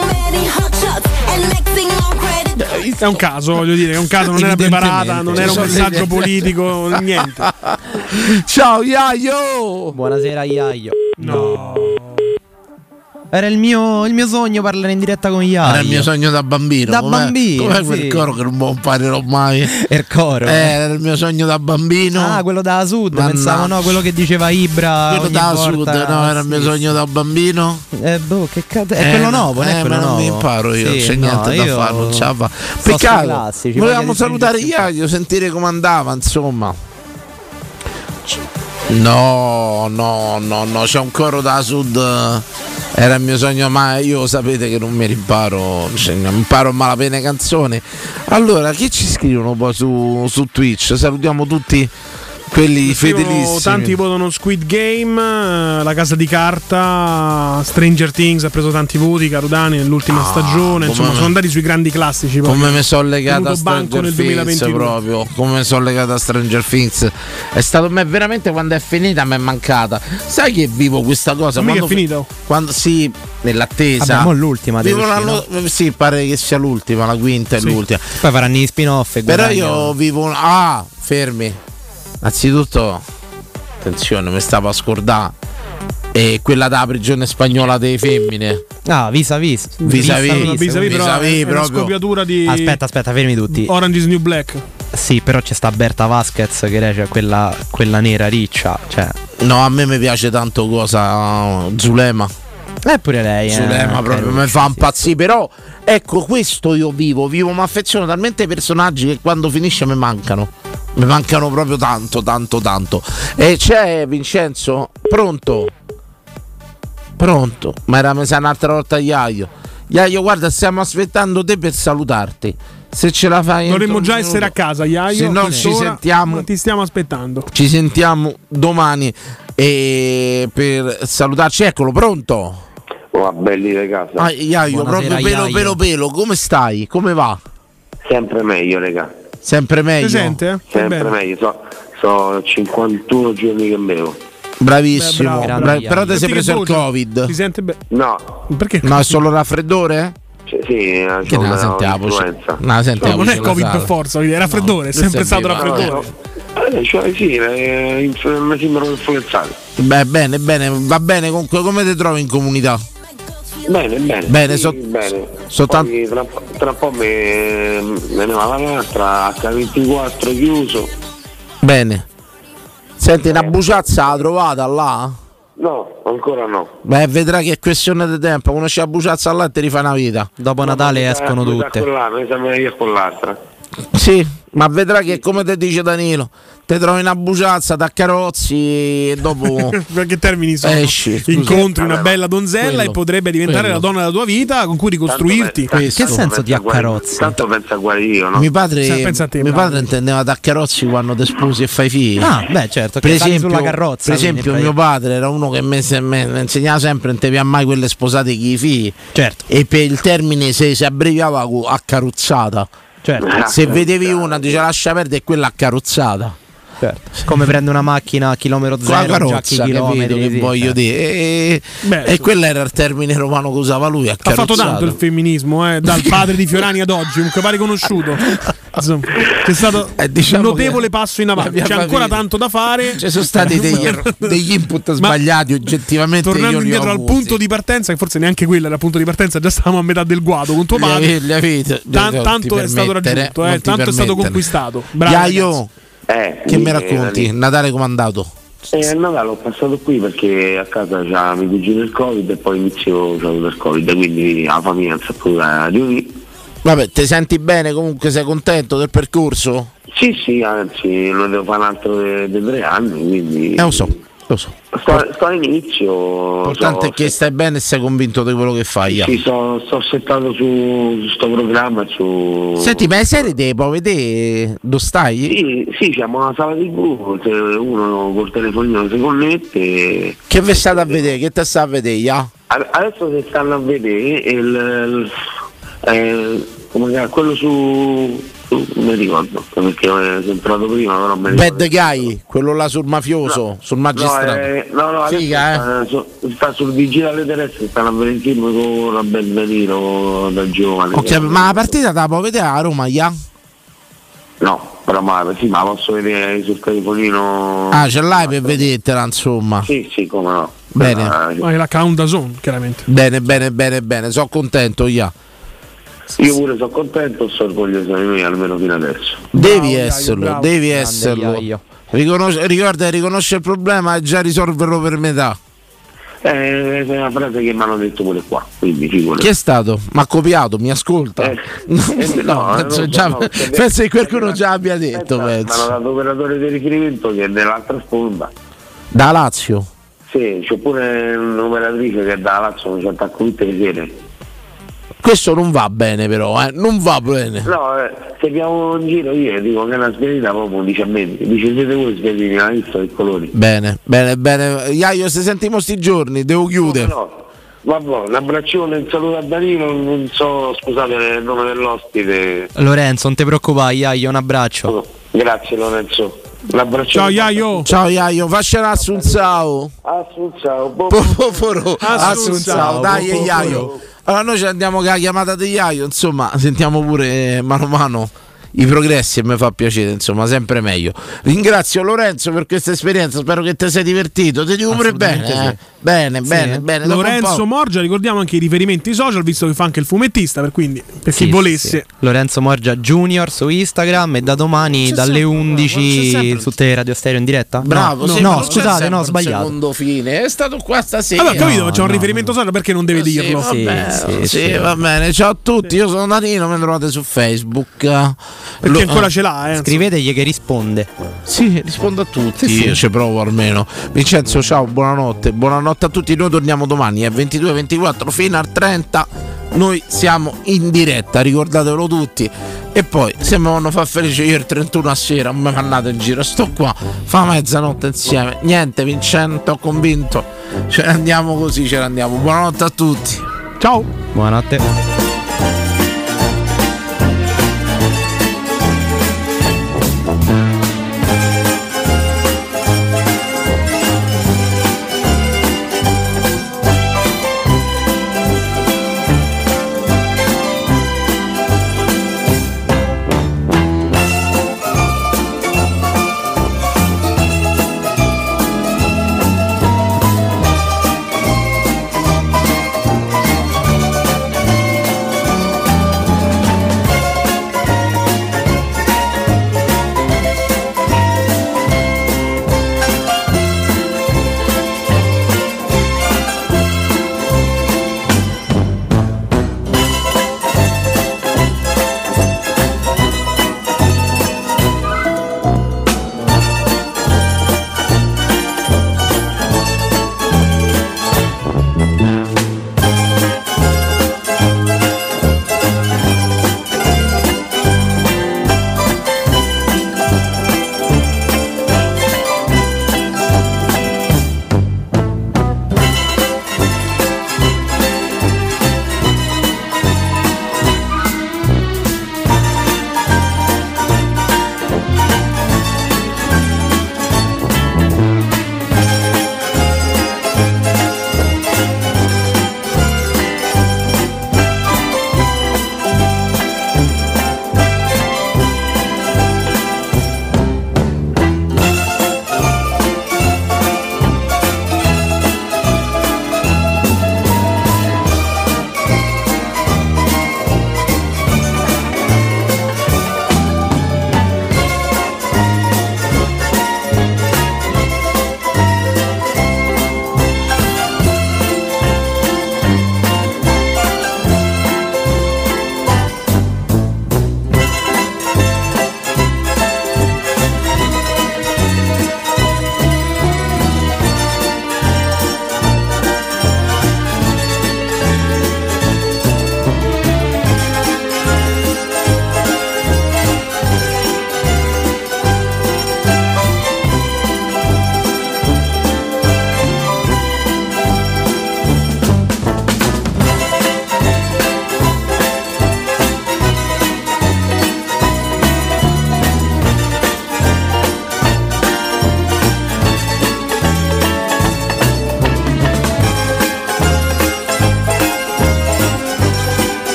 È un caso, voglio dire, è un caso, non era preparata, non era un messaggio politico, niente. Ciao Iaio. Buonasera Iaio. No. Era il mio sogno parlare in diretta con Iaio. Era il mio sogno da bambino. Com'è quel coro che non imparerò mai? Il coro? Era il mio sogno da bambino. Ah, quello da Sud. Pensavo no, quello che diceva Ibra. Quello da Sud, no, era il mio sogno da bambino. Che cazzo. È quello nuovo, non è quello ma non nuovo. mi imparo io, non c'è niente da fare, non ce la fa. Peccato. Volevamo salutare Iaio, sentire come andava, insomma. No, c'è un coro da Sud. Era il mio sogno, ma io sapete che non mi rimparo, imparo a malapena canzoni. Allora, chi ci scrivono poi su Twitch? Salutiamo tutti quelli fedelissimi. Tanti votano Squid Game, La Casa di Carta, Stranger Things ha preso tanti voti, Carudani nell'ultima stagione, insomma sono andati sui grandi classici. Come mi sono legato a Stranger Things proprio, come sono legato a Stranger Things. È stato veramente, quando è finita mi è mancata. Sai che vivo questa cosa? Quando è finito? Quando sì, nell'attesa. Abbiamo l'ultima sì, pare che sia l'ultima, la quinta e l'ultima. Poi faranno gli spin-off. Però io vivo fermi. Anzitutto, attenzione, mi stavo a scordare. E quella della prigione spagnola delle femmine. Vis-a-vis proprio una scopiatura di. Aspetta, fermi tutti. Orange is New Black. Sì, però c'è sta Berta Vasquez che recita quella nera riccia. Cioè. No, a me mi piace tanto Zulema. Pure lei. Zulema proprio mi fa impazzire. Però ecco, questo io vivo, mi affeziono talmente ai personaggi che quando finisce mi mancano. Mi mancano proprio tanto. E c'è Vincenzo? Pronto? Ma mi sa un'altra volta Iaio, guarda, stiamo aspettando te per salutarti. Se ce la fai, dovremmo già essere a casa, Iaio. Se no ci sentiamo. Ti stiamo aspettando. Ci sentiamo domani per salutarci. Eccolo, pronto? Oh, belli di casa. Iaio, proprio pelo. Come stai? Come va? Sempre meglio, raga. Sempre meglio. Sente? Sempre meglio. So 51 giorni che bevo. Bravissimo. Però ti sei preso il Covid? Ti sente bene? No. Perché? No, è solo raffreddore? Sì, che non la sentiamo. Non è Covid per forza, è raffreddore, è sempre stato raffreddore. Sì, mi sembra influenzato. Beh, bene, va bene. Comunque, come ti trovi in comunità? Bene. Soltanto tra un po' me ne va l'altra H24 chiuso. Bene. Senti, una buciazza l'ha trovata là? No, ancora no. Beh, vedrà che è questione di tempo. Conosci la buciazza al latte, rifà una vita. Dopo Natale escono tutte. Io con l'altra. Sì, ma vedrà che come ti dice Danilo, te trovi una buciazza, t'accarozzi e dopo perché termini sono esci, incontri una bella donzella e potrebbe diventare la donna della tua vita con cui ricostruirti. Che senso di accarozzi? Tanto pensa a guarire, no? Mio padre intendeva t'accarozzi quando ti sposi e fai figli. Ah, beh, certo, per esempio, sulla carrozza, per esempio mio padre era uno che mi insegnava sempre non te mai quelle sposate con i figli. Certo. E per il termine si abbreviava con accarozzata. Certo. Se vedevi una dice lascia perdere, quella accarozzata. Certo. Come prende una macchina a chilometro zero, carrozza, chilometri, che voglio dire. E quello era il termine romano che usava lui. Ha fatto tanto il femminismo, dal padre di Fiorani ad oggi, un pare conosciuto. Insomma, c'è stato un notevole passo in avanti. C'è ancora tanto da fare. Ci sono stati degli input sbagliati, oggettivamente. Tornando indietro al punto di partenza, che forse neanche quello era il punto di partenza, già stavamo a metà del guado con tuo padre. Tanto è stato raggiunto, tanto è stato conquistato. Bravo. Che mi racconti? Natale comandato? Il Natale l'ho passato qui perché a casa c'ha mio cugino il Covid e poi inizio il Covid, quindi la famiglia non si è potuta riunire. Vabbè, ti senti bene comunque? Sei contento del percorso? Sì, anzi lo devo fare un altro di 3 anni, quindi lo so. Sto all'inizio. L'importante è che stai bene e sei convinto di quello che fai. Sì, sto settato su sto programma. Senti, ma le serie te puoi vedere dove stai? Sì, siamo una sala TV, se uno col telefonino si connette. Che vi state a vedere? Che te sta a vedere? Adesso si stanno a vedere quello su non mi ricordo perché sono entrato prima, però mi ricordo. Bad Guy, quello là sul mafioso, sul magistrato. No, figa, sta sul digitale terrestre, stanno a vedere il film con la Bel Danilo da giovane. Okay, ma la partita te la puoi vedere a Roma, No, però ma posso vedere sul telefonino. Ce l'hai per vedertela, insomma. Sì, come no. Bene. Ma è la Count Zone, chiaramente. Bene, sono contento, Io pure sono contento, sono orgoglioso di me almeno fino adesso. Devi esserlo. Ricorda, riconosce il problema e già risolverlo per metà. È una frase che mi hanno detto pure qua, quindi figurati. Chi è stato? Mi ha copiato, mi ascolta? Penso che qualcuno già abbia detto. Mi hanno dato operatore di riferimento che è dell'altra sponda. Da Lazio? Sì, c'è pure un'operatrice che è da Lazio, non ci attacco tutte le sere. Questo non va bene però, non va bene. No, se abbiamo in giro io dico che è una spiedita proprio, dice a me, dice siete voi spiedini, la lista dei colori. Bene. Iaio, se sentiamo sti giorni, devo chiudere. No. Vabbè, un abbraccione, un saluto a Danilo, non so, scusate il nome dell'ospite. Lorenzo, non ti preoccupare, Iaio, un abbraccio. Grazie Lorenzo. Ciao Iaio. Ciao Iaio, facciela Assunzao. Assunzao. Dai Iaio. Allora noi ci andiamo con la chiamata di Iaio, insomma, sentiamo pure mano a mano i progressi e mi fa piacere, insomma, sempre meglio. Ringrazio Lorenzo per questa esperienza, spero che ti sei divertito, ti dico pure bene. Bene. Lorenzo Morgia, ricordiamo anche i riferimenti social, visto che fa anche il fumettista, per chi volesse. Lorenzo Morgia Junior su Instagram e da domani dalle 11 su Radio Stereo in diretta. Bravo, scusate, ho sbagliato. Secondo fine, è stato qua stasera. Allora, capito, c'è un riferimento social, perché non deve dirlo? Sì, va bene. Ciao a tutti, io sono Danilo, mi trovate su Facebook. Perché ancora ce l'ha, Scrivetegli che risponde. Sì, rispondo a tutti. Io ci provo almeno. Vincenzo, ciao, buonanotte a tutti. Noi torniamo domani a 22:24 fino al 30. Noi siamo in diretta, ricordatelo tutti. E poi se mi vanno a far felice io il 31 a sera, non mi fannate in giro, sto qua, fa mezzanotte insieme. Niente, Vincenzo, ho convinto. Ce ne andiamo così, Buonanotte a tutti. Ciao. Buonanotte.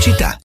pubblicità.